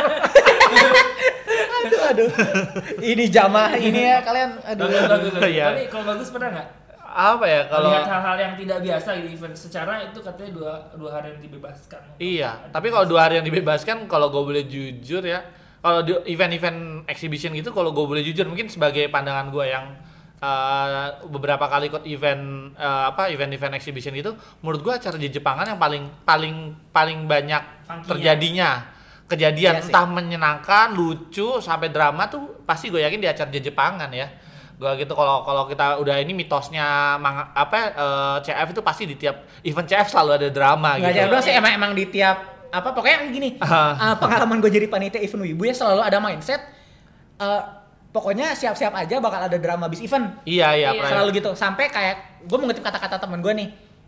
aduh. Ini jamaah ini ya kalian aduh. Bagus. Iya. Tapi kalau bagus pernah nggak Apa ya kalau lihat hal-hal yang tidak biasa di event secara itu katanya dua hari yang dibebaskan. Iya, tapi kalau 2 hari yang dibebaskan, kalau gue boleh jujur ya, kalau di event-event exhibition gitu, kalau gue boleh jujur, mungkin sebagai pandangan gue yang beberapa kali ikut event-event exhibition gitu, menurut gue acara di Jepangan yang paling banyak Funky-nya. terjadinya kejadian Iya sih. entah menyenangkan, lucu sampai drama tuh pasti gue yakin di acara di Jepangan ya. Gue gitu kalau kita udah ini mitosnya CF itu pasti di tiap event CF selalu ada drama Nggak gitu. jauh doang sih emang di tiap pokoknya gini. Pengalaman gue jadi panitia event Wibu ya selalu ada mindset pokoknya siap-siap aja bakal ada drama bis event. Iya, Iya. pernah. Selalu gitu. Sampai kayak gue mengutip kata-kata teman gue nih.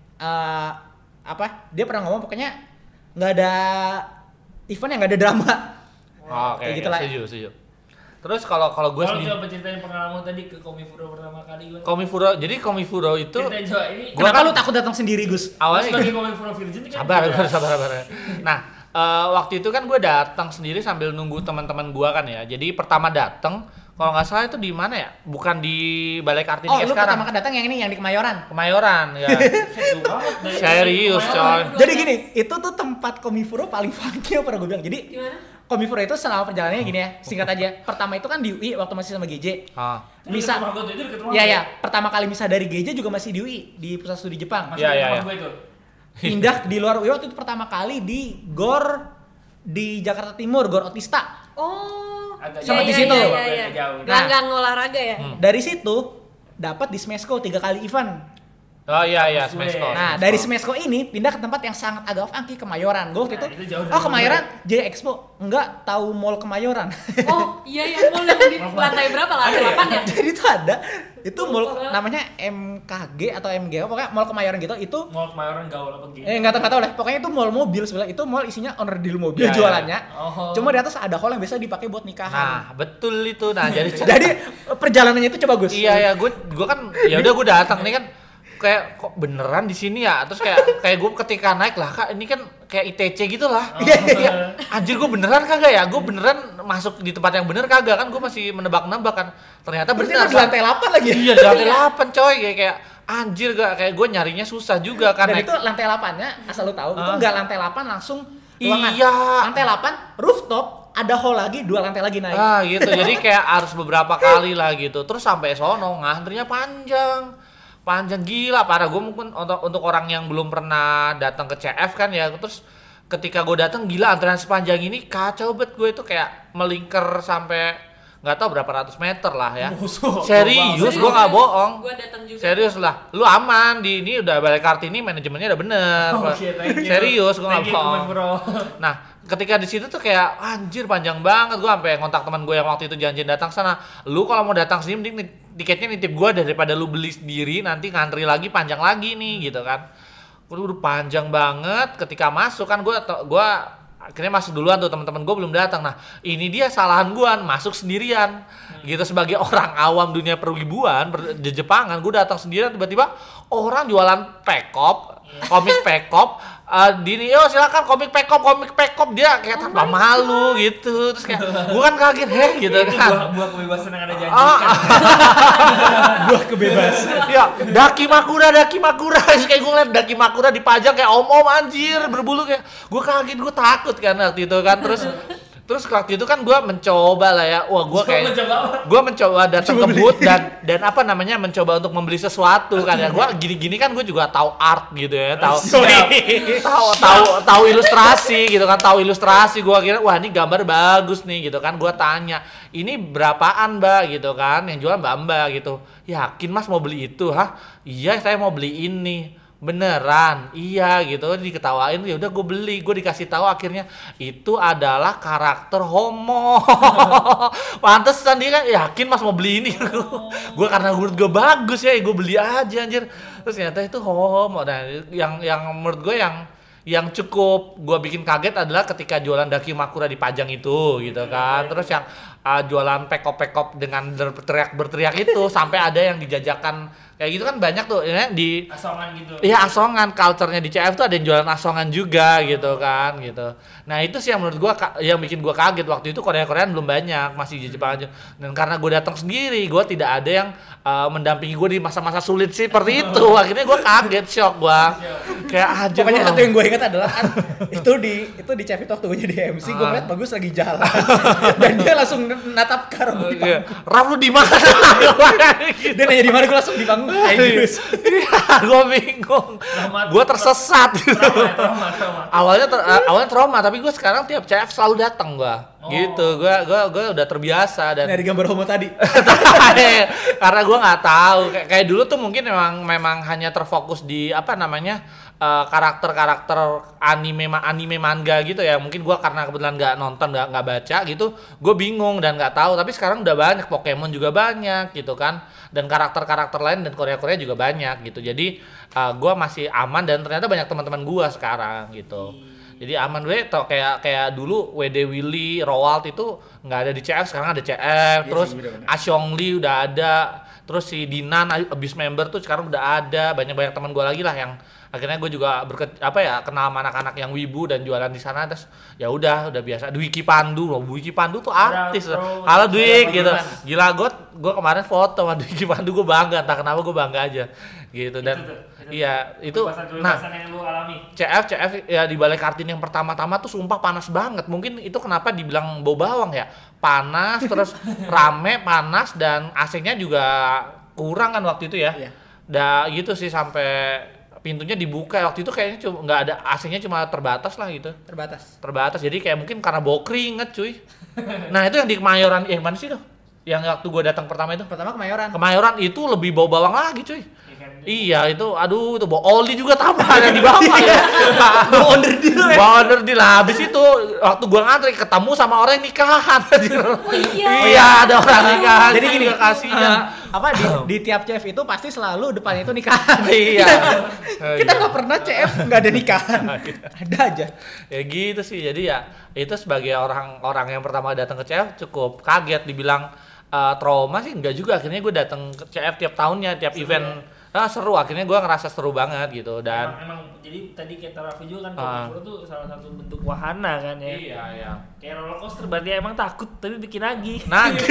Dia pernah ngomong pokoknya nggak ada event yang nggak ada drama. Oke, Kayak gitu lah. setuju. Terus kalau gue Kalau sendiri coba ceritain pengalaman tadi ke Komifuro pertama kali gimana? Komifuro itu Ceritain coba ini Gua Kenapa kan- lu takut datang sendiri, Gus? sebagai awalnya Komifuro Virgin kan sabar. juga- Nah, waktu itu kan gue datang sendiri sambil nunggu teman-teman gue kan ya. Jadi pertama datang, kalau nggak salah itu di mana ya? Bukan di Balai Kartini Oh, ya lu sekarang. pertama kali datang yang ini yang di Kemayoran. Kemayoran ya. Seru banget dari Serius, kemarin. coy. Jadi gini, itu tuh tempat Komifuro paling funky yang pernah gue bilang. Jadi Gimana? Komifuro itu selama perjalanannya gini ya, singkat aja. Pertama itu kan di UI waktu masih sama GJ. Ah. Itu Misa. deket rumah gua tuh, itu deket rumah Iya gua. ya, pertama kali misa dari GJ juga masih di UI di pusat studi Jepang. Masih Iya, deket iya, rumah iya. gua itu. Pindah di luar UI waktu itu pertama kali di GOR di Jakarta Timur, GOR Otista. Oh. Agak Sama jauh. di situ. Agak jauh. Gelanggang olahraga ya. Dari situ dapat di Smesco 3 kali event. Oh iya, Kampus Smesco. gue. Nah, dari Smesco ini pindah ke tempat yang sangat agak funky, Kemayoran. Gue waktu Nah, itu, itu jauh dari Kemayoran, J Expo. Enggak, tahu Mall Kemayoran. Oh, iya mall yang di lantai berapa lah? Lantai 8 ya? Jadi itu ada, itu mall namanya MKG atau MG, pokoknya Mall Kemayoran gitu. Itu Mall Kemayoran gaul apa gitu. nggak tahu lah. Pokoknya itu mall mobil sebelah. Itu mall isinya owner deal mobil Ya, ya. jualannya. Oh. Cuma di atas ada hall yang biasa dipakai buat nikahan. Nah, betul itu. Nah, jadi Jadi perjalanannya itu coba Gus. iya, gue kan ya udah gue datang nih kan kayak kok beneran di sini ya. Terus kayak gue ketika naik lah, Kak, ini kan kayak ITC gitu lah. Oh. Iya. Anjir, gue beneran kagak ya? Gue beneran masuk di tempat yang bener kagak kan? Gue masih menebak-nebak kan. Ternyata Berarti bener. itu di lantai 8 lagi. Iya, di lantai 8 coy. Kayak anjir gak kayak gue nyarinya susah juga kan. Dan naik. itu lantai 8-nya, asal lu tahu, itu Ah. enggak lantai 8 langsung ruangan. Iya. Lantai 8 rooftop, ada hall lagi, 2 lantai lagi naik. Ah gitu, jadi kayak harus beberapa kali lah gitu. Terus sampai sono ngantrinya panjang gila, parah. Gue mungkin untuk orang yang belum pernah datang ke CF kan ya. Terus ketika gue datang gila antrian sepanjang ini kacau bet gue itu kayak melingkar sampai nggak tahu berapa ratus meter lah ya. Musuh. Serius, gue nggak bohong. Gue datang juga. Serius lah, lu aman di ini udah Balai Kartini manajemennya udah bener. Oke, thank you. Serius, gue nggak Thank you, bohong. Bro. Nah, ketika di situ tuh kayak anjir panjang banget, gue sampai kontak teman gue yang waktu itu janjian datang sana. Lu kalau mau datang sini mending tiketnya nitip gue daripada lu beli sendiri nanti ngantri lagi panjang lagi nih gitu kan. Udah panjang banget. Ketika masuk kan gue akhirnya masuk duluan tuh, teman-teman gue belum datang. Nah ini dia kesalahan gue masuk sendirian gitu sebagai orang awam dunia perwibuan di Jepangan. Gue datang sendirian, tiba-tiba orang jualan pekop, komik pekop, dini yo silakan komik pekop dia kayak tanpa malu gitu. Terus kayak gue kan kaget gitu Itu kan. buah kebebasan yang ada janjikan. Buah kebebasan. Ya, Daki Makura. Terus kayak gue ngeliat Daki Makura dipajang kayak om-om anjir, berbulu kayak. Gue kaget, gue takut kan waktu itu kan. Terus waktu itu kan gue mencoba lah ya. Wah, gue mencoba datang ke booth dan apa namanya mencoba untuk membeli sesuatu kan ya. Gue gini-gini kan gue juga tahu art gitu ya, tahu ilustrasi gitu kan, tahu ilustrasi. Gue kira wah ini gambar bagus nih gitu kan. Gue tanya, "Ini berapaan, Mbak?" gitu kan. Yang jual Mbak gitu. "Yakin Mas mau beli itu?" "Hah? Iya, saya mau beli ini." "Beneran?" "Iya," gitu. Diketawain, ya udah gue beli. Gue dikasih tahu akhirnya itu adalah karakter homo. Pantesan dia kan yakin Mas mau beli ini. Gue karena menurut gue bagus ya, gue beli aja anjir. Terus ternyata itu homo. Nah, yang menurut gue yang cukup gue bikin kaget adalah ketika jualan Daki Makura dipajang itu gitu kan. Terus yang jualan pekop dengan berteriak itu sampai ada yang dijajakan kayak gitu kan banyak tuh ya di Asongan gitu. Iya, asongan, culture-nya di CF tuh ada yang jualan asongan juga gitu kan gitu. Nah, itu sih yang menurut gua yang bikin gua kaget. Waktu itu Korea-Koreaan belum banyak, masih di Jepang aja. Dan karena gua datang sendiri, gua tidak ada yang mendampingi gua di masa-masa sulit seperti itu. Akhirnya gua kaget, shock gua. Kayak aja. Pokoknya satu yang gue ingat adalah kan itu di CF itu waktu gue jadi MC, gue ngeliat Bagus lagi jalan dan dia langsung natap ke arah gue di panggung. Raf lu di mana? Dia nanya di mana, gue langsung di panggung kayak gitu. Iya, gue bingung. Gue tersesat gitu. Trauma. Awalnya trauma, tapi gue sekarang tiap CF selalu datang gue. Gitu, gue udah terbiasa dan Dari gambar homo tadi. karena gue nggak tahu kayak dulu tuh mungkin memang hanya terfokus di apa namanya karakter anime manga gitu ya. Mungkin gue karena kebetulan nggak nonton nggak baca gitu, gue bingung dan nggak tahu. Tapi sekarang udah banyak, Pokemon juga banyak gitu kan, dan karakter lain dan Korea juga banyak gitu. Jadi gue masih aman dan ternyata banyak teman-teman gue sekarang gitu. Jadi aman gue tau kayak dulu WD Willy, Roald itu nggak ada di CF, sekarang ada CF. Terus Asyongli udah ada, terus si Dinan Abyss member tuh sekarang udah ada. Banyak teman gue lagi lah yang akhirnya gue juga kenal sama anak-anak yang wibu dan jualan di sana. Terus ya udah biasa. Dwiki Pandu tuh artis. Halo Dwik gitu. Gila, gue kemarin foto sama Dwiki Pandu, gue bangga, entah kenapa gue bangga aja gitu. Dan iya itu nah yang lu alami. CF ya di Balai Kartini yang pertama-tama tuh sumpah panas banget. Mungkin itu kenapa dibilang bau bawang ya, panas terus rame, panas, dan AC-nya juga kurang kan waktu itu ya. Dah gitu sih, sampai pintunya dibuka waktu itu kayaknya cuma nggak ada AC-nya, cuma terbatas lah gitu. Terbatas. Jadi kayak mungkin karena bau keringet cuy. Nah itu yang di Kemayoran, yang mana sih tuh? Yang waktu gue datang pertama Kemayoran itu lebih bau bawang lagi cuy. Iya itu, aduh itu bau oli juga tambah ada di bawah ya. Bau underdeal lah. Habis itu waktu gua ngantri ketemu sama orang yang nikahan. Iya, ada orang nikahan. Jadi gini, kasihan. Di tiap CF itu pasti selalu depannya itu nikahan. Iya. Kita nggak pernah CF nggak ada nikahan. Ada aja. Ya gitu sih. Jadi ya itu sebagai orang yang pertama datang ke CF cukup kaget. Dibilang trauma sih enggak juga. Akhirnya gue datang ke CF tiap tahunnya, tiap event. Seru, akhirnya gue ngerasa seru banget gitu. Dan emang jadi tadi kata Raffi juga kan kalau tuh salah satu bentuk wahana kan ya. Iya. Kayak roller coaster, berarti emang takut tapi bikin lagi.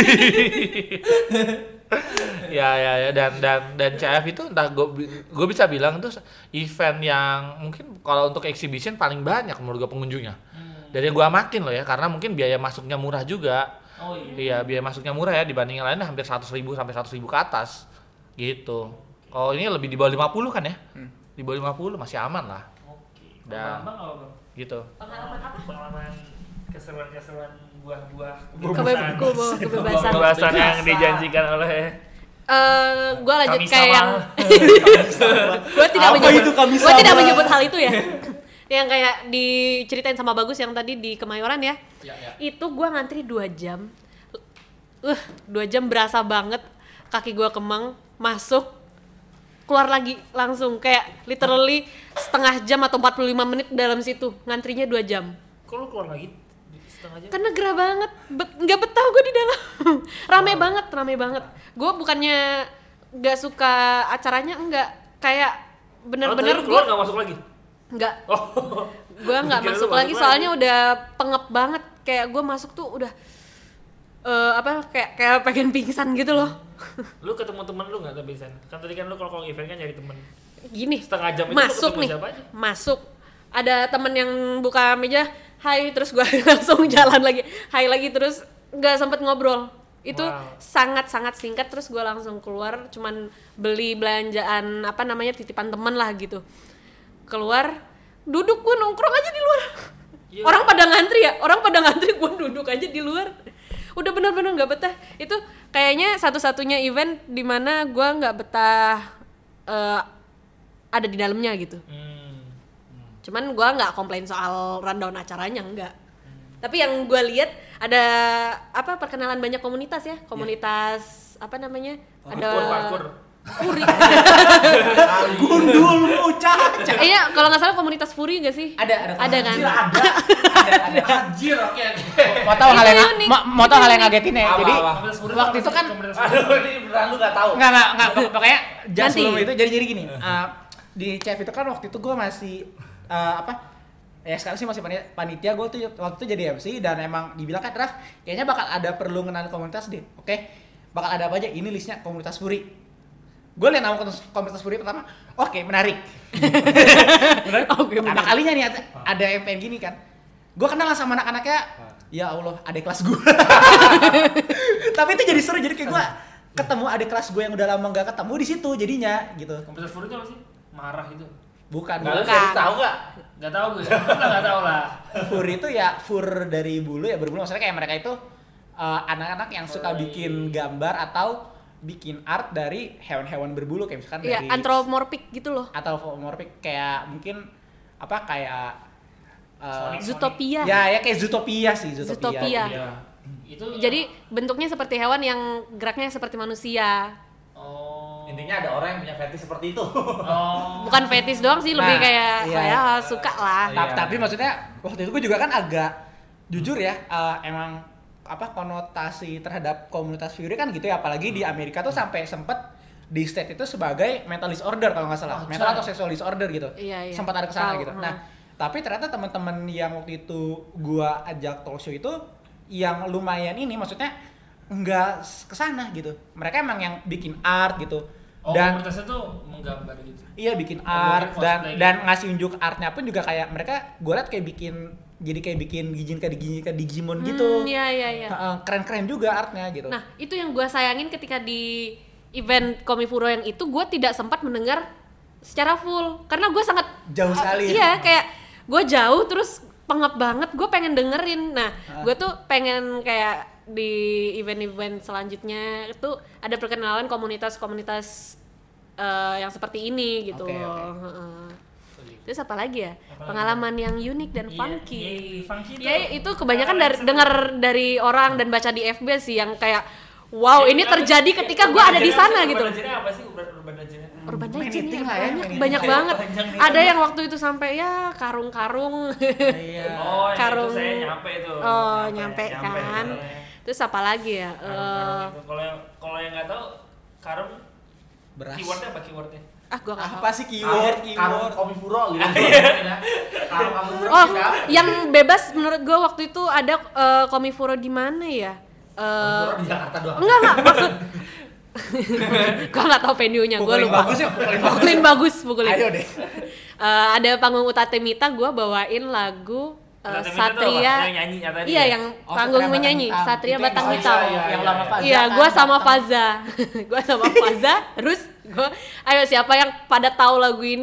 Ya dan CF itu entah gue bisa bilang itu event yang mungkin kalau untuk exhibition paling banyak menurut gue pengunjungnya. Dari gue amatin loh ya, karena mungkin biaya masuknya murah juga. Oh iya. Iya, biaya masuknya murah ya, dibanding yang lainnya hampir 100.000 sampai 100.000 ke atas. Gitu. Kalau ini lebih di bawah 50 kan ya? Di bawah 50 masih aman lah. Oke. Dan Bang, gitu. Pengalaman apa? Pengalaman keseruan-keseruan buah-buah kebebasan yang dijanjikan oleh gue lanjut Kami kayak sama. yang gue tidak menyebut hal itu ya. Yang kayak diceritain sama Bagus yang tadi di Kemayoran ya. Itu gue ngantri 2 jam. 2 jam berasa banget, kaki gue kemang, masuk, keluar lagi langsung kayak literally setengah jam atau 45 menit dalam situ, ngantrinya 2 jam. Kok lu keluar lagi setengah jam? Karena gerah banget, nggak betah gue di dalam. rame banget. Gue bukannya nggak suka acaranya, enggak, kayak bener-bener Kalau keluar nggak masuk lagi? nggak. Oh. Gue nggak Kira lu masuk lagi masuk soalnya udah pengep banget, kayak gue masuk tuh udah kayak pengen pingsan gitu loh. Lu ketemu temen lu nggak tapi sana? Kan tadi kan lu kalau event kan nyari temen. Gini, Setengah jam itu masuk lu ketemu nih, siapa aja? masuk. Ada temen yang buka meja, hai, terus gue langsung jalan lagi, hai lagi, terus nggak sempet ngobrol. Itu Wow. sangat-sangat singkat, terus gue langsung keluar, cuman beli belanjaan titipan temen lah gitu. Keluar, duduk, gue nongkrong aja di luar. Iya. Orang pada ngantri, gue duduk aja di luar. Udah bener-bener nggak betah. Itu kayaknya satu-satunya event di mana gue nggak betah ada di dalamnya gitu. Cuman gue nggak komplain soal rundown acaranya, enggak. Tapi yang gue lihat ada perkenalan banyak komunitas ya, komunitas apa namanya? Parkour. Furi. Gundul caca. Iya, kalau nggak salah komunitas Furi nggak sih? Ada Ada kan? Ada. Anjir, oke. Mau tahu hal yang unik. mau tahu hal yang ngagetin ya. Apa, Jadi apa? waktu itu kan Aduh, ini beneran lu nggak tahu. Enggak, pokoknya just Nanti. sebelum itu jadi gini. Di CF itu kan waktu itu gue masih ya sekarang sih masih panitia. Gue tuh waktu itu jadi MC dan emang dibilang kan Raf, kayaknya bakal ada perlu kenal komunitas deh. Oke, bakal ada apa aja? Ini listnya komunitas Furi. Gue liat nama komunitas Furi pertama, oke, menarik. Oke, Pertama kalinya nih ada yang pengen gini kan. Gue kenal sama anak-anaknya, ya Allah, adik kelas gue. Tapi itu jadi seru, jadi kayak gue ketemu adik kelas gue yang udah lama gak ketemu di situ jadinya gitu. Komunitas Furi itu apa sih? Marah itu. Bukan. Nggak, lu serius tahu nggak? Nggak tahu gue. Nggak tahu lah. Fur itu ya fur dari bulu ya, berbulu, maksudnya kayak mereka itu anak-anak yang suka bikin gambar atau bikin art dari hewan-hewan berbulu kayak misalkan Iya, dari anthropomorphic gitu loh. anthropomorphic kayak mungkin kayak Zootopia. ya kayak Zootopia sih, Zootopia. Iya. Itu Jadi bentuknya seperti hewan yang geraknya seperti manusia. Intinya ada orang yang punya fetish seperti itu. Bukan fetish doang sih, lebih Nah, kayak iya. saya suka lah. Iya. Tapi maksudnya waktu itu gue juga kan agak jujur ya, emang konotasi terhadap komunitas Fury kan gitu ya, apalagi di Amerika tuh sampai sempet di state itu sebagai mental disorder kalau nggak salah, mental atau sexual disorder gitu. Iya. Sempat ada kesana Tahu, gitu. Nah, tapi ternyata teman-teman yang waktu itu gua ajak talk show itu yang lumayan ini, maksudnya nggak kesana gitu. Mereka emang yang bikin art gitu. Dan komunitasnya tuh menggambar gitu. iya bikin Oh, art cosplay gitu. dan ngasih unjuk artnya pun juga kayak mereka gue liat kayak bikin Digimon gitu. Iya. Keren-keren juga artnya gitu. Nah, itu yang gue sayangin ketika di event Komifuro yang itu, gue tidak sempat mendengar secara full karena gue sangat Jauh sekali. Iya, kayak gue jauh terus pengap banget, gue pengen dengerin. Nah, gue tuh pengen kayak di event-event selanjutnya itu ada perkenalan komunitas-komunitas yang seperti ini gitu. Oke. Heeh. Terus apa lagi ya? Pengalaman yang unik dan Iya, funky. iya, funky Ya itu kebanyakan pengalaman dengar dari orang dan baca di FB sih yang kayak wow, ini terjadi ketika gue ada di sana gitu. Urban Legend apa sih urban legend? Urban Main Legend eating ya, lah ya, banyak, main banyak eating. banget. Panjang nih. Ada yang waktu itu sampai ya karung-karung. Iya. Oh, yang Karung. itu saya nyampe itu. Oh, nyampe kan. Terus apa lagi ya? Karung itu. Kalau yang nggak tahu, karung Beras. keywordnya apa keywordnya? Gua nggak tahu. Apa sih keyword? Karung Komifuro gitu. Karung Komifuro Oh, kita. yang bebas menurut gue waktu itu ada Komifuro di mana ya? Komifuro di Jakarta doang. Enggak maksud. Gue nggak tahu venue-nya, gue Pukulin lupa. bagus ya, Pukulin bagus, pukulin. Ayo deh. Ada panggung Utate Mita, gue bawain lagu Utate Mita tuh Satria. apa? Yang nyanyi tadi Iya, ya? yang Oh, panggung Satria menyanyi, Batang Hitam. Satria Itu Batang yang- Hitam. yang lama Faza Iya, kan, gue sama datang. Faza. Gue sama Faza, terus gue, ayo siapa yang pada tahu lagu ini,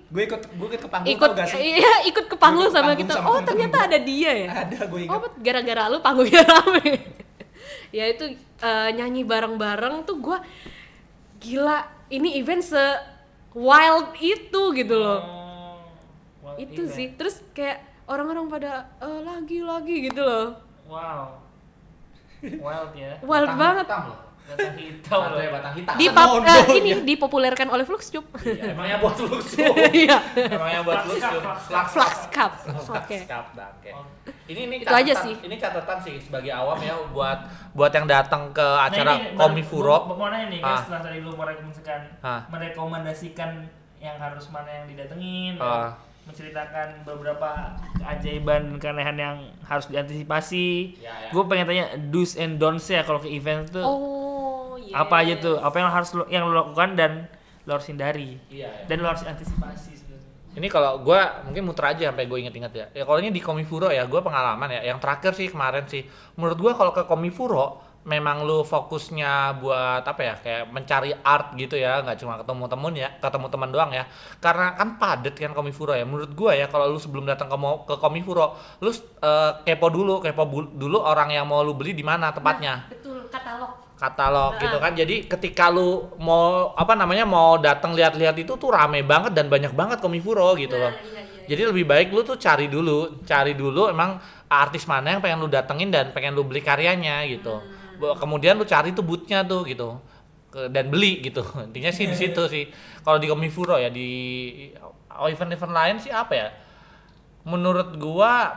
Gue ikut ke panggung ikut tau gak sih? iya ikut ke panggung Ikut ke sama panggung kita. sama Oh temen-temen ternyata gua. ada dia ya. Ada, gue ingat. Oh gara-gara lu panggungnya rame. Ya itu nyanyi bareng-bareng tuh gue gila. Ini event se wild itu gitu loh. Wild Itu event. sih. Terus kayak orang-orang pada lagi gitu loh. Wow. Wild ya. Wild banget. Hitam loh. Batang hitam loh. Katanya batang hitam. Ini dipopulerkan oleh Fluxcube. Iya, emangnya buat lucu. Iya. Emangnya buat Flux lucu. Cup, Flux Cup. Oke. Oke. Ini Itu aja sih. Ini catatan sih sebagai awam ya buat yang datang ke acara ini, Komifuro. mau nanya nih, kan Ah. setelah tadi lu merekomendasikan yang harus mana yang didatengin, Ah. menceritakan beberapa keajaiban dan keanehan yang harus diantisipasi. Ya, ya. Gue pengen tanya do's and don'ts ya kalau ke event tuh. Oh, yes. Apa aja tuh? Apa yang harus yang lo lakukan dan lo harus hindari? Iya, ya. Dan lo harus antisipasi sebenarnya. Ini kalau gue mungkin muter aja sampai gue inget-inget ya. Ya kalau ini di Komifuro ya, gue pengalaman ya. Yang terakhir sih kemarin sih, menurut gue kalau ke Komifuro memang lu fokusnya buat apa ya, kayak mencari art gitu ya, nggak cuma ketemu teman doang ya. Karena kan padet kan Komifuro ya. Menurut gue ya, kalau lu sebelum datang ke Komifuro, lu kepo dulu orang yang mau lu beli di mana tempatnya. Nah, betul, Katalog gitu kan. Jadi ketika lu mau mau datang lihat-lihat itu tuh rame banget dan banyak banget Komifuro gitu loh. Iya. Jadi lebih baik lu tuh cari dulu emang artis mana yang pengen lu datengin dan pengen lu beli karyanya gitu. Kemudian lu cari tuh booth-nya tuh gitu. Dan beli gitu. Intinya sih di situ sih. Kalau di Komifuro ya, di event-event lain sih apa ya? Menurut gua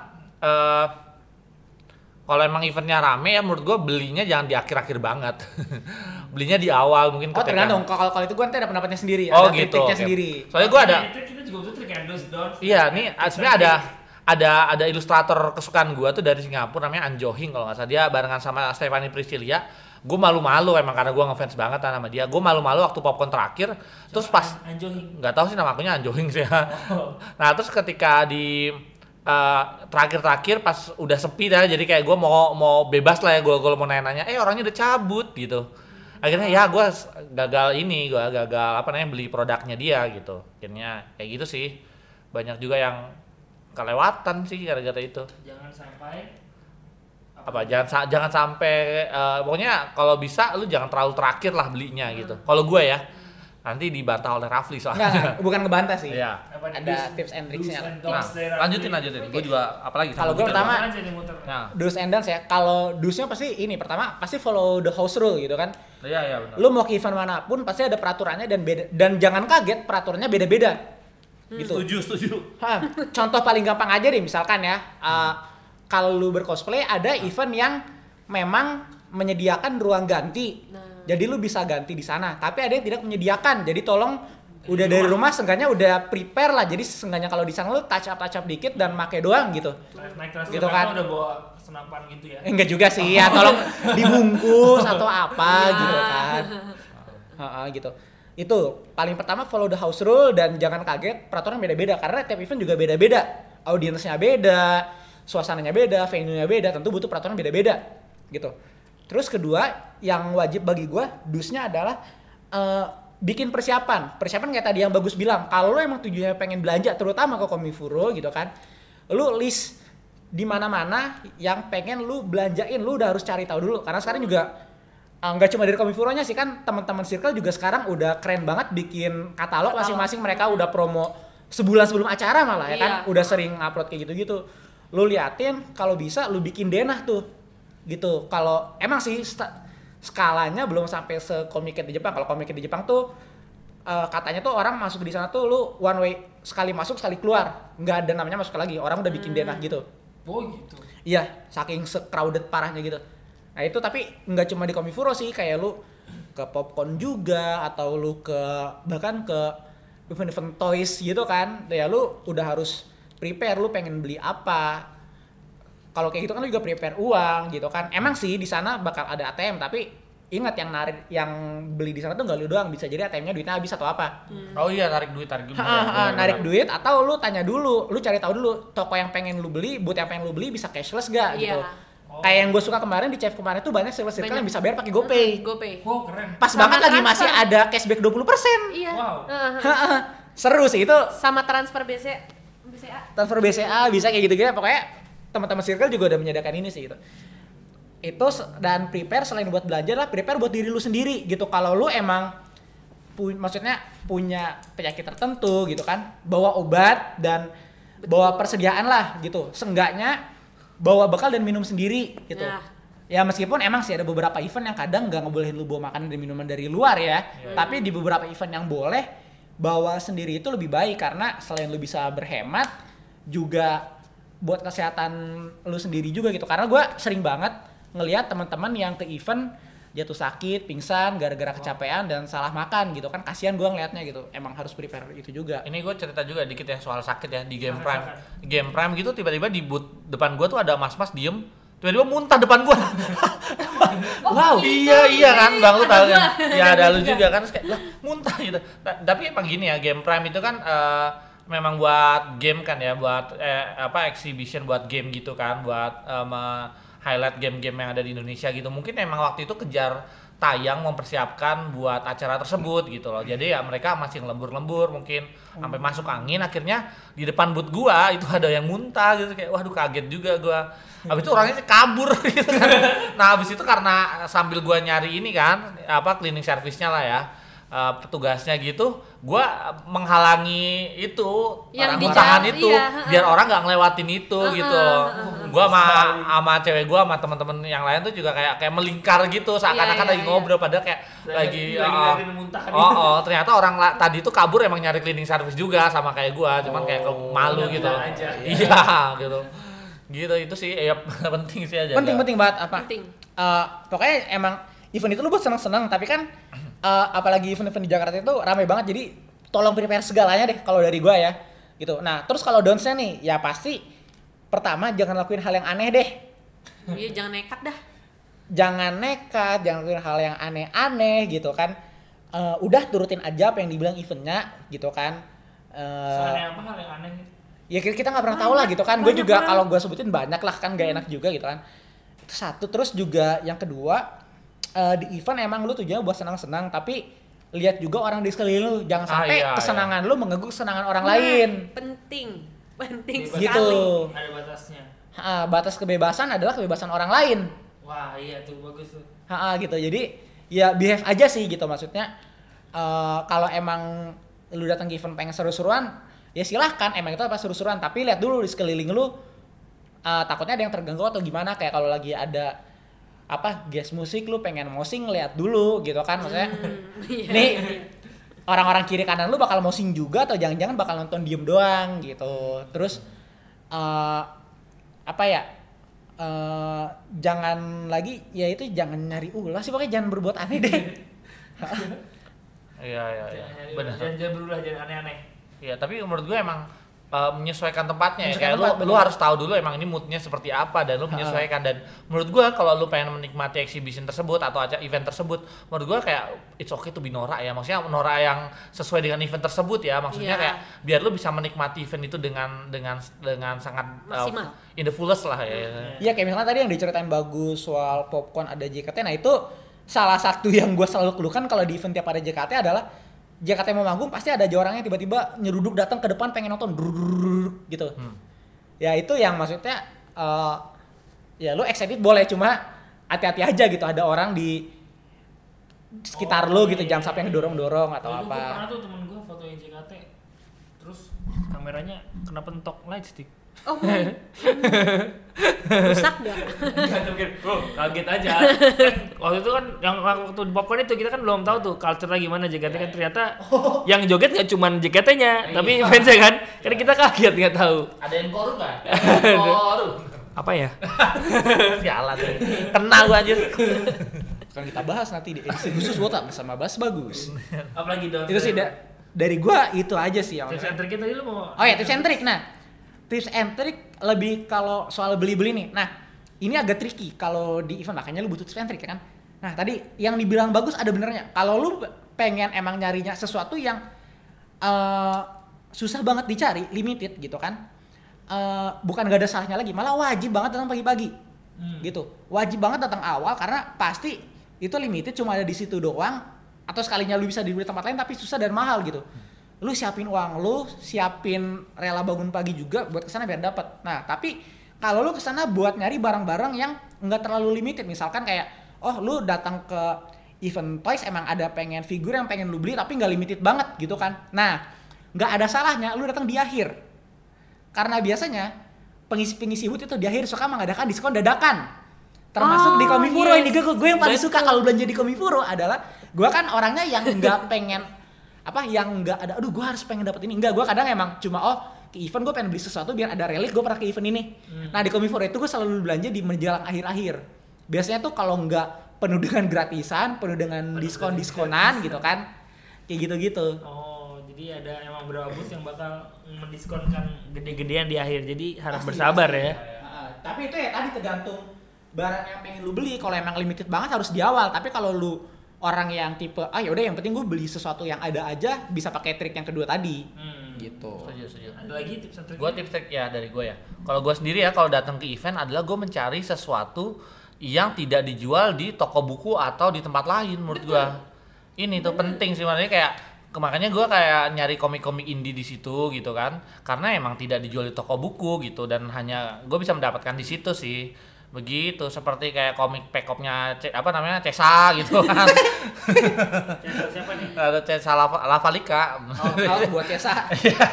kalau emang eventnya rame ya menurut gue belinya jangan di akhir-akhir banget. Belinya di awal mungkin Oh ketika- tergantung, kalau itu gue nanti ada pendapatnya sendiri, Oh ada gitu. kritiknya Oke. sendiri. Soalnya gue ada Itu kita juga butuh trik and do's don'ts. iya nih sebenarnya ada ilustrator kesukaan gue tuh dari Singapura namanya Anjohing kalau nggak salah, dia barengan sama Stephanie Priscilia. Gue malu-malu emang karena gue ngefans banget sama dia. Gue malu-malu waktu popcorn terakhir terus pas Anjohing. nggak tahu sih nama akunya Anjohing sih ya. Oh. Nah terus ketika di terakhir pas udah sepi dah, jadi kayak gue mau bebas lah ya, gue mau nanya orangnya udah cabut gitu. Akhirnya ya gue gagal beli produknya dia gitu. Akhirnya kayak gitu sih, banyak juga yang kelewatan sih gara-gara itu. Jangan sampai Jangan sampai pokoknya kalau bisa lu jangan terlalu terakhir lah belinya gitu. Kalau gue ya nanti dibantah oleh Rafli soalnya. Enggak, bukan ngebantah sih. Iya. Ada tips and tricksnya. Nah, lanjutin. Gue juga apalagi Kalau gue pertama Nah, do's and don'ts ya. Kalau do's-nya pertama pasti follow the house rule gitu kan. iya benar. Lu mau ke event manapun pasti ada peraturannya dan jangan kaget peraturannya beda-beda. Gitu. Setuju. Contoh paling gampang aja deh, misalkan ya, kalau lu bercosplay ada event yang memang menyediakan ruang ganti. Jadi lu bisa ganti di sana, tapi ada yang tidak menyediakan. Jadi tolong udah dari rumah seenggaknya udah prepare lah. Jadi seenggaknya kalau di sana lu touch up dikit dan make doang gitu. naik kelas Gitu kan. udah bawa senapan gitu ya. Enggak juga sih, ya tolong dibungkus atau apa gitu kan. Gitu. Itu paling pertama follow the house rule dan jangan kaget peraturan beda-beda karena tiap event juga beda-beda. Audiensnya beda, suasananya beda, venue-nya beda, tentu butuh peraturan beda-beda gitu. Terus kedua yang wajib bagi gua dusnya adalah bikin persiapan kayak tadi yang Bagus bilang, kalau lo emang tujuannya pengen belanja terutama ke Komifuro gitu kan, lu list di mana-mana yang pengen lu belanjain, lu udah harus cari tahu dulu karena sekarang juga nggak cuma dari Komifuronya sih kan, teman-teman circle juga sekarang udah keren banget bikin katalog masing-masing, mereka udah promo sebulan sebelum acara malah ya kan, udah sering upload kayak gitu-gitu. Lu liatin, kalau bisa lu bikin denah tuh gitu. Kalau emang sih skalanya belum sampai se-Comiket di Jepang. Kalau Comiket di Jepang tuh katanya tuh orang masuk di sana tuh lu one way, sekali masuk sekali keluar, nggak ada namanya masuk lagi, orang udah bikin denah gitu. Oh gitu. Iya, saking crowded parahnya gitu. Nah itu tapi nggak cuma di Komifuro sih, kayak lu ke Popcorn juga atau lu bahkan ke event-event toys gitu kan, ya lu udah harus prepare lu pengen beli apa. Kalau kayak gitu kan lu juga prepare uang gitu kan. Emang sih di sana bakal ada ATM, tapi ingat yang beli di sana tuh nggak lu doang, bisa jadi ATM-nya duitnya habis atau apa. Oh iya, tarik duit. Narik duit atau lu tanya dulu, lu cari tahu dulu toko yang pengen lu beli, booth yang pengen lu beli bisa cashless gak gitu. Kayak yang gue suka kemarin di Chef kemarin tuh banyak circle yang bisa bayar pakai GoPay. GoPay. Oh keren. Pas Sama banget lagi transfer. masih ada cashback 20%. Iya. Wow. seru sih itu. Sama transfer BCA. Transfer BCA bisa kayak gitu-gitu, pokoknya teman-teman circle juga udah menyediakan ini sih gitu. Itu dan prepare selain buat belajar lah, prepare buat diri lu sendiri gitu. Kalau lu emang maksudnya punya penyakit tertentu gitu kan, bawa obat dan bawa persediaan lah gitu. Seenggaknya bawa bekal dan minum sendiri gitu. Ya meskipun emang sih ada beberapa event yang kadang nggak ngebolehin lu bawa makanan dan minuman dari luar ya. Tapi di beberapa event yang boleh, bawa sendiri itu lebih baik karena selain lu bisa berhemat, juga buat kesehatan lu sendiri juga gitu. Karena gue sering banget ngelihat teman-teman yang ke event jatuh sakit, pingsan gara-gara kecapean dan salah makan gitu kan. Kasihan gue ngelihatnya gitu. Emang harus prepare itu juga. Ini gue cerita juga dikit ya soal sakit ya di Game Prime. Game Prime gitu tiba-tiba di booth depan gue tuh ada mas-mas diem, tiba-tiba muntah depan gue. Wow, iya kan Bang, lu tahu kan? Ya ada lu juga kan, kayak lah muntah gitu. Tapi emang gini ya, Game Prime itu kan memang buat game kan ya, buat exhibition buat game gitu kan, buat highlight game-game yang ada di Indonesia gitu. Mungkin emang waktu itu kejar tayang mempersiapkan buat acara tersebut gitu loh. Jadi ya mereka masih lembur-lembur mungkin sampai masuk angin, akhirnya di depan booth gua itu ada yang muntah gitu, kayak waduh kaget juga gua. Habis itu orangnya kabur gitu kan. Nah, habis itu karena sambil gua nyari ini kan, cleaning service-nya lah ya. Petugasnya gitu, gua menghalangi itu orang muntahan itu biar orang nggak ngelewatin itu gitu loh. Gua sama cewek gua sama teman-teman yang lain tuh juga kayak melingkar gitu seakan-akan lagi ngobrol padahal kayak lagi ternyata orang tadi itu kabur emang nyari cleaning service juga sama kayak gua, cuman kayak malu gitu. Iya gitu. Gitu itu sih ya penting sih aja. Penting banget pokoknya emang event itu lu buat senang-senang, tapi kan apalagi event-event di Jakarta itu ramai banget, jadi tolong prepare segalanya deh kalau dari gua ya gitu. Nah terus kalau downs-nya nih ya pasti pertama jangan lakuin hal yang aneh deh. Iya jangan nekat dah. Jangan lakuin hal yang aneh-aneh gitu kan. Udah turutin aja apa yang dibilang eventnya gitu kan. Soalnya apa hal yang aneh? Ya kita nggak pernah tahu lah gitu kan. Gue juga kalau gue sebutin banyak lah kan, gak enak juga gitu kan. Itu satu. Terus juga yang kedua, di event emang lu tujuannya buat senang-senang, tapi lihat juga orang di sekeliling lu, jangan sampai kesenangan lu mengganggu kesenangan orang lain. Penting gitu. Sekali. Ada batasnya. Batas kebebasan adalah kebebasan orang lain. Wah iya tuh bagus tuh. Gitu. Jadi ya behave aja sih gitu, maksudnya kalau emang lu datang ke event pengen seru-seruan ya silahkan, emang itu apa seru-seruan, tapi lihat dulu di sekeliling lu takutnya ada yang terganggu atau gimana. Kayak kalau lagi ada guest musik lu pengen mosing, lihat dulu gitu kan, maksudnya nih orang-orang kiri kanan lu bakal mosing juga atau jangan-jangan bakal nonton diem doang gitu. Terus jangan lagi ya itu jangan nyari ulah sih, pokoknya jangan berbuat aneh deh. Iya benar. Jangan berulah, jangan aneh-aneh. Iya, tapi menurut gue emang menyesuaikan tempatnya ya, kayak lu harus tahu dulu emang ini moodnya seperti apa dan lu menyesuaikan. Dan menurut gue kalau lu pengen menikmati exhibition tersebut atau acara event tersebut, menurut gue kayak it's okay to be norak ya, maksudnya norak yang sesuai dengan event tersebut ya, maksudnya kayak biar lu bisa menikmati event itu dengan sangat in the fullest lah ya. Iya, kayak misalnya tadi yang diceritain bagus soal popcorn ada JKT, nah itu salah satu yang gue selalu keluhkan kalau di event tiap ada JKT adalah JKT mau manggung pasti ada aja orangnya tiba-tiba nyeruduk datang ke depan pengen nonton gitu. Ya itu yang maksudnya ya lu excited boleh, cuma hati-hati aja gitu, ada orang di sekitar lu gitu, jangan sampai ngedorong-dorong atau apa. Gue pernah tuh temen gue fotoin JKT, terus kameranya kena pentok lightstick. Oh my. Rusak gak? Kaget aja. Waktu itu kan yang waktu di popcorn itu kita kan belum tahu tuh culture-nya gimana JKT kan, ternyata yang joget nggak cuman JKT-nya tapi fansnya kan. Karena kita kaget nggak tahu. Ada yang korup kan? Korup. Apa ya? Sialan. Kena gua anjir. Kan kita bahas nanti di edisi khusus Wota bersama Bas Bagus. Apalagi dong. Itu sih dari gua itu aja sih yang. Tips and trick tadi lu mau. Oh ya, tips and trick. Nah, tips and trick lebih kalau soal beli-beli nih. Nah, ini agak tricky kalau di event, makanya lu butuh tips and trick ya kan. Nah, tadi yang dibilang bagus ada benernya. Kalau lu pengen emang nyarinya sesuatu yang susah banget dicari, limited gitu kan. Bukan gak ada salahnya lagi, malah wajib banget datang pagi-pagi. Gitu. Wajib banget datang awal karena pasti itu limited, cuma ada di situ doang, atau sekalinya lu bisa dibeli tempat lain tapi susah dan mahal gitu. lu siapin uang lu, siapin rela bangun pagi juga buat kesana biar dapat. Nah tapi kalau lu kesana buat nyari barang-barang yang nggak terlalu limited, misalkan kayak lu datang ke event toys emang ada pengen figur yang pengen lu beli tapi nggak limited banget gitu kan. Nah nggak ada salahnya lu datang di akhir, karena biasanya pengisi booth itu di akhir suka mengadakan diskon dadakan. Termasuk di Komifuro ini gue yang paling suka kalau belanja di Komifuro adalah gue kan orangnya yang nggak pengen yang nggak ada gue harus pengen dapet ini, enggak, gue kadang emang cuma ke event gue pengen beli sesuatu biar ada relic gue pernah ke event ini. Nah di Komifuro itu gue selalu belanja di menjelang akhir-akhir. Biasanya tuh kalau nggak penuh dengan gratisan, penuh dengan diskonan gitu kan, kayak gitu-gitu. Jadi ada emang beberapa booth yang bakal mendiskonkan gede-gedean di akhir, jadi harus bersabar ya. Tapi itu ya tadi tergantung barang yang pengen lu beli. Kalau emang limited banget harus di awal, tapi kalau lu orang yang tipe yaudah yang penting gue beli sesuatu yang ada aja, bisa pakai trik yang kedua tadi. Gitu. Setuju. Ada lagi tips and trik? Gue tips trik ya dari gue ya. Kalau gue sendiri ya kalau datang ke event adalah gue mencari sesuatu yang tidak dijual di toko buku atau di tempat lain menurut gue. Ini tuh penting sih, makanya kayak makanya gue kayak nyari komik-komik indie di situ gitu kan, karena emang tidak dijual di toko buku gitu, dan hanya gue bisa mendapatkan di situ sih. Begitu, seperti kayak komik pack-up-nya Cesa gitu kan. Cesa siapa nih? Ada Cesa Lavalika. Buat Cesa.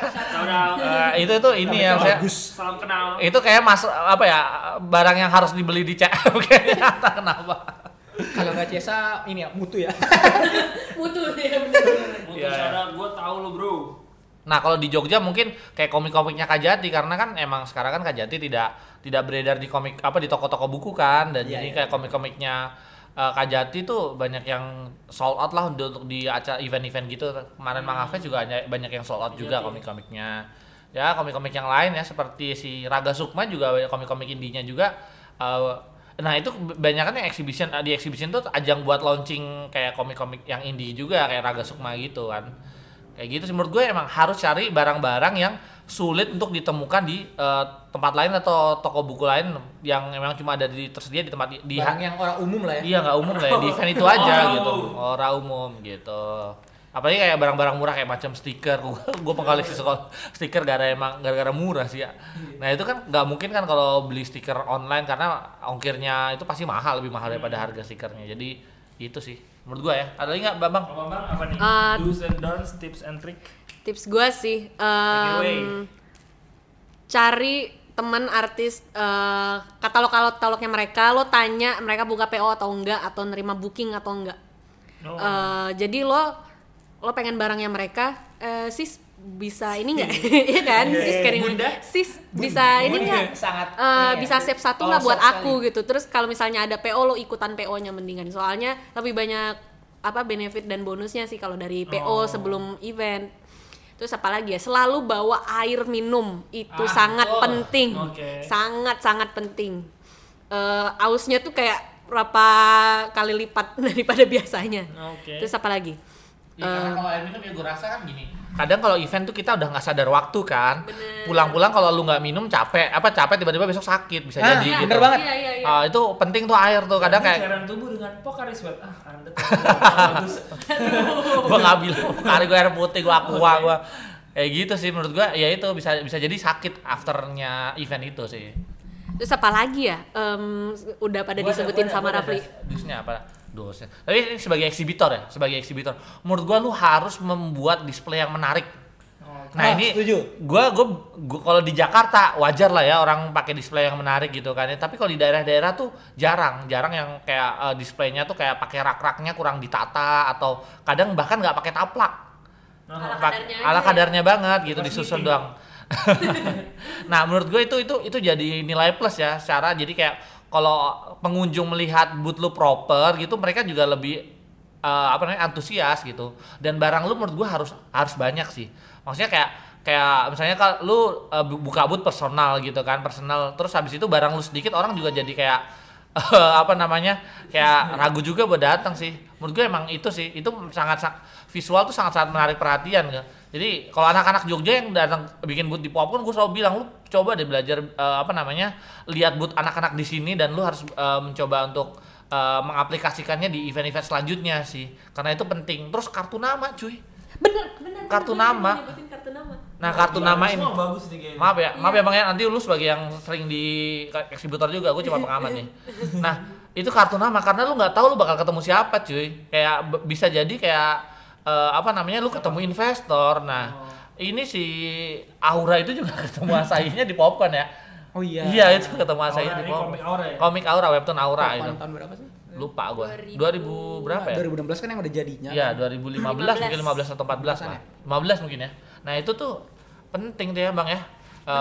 Itu ini ya, salam kenal. Itu kayak barang yang harus dibeli di CM kayaknya, entah kenapa. Kalau nggak Cesa ini ya Mutu ya. Mutu ya bener. Mutu syarat gue tahu lo bro. Nah kalau di Jogja mungkin kayak komik-komiknya Kajati, karena kan emang sekarang kan Kajati tidak beredar di di toko-toko buku kan, dan jadi kayak komik-komiknya Kajati tuh banyak yang sold out lah untuk di acara event-event gitu. Kemarin Mangafest juga banyak yang sold out juga komik-komiknya. Ya komik-komik yang lain ya seperti si Raga Sukma juga komik-komik indinya juga. Nah itu banyak kan yang di exhibition tuh ajang buat launching kayak komik-komik yang indie juga kayak Raga Sukma gitu kan. Kayak gitu sih menurut gue, emang harus cari barang-barang yang sulit untuk ditemukan di tempat lain atau toko buku lain yang memang cuma ada tersedia di tempat di barang yang orang umum lah ya. Iya nggak umum lah ya, di event itu aja gitu, orang umum gitu. Apalagi kayak barang-barang murah kayak macam stiker, gue pengkoleksi stiker gara-gara murah sih ya. Nah itu kan nggak mungkin kan kalau beli stiker online karena ongkirnya itu pasti lebih mahal daripada harga stikernya. Jadi itu sih menurut gue ya. Ada lagi nggak Bambang? Bambang apa nih? Do's and don'ts, tips and trick. Tips gue sih cari teman artis, katalognya mereka, lo tanya mereka buka PO atau enggak, atau nerima booking atau enggak. Jadi lo pengen barangnya mereka, sis bisa ini nggak? Iya kan, sis bisa ini nggak? Sangat bisa save satu nggak buat aku gitu. Terus kalau misalnya ada PO, lo ikutan PO-nya mendingan, soalnya lebih banyak benefit dan bonusnya sih kalau dari PO sebelum event. Terus apa lagi ya, selalu bawa air minum, itu sangat penting, sangat penting. Ausnya tuh kayak berapa kali lipat daripada biasanya. Terus apa lagi? Karena kalau air minum ya gue rasa kan gini, kadang kalau event tuh kita udah nggak sadar waktu kan. Pulang-pulang kalau lu nggak minum capek tiba-tiba besok sakit bisa jadi gitu. Bener banget. Itu penting tuh air tuh kadang kayak cairan tubuh dengan Pocari Sweat. Anda bagus. Gua nggak bilang Pocari, gue air putih, gue aqua, gue kayak gitu sih menurut gue. Ya itu bisa jadi sakit afternya event itu sih. Terus apa lagi ya? Udah pada disebutin sama Rafli. Dosnya apa? Dosnya. Tapi ini sebagai eksibitor, menurut gua lu harus membuat display yang menarik. Nah ini setuju. Gua kalau di Jakarta wajar lah ya orang pakai display yang menarik gitu kan. Tapi kalau di daerah-daerah tuh jarang yang kayak displaynya tuh kayak pakai rak-raknya kurang ditata, atau kadang bahkan nggak pakai taplak. Ala kadarnya banget gitu, disusun doang. Nah menurut gue itu jadi nilai plus ya, secara jadi kayak kalau pengunjung melihat booth lu proper gitu, mereka juga lebih antusias gitu. Dan barang lu menurut gue harus banyak sih. Maksudnya kayak misalnya kalau lu buka booth personal gitu kan, terus habis itu barang lu sedikit, orang juga jadi kayak kayak ragu juga buat datang sih. Menurut gue emang itu sih, itu visual tuh sangat menarik perhatian kan. Jadi kalau anak-anak Jogja yang datang bikin booth di Popcorn, gue selalu bilang lu coba deh belajar lihat booth anak-anak di sini, dan lu harus mencoba untuk mengaplikasikannya di event-event selanjutnya sih, karena itu penting. Terus kartu nama cuy, Bener. Kartu nama. Nyebutin kartu nama. Nah, kartu nama ini. Semua bagus nih kayaknya. Maaf ya Bang ya, nanti lu sebagai yang sering di eksibitor juga, gue cuma pengamat nih. Nah, itu kartu nama karena lu nggak tahu lu bakal ketemu siapa cuy. Kayak bisa jadi kayak lu ketemu investor. Nah, ini si Aura itu juga ketemu Asahinya di Popcorn ya. Oh iya. Iya, itu ketemu Asahinya di Ini Popcorn. komik Aura ya? Komik Aura, webtoon Aura itu. Tahun berapa sih? Lupa gua. 2000 2000 berapa ya? 2016 kan yang udah jadinya. Iya, kan? 2015 mungkin 15 atau 14 lah. 15 mungkin ya. Nah, itu tuh penting tuh ya, Bang ya.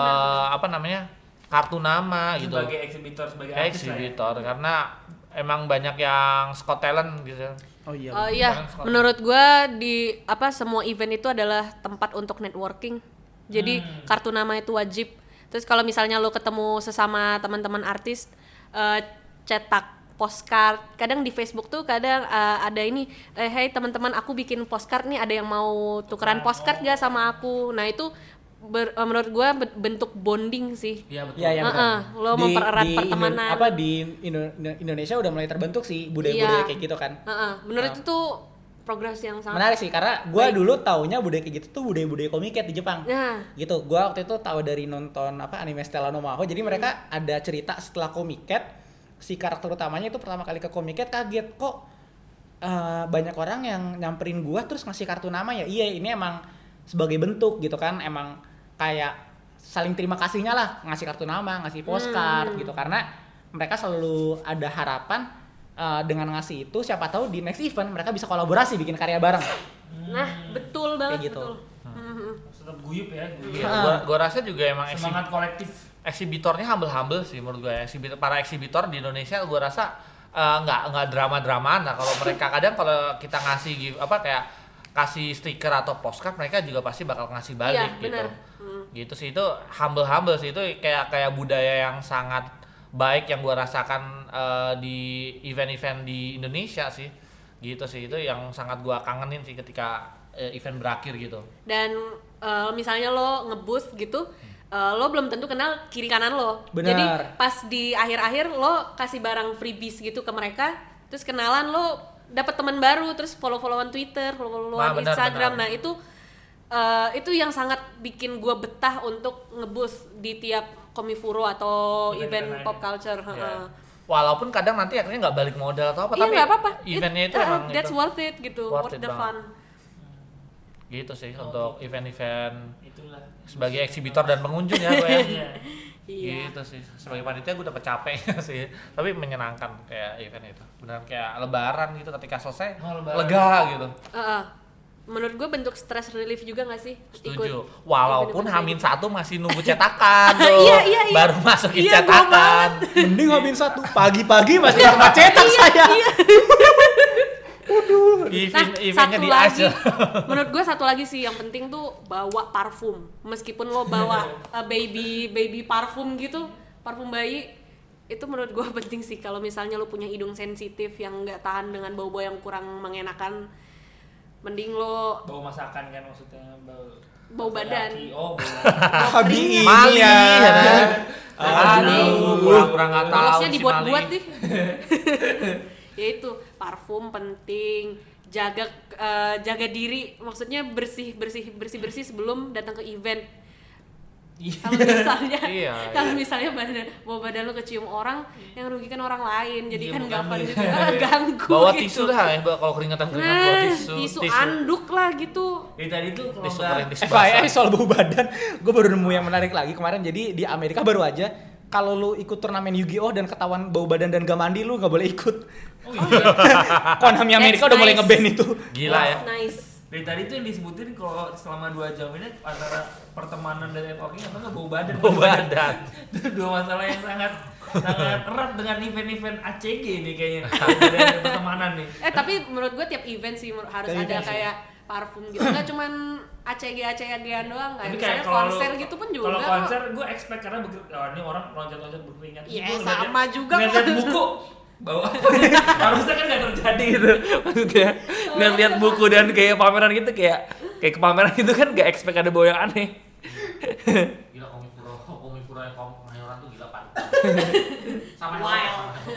Kartu nama gitu. Sebagai eksibitor, sebagai artis lah ya. Eksibitor karena emang banyak yang Scott talent gitu. Oh iya. Oh iya, menurut gua semua event itu adalah tempat untuk networking. Jadi kartu nama itu wajib. Terus kalau misalnya lo ketemu sesama teman-teman artis, cetak postcard. Kadang di Facebook tuh kadang ada ini, hey teman-teman aku bikin postcard nih, ada yang mau tukeran postcard gak sama aku? Nah itu menurut gua bentuk bonding sih. Iya betul. Iya, yang Lo mempererat pertemanan. Di Indonesia udah mulai terbentuk sih budaya-budaya kayak gitu kan. Menurut itu progres yang sangat Menarik sih karena gua dulu taunya budaya kayak gitu tuh budaya-budaya komiket di Jepang. Nah. Gitu. Gua waktu itu tahu dari nonton anime Stella no Maho. Jadi mereka ada cerita setelah komiket, si karakter utamanya itu pertama kali ke komiket kaget kok banyak orang yang nyamperin gua terus ngasih kartu nama ya. Iya, ini emang sebagai bentuk gitu kan, emang kayak saling terima kasihnya lah, ngasih kartu nama, ngasih postcard gitu, karena mereka selalu ada harapan dengan ngasih itu siapa tahu di next event mereka bisa kolaborasi bikin karya bareng. Nah, betul banget, Kayak gitu. betul. Tetap guyup ya. Iya, gua rasa juga emang Semangat kolektif. eksibitornya humble sih menurut gue. Para eksibitor di Indonesia gua rasa nggak drama-dramaan lah. Kalau mereka kadang kalau kita ngasih kayak kasih stiker atau postcard, mereka juga pasti bakal ngasih balik gitu. Bener. Gitu sih, itu humble sih, itu kayak budaya yang sangat baik yang gua rasakan di event-event di Indonesia sih. Gitu sih, itu yang sangat gua kangenin sih ketika event berakhir gitu. Dan misalnya lo nge-booth gitu, lo belum tentu kenal kiri kanan lo. Benar. Jadi pas di akhir-akhir lo kasih barang freebies gitu ke mereka, terus kenalan lo dapat teman baru, terus follow-followan Twitter, follow-followan Instagram. Nah, itu yang sangat bikin gua betah untuk nge-booth di tiap Komifuro atau event pop culture. Yeah. Walaupun kadang nanti akhirnya nggak balik modal atau apa, Iya, tapi nggak apa-apa. eventnya itu emang that's itu worth it gitu, worth it the banget. fun. Gitu sih untuk event-event Itulah. sebagai eksibitor dan pengunjung ya gue ya. Iya. Gitu sih, sebagai panitia gue dapet capeknya sih, tapi menyenangkan kayak event itu, beneran kayak lebaran gitu, ketika selesai lega gitu. Menurut gue bentuk stress relief juga nggak sih? Setuju. Ikut Walaupun event-event H-1 masih nunggu cetakan tuh, Iya. baru masukin Iya, gua cetakan. Mending H-1 pagi-pagi masih tempat cetak saya. Eventnya di lagi, ice. menurut gue satu lagi sih yang penting tuh bawa parfum. Meskipun lo bawa baby parfum gitu, parfum bayi, itu menurut gue penting sih. Kalau misalnya lo punya hidung sensitif yang nggak tahan dengan bau-bau yang kurang mengenakan, mending lo Bau masakan kan maksudnya, bau badan. Oh, bau. Habi Mali ya. Aduh, kurang nggak tahu Polosnya si dibuat-buat Mali. nih. Ya itu, parfum penting. Jaga diri, maksudnya bersih sebelum datang ke event. Kalau misalnya badan lo kecium orang, yang rugikan orang lain, jadi kan nggak fun juga, ganggu. Bawa gitu. tisu lah ya, kalau keringetan bawa tisu anduk lah gitu. Tadi tuh kalau Tisu nggak kering, tisu basah. FYI soal bau badan, gue baru nemu yang menarik lagi kemarin. Jadi di Amerika baru aja, kalau lu ikut turnamen Yu-Gi-Oh dan ketahuan bau badan dan gak mandi, lu nggak boleh ikut. Oh iya. Konami Amerika That's udah mulai nice. nge-ban itu. Gila ya. Nice. Dari tadi tuh yang disebutin kalau selama 2 jam ini antara pertemanan dan networking atau nggak bau badan. Bau badan. Itu dua masalah yang sangat erat dengan event-event ACG nih kayaknya. Dari pertemanan nih. Tapi menurut gue tiap event sih harus Tiap ada event sih. kayak parfum gitu. Nggak cuman ACG-an doang, kayak Tapi misalnya kalau konser gitu pun juga. Kalau konser gue expect karena ini orang loncat-loncat berkeringat. Iya, Gua sama ngeliat- juga ngeliat kan. buku bawa harusnya kan nggak terjadi gitu maksudnya lihat buku dan kayak pameran gitu kayak ke pameran gitu kan nggak expect ada bau yang aneh. Gila Komifuro yang Kemayoran tuh gila pan. Wild.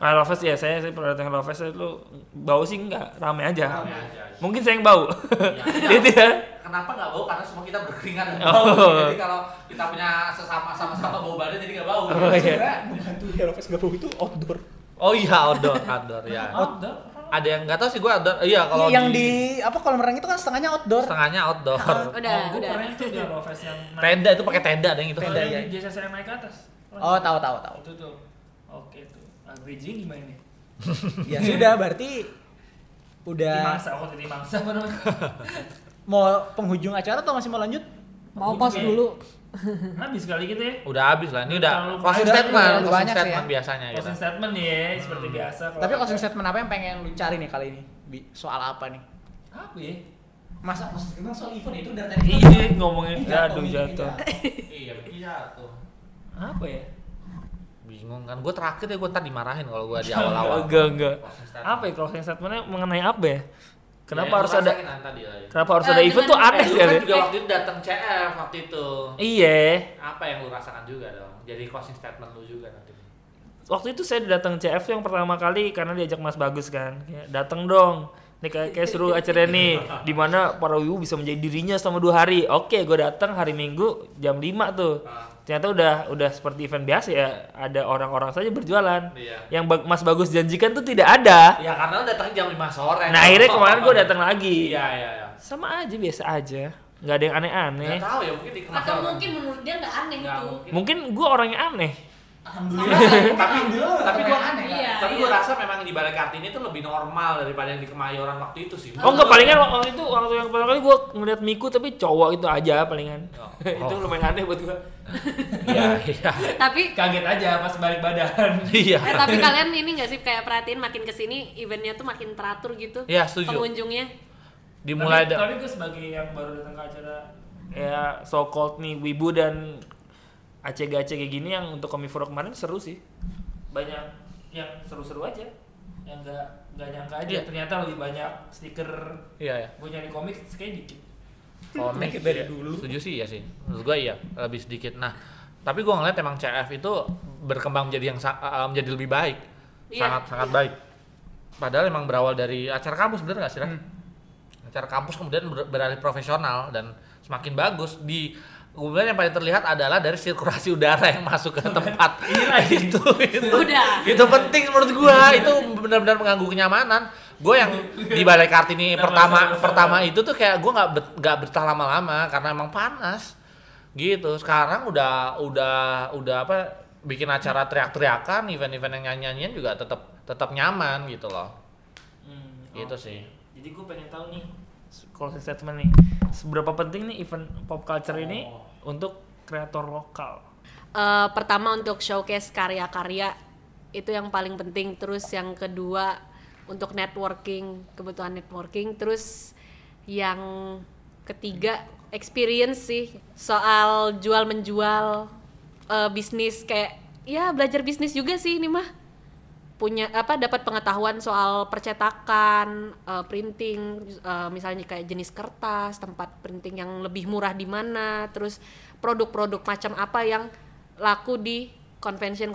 Lovers ya, saya pernah datang Lovers itu bau sih enggak, rame aja. Rame aja. Mungkin saya yang bau. Iya. Gitu ya. Kenapa nggak bau? Karena semua kita berkeringat dan Oh. bau. Jadi kalau kita punya sama-sama bau badan jadi nggak bau. Oh iya. Membantu Hero Fest gak bau itu outdoor. Oh iya, outdoor ya. Ada yang nggak tahu sih gue outdoor. Iya kalau yang di apa kolam renang itu kan setengahnya outdoor. setengahnya outdoor. Udah. Pernah itu di Lovers yang Tenda itu pakai tenda ada yang itu. Tenda, Kalau ya. yang di JCC naik ke atas. Oh, tahu. Itu tuh. Oke tuh. Bridging gimana nih? Ya sudah, berarti udah Titi Mangsa apa namanya? mau penghujung acara atau masih mau lanjut? Mau pause dulu. Habis kali gitu ya. Udah habis lah. Ini udah Terlalu closing udah statement, terlalu closing banyak sih statement ya. biasanya gitu. Closing statement nih ya, seperti biasa. Tapi closing statement apa yang pengen lu cari nih kali ini? Soal apa nih? apa ya? Masa kita soal event itu dari tadi. Iya, ngomongin aduh jatuh. Iya, jatuh. Apa ya? Bingung kan. Gue terakhir ya gue ntar dimarahin kalau gue di awal-awal. Enggak. Closing statement. Apa ya closing statementnya mengenai apa ya? Kenapa Ya, harus yang ada lu rasain tadi lah ya. kenapa harus ada event tuh dengan- aneh Lu sekali. kan juga waktu itu datang CF waktu itu. Iya. Apa yang lu rasakan juga dong? Jadi closing statement lu juga nanti. Waktu itu saya datang CF yang pertama kali karena diajak Mas Bagus kan. Kayak, datang dong. Nih kayak seru acara nih di mana para wibu bisa menjadi dirinya selama 2 hari. Oke, gue datang hari Minggu jam 5 tuh. Ternyata udah seperti event biasa ya, ada orang-orang saja berjualan. Iya. Yang Mas Bagus janjikan tuh tidak ada. Ya karena lu datang jam 5 sore. Nah, akhirnya kemarin gue datang lagi. Iya. Sama aja, biasa aja. Nggak ada yang aneh-aneh. Nggak tahu ya mungkin di Atau mungkin menurut dia nggak aneh Nggak itu. mungkin. Mungkin gue orangnya aneh. tapi gua aneh. Iya, tapi iya. gue rasa memang di Balai Kartini itu lebih normal daripada yang di Kemayoran waktu itu sih. Oh enggak, palingan waktu itu waktu yang pertama kali gue ngeliat Miku tapi cowok itu aja palingan. Oh. Itu lumayan aneh buat gue. Iya. Tapi Kaget aja pas balik badan. Iya. tapi kalian ini nggak sih kayak perhatiin makin kesini eventnya tuh makin teratur gitu. Iya, setuju. Pengunjungnya. Dimulai Tapi gue sebagai yang baru datang ke acara ya so called nih wibu dan acg-acg kayak gini yang untuk Komiforo kemarin seru sih. Banyak yang seru-seru aja. Yang nggak nyangka aja Iya. ternyata lebih banyak stiker. Iya ya. Gue nyari komik kayak dikit. Komik dari iya. dulu. Setuju sih ya sih. Menurut gue iya, lebih sedikit. Nah, tapi gue ngeliat emang CF itu berkembang menjadi menjadi lebih baik. Iya. Sangat baik. Padahal emang berawal dari acara kampus, bener gak sih, Ran? Acara kampus kemudian beralih profesional dan semakin bagus. Kemudian yang paling terlihat adalah dari sirkulasi udara yang masuk ke tempat itu Udah. itu penting menurut gua, itu benar-benar mengganggu kenyamanan. Gue yang di Balai Kartini pertama itu tuh kayak gue nggak betah lama-lama karena emang panas gitu. Sekarang udah apa, bikin acara teriak-teriakan, event-event yang nyanyi-nyanyian juga tetap nyaman gitu loh. Gitu sih. Jadi gue pengen tahu nih closing statement nih, seberapa penting nih event pop culture ini untuk kreator lokal? Pertama untuk showcase karya-karya itu yang paling penting. Terus yang kedua untuk networking, kebutuhan networking. Terus yang ketiga experience sih, soal jual menjual, bisnis, kayak ya belajar bisnis juga sih ini mah. Punya dapat pengetahuan soal percetakan, printing, misalnya kayak jenis kertas, tempat printing yang lebih murah di mana, terus produk-produk macam apa yang laku di convention,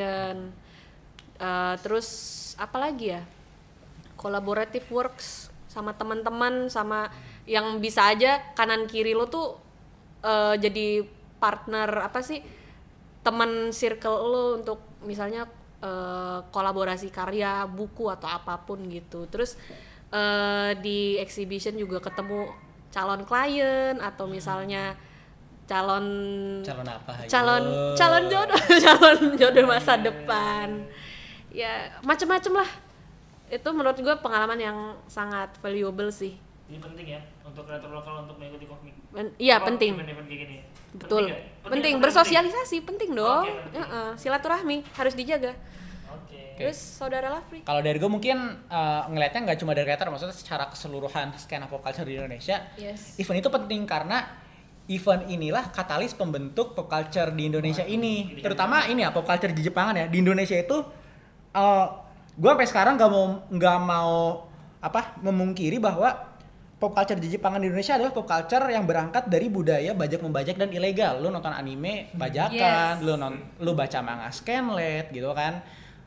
terus apa lagi ya, collaborative works sama teman-teman, sama yang bisa aja kanan kiri lo tuh jadi partner apa sih, teman circle lo untuk misalnya kolaborasi karya, buku atau apapun gitu. Terus di exhibition juga ketemu calon klien atau misalnya calon apa? calon jodoh masa depan. Ya, macam-macam lah. Itu menurut gue pengalaman yang sangat valuable sih. Ini penting ya untuk kreator lokal untuk mengikuti komik. Iya, penting. Event-event kayak gini. Betul. Penting, Penting atau bersosialisasi penting dong. Oke, penting. Silaturahmi harus dijaga. Oke. Terus saudara Lafri. Kalau dari gue mungkin ngelihatnya nggak cuma dari kreator, maksudnya secara keseluruhan skena pop culture di Indonesia. Yes. Event itu penting karena event inilah katalis pembentuk pop culture di Indonesia ini. Terutama ini ya, pop culture di Jepangan ya. Di Indonesia itu gue sampai sekarang nggak mau memungkiri bahwa pop culture di Jepangan di Indonesia adalah pop culture yang berangkat dari budaya bajak membajak dan ilegal. Lu nonton anime bajakan, Yes. lu baca manga scanlet gitu kan.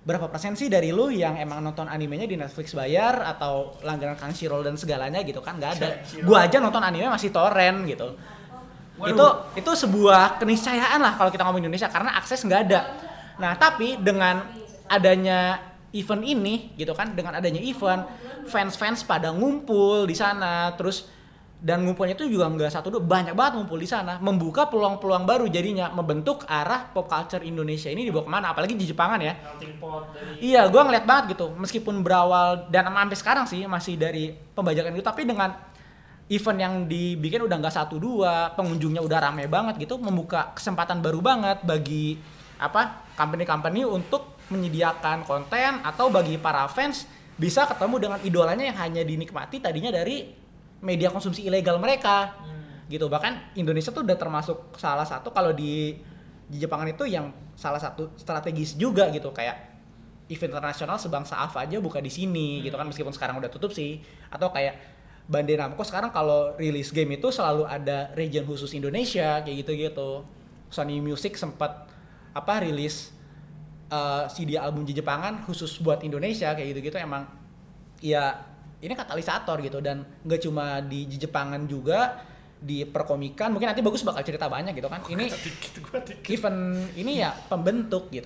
berapa persen sih dari lu yang emang nonton animenya di Netflix bayar atau langganan Crunchyroll dan segalanya gitu kan? Nggak ada. Gua aja nonton anime masih torrent gitu. Itu sebuah keniscayaan lah kalau kita ngomong Indonesia karena akses nggak ada. Nah tapi dengan adanya event ini gitu kan, dengan adanya event fans pada ngumpul di sana, terus dan ngumpulnya itu juga nggak satu dua, banyak banget ngumpul di sana, membuka peluang-peluang baru jadinya, membentuk arah pop culture Indonesia ini dibawa kemana, apalagi di Jepangan ya. Iya, gue ngeliat banget gitu, meskipun berawal dan sampai sekarang sih masih dari pembajakan itu, tapi dengan event yang dibikin udah nggak satu dua, pengunjungnya udah rame banget gitu, membuka kesempatan baru banget bagi company-company untuk menyediakan konten atau bagi para fans bisa ketemu dengan idolanya yang hanya dinikmati tadinya dari media konsumsi ilegal mereka gitu. Bahkan Indonesia tuh udah termasuk salah satu kalau di Jepangan itu yang salah satu strategis juga gitu, kayak event internasional sebangsa AFA aja buka di sini gitu kan, meskipun sekarang udah tutup sih. Atau kayak Bandai Namco sekarang kalau rilis game itu selalu ada region khusus Indonesia kayak gitu-gitu. Sony Music sempat rilis CD album Jepangan khusus buat Indonesia kayak gitu-gitu. Emang ya ini katalisator gitu, dan nggak cuma di Jepangan juga, di perkomikan mungkin nanti Bagus bakal cerita banyak gitu kan. Ini event ini ya pembentuk gitu.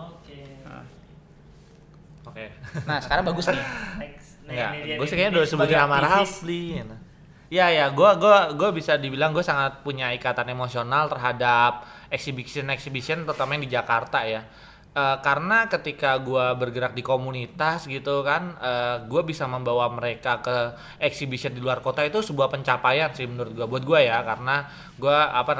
Oke. Nah sekarang Bagus nih. Gue sih kayaknya udah sebutin sama Rafli. Ya, gue bisa dibilang gue sangat punya ikatan emosional terhadap exhibition terutama yang di Jakarta ya. Karena ketika gue bergerak di komunitas gitu kan, gue bisa membawa mereka ke exhibition di luar kota itu sebuah pencapaian sih menurut gue, buat gue ya, karena gue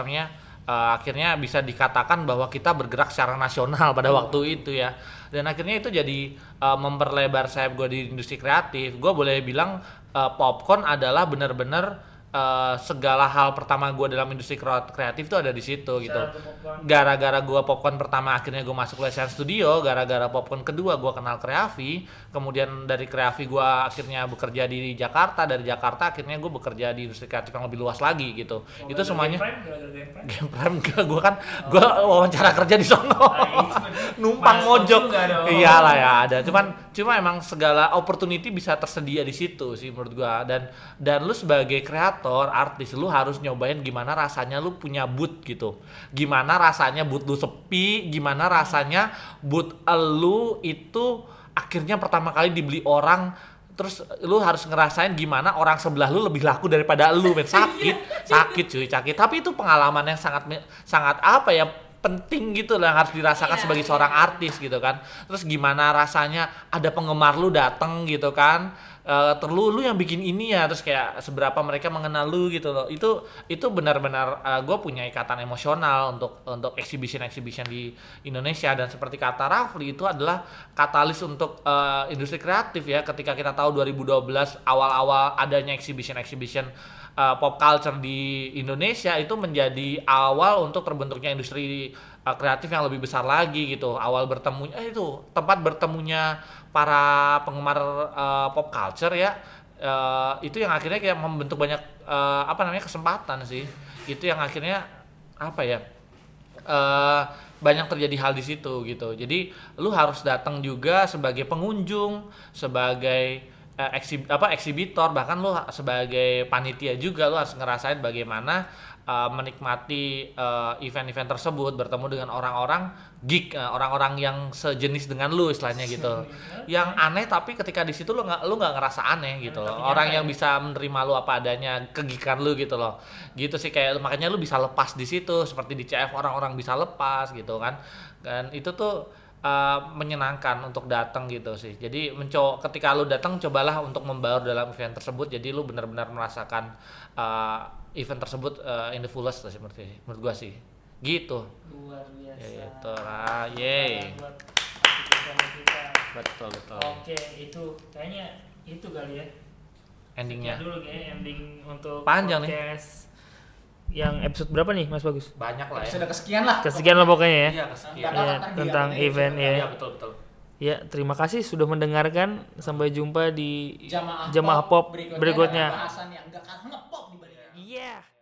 akhirnya bisa dikatakan bahwa kita bergerak secara nasional pada waktu itu ya, dan akhirnya itu jadi memperlebar sayap gue di industri kreatif. Gue boleh bilang Popcorn adalah benar-benar segala hal pertama gue dalam industri kreatif tuh ada di situ gitu. Gara-gara gue Popcorn pertama akhirnya gue masuk Lesian Studio, gara-gara Popcorn kedua gue kenal Kreavi, kemudian dari Kreavi gue akhirnya bekerja di Jakarta, dari Jakarta akhirnya gue bekerja di industri kreatif yang lebih luas lagi gitu. Itu semuanya Game Prime gue wawancara kerja di sono. Numpang mojok. Iyalah ya ada. Cuma emang segala opportunity bisa tersedia di situ sih menurut gue, dan lu sebagai kreator, artis, lu harus nyobain gimana rasanya lu punya booth gitu. Gimana rasanya booth lu sepi, gimana rasanya booth lu itu akhirnya pertama kali dibeli orang, terus lu harus ngerasain gimana orang sebelah lu lebih laku daripada lu, men. Sakit cuy. Tapi itu pengalaman yang sangat penting gitu lah, harus dirasakan sebagai seorang artis gitu kan. Terus gimana rasanya ada penggemar lu dateng gitu kan, lu yang bikin ini ya, terus kayak seberapa mereka mengenal lu gitu loh. Itu benar-benar gue punya ikatan emosional untuk exhibition di Indonesia, dan seperti kata Rafli itu adalah katalis untuk industri kreatif ya. Ketika kita tahu 2012 awal-awal adanya exhibition pop culture di Indonesia, itu menjadi awal untuk terbentuknya industri kreatif yang lebih besar lagi gitu. Awal bertemunya itu tempat bertemunya para penggemar pop culture ya. Itu yang akhirnya kayak membentuk banyak kesempatan sih. Itu yang akhirnya banyak terjadi hal di situ gitu. Jadi lu harus datang juga sebagai pengunjung, sebagai eksibitor, bahkan lu sebagai panitia juga lu harus ngerasain bagaimana menikmati event-event tersebut, bertemu dengan orang-orang geek, orang-orang yang sejenis dengan lu istilahnya gitu. Yang aneh tapi ketika di situ lu nggak ngerasa aneh gitu loh. Orang yang bisa menerima lu apa adanya, kegikan lu gitu loh. Gitu sih, kayak makanya lu bisa lepas di situ, seperti di CF orang-orang bisa lepas gitu kan. Dan itu tuh menyenangkan untuk datang gitu sih. Jadi ketika lu datang, cobalah untuk membaur dalam event tersebut. Jadi lu benar-benar merasakan event tersebut in the fullest lah, seperti menurut gua sih. Gitu. Luar biasa. Ya itu lah. Yeay. Betul. Oke, itu kayaknya itu kali ya. Endingnya. Dulu kayak ending untuk panjang podcast yang episode berapa nih Mas Bagus? Banyak lah ya. Sudah kesekian lah. Kesekian lah pokoknya ya. Iya, kesekian. Ya, tentang event ya. Iya, betul. Ya, terima kasih sudah mendengarkan. Sampai jumpa di Jamaah Pop berikutnya. Bahasan yang enggak kalah ngepop di balik. Iya.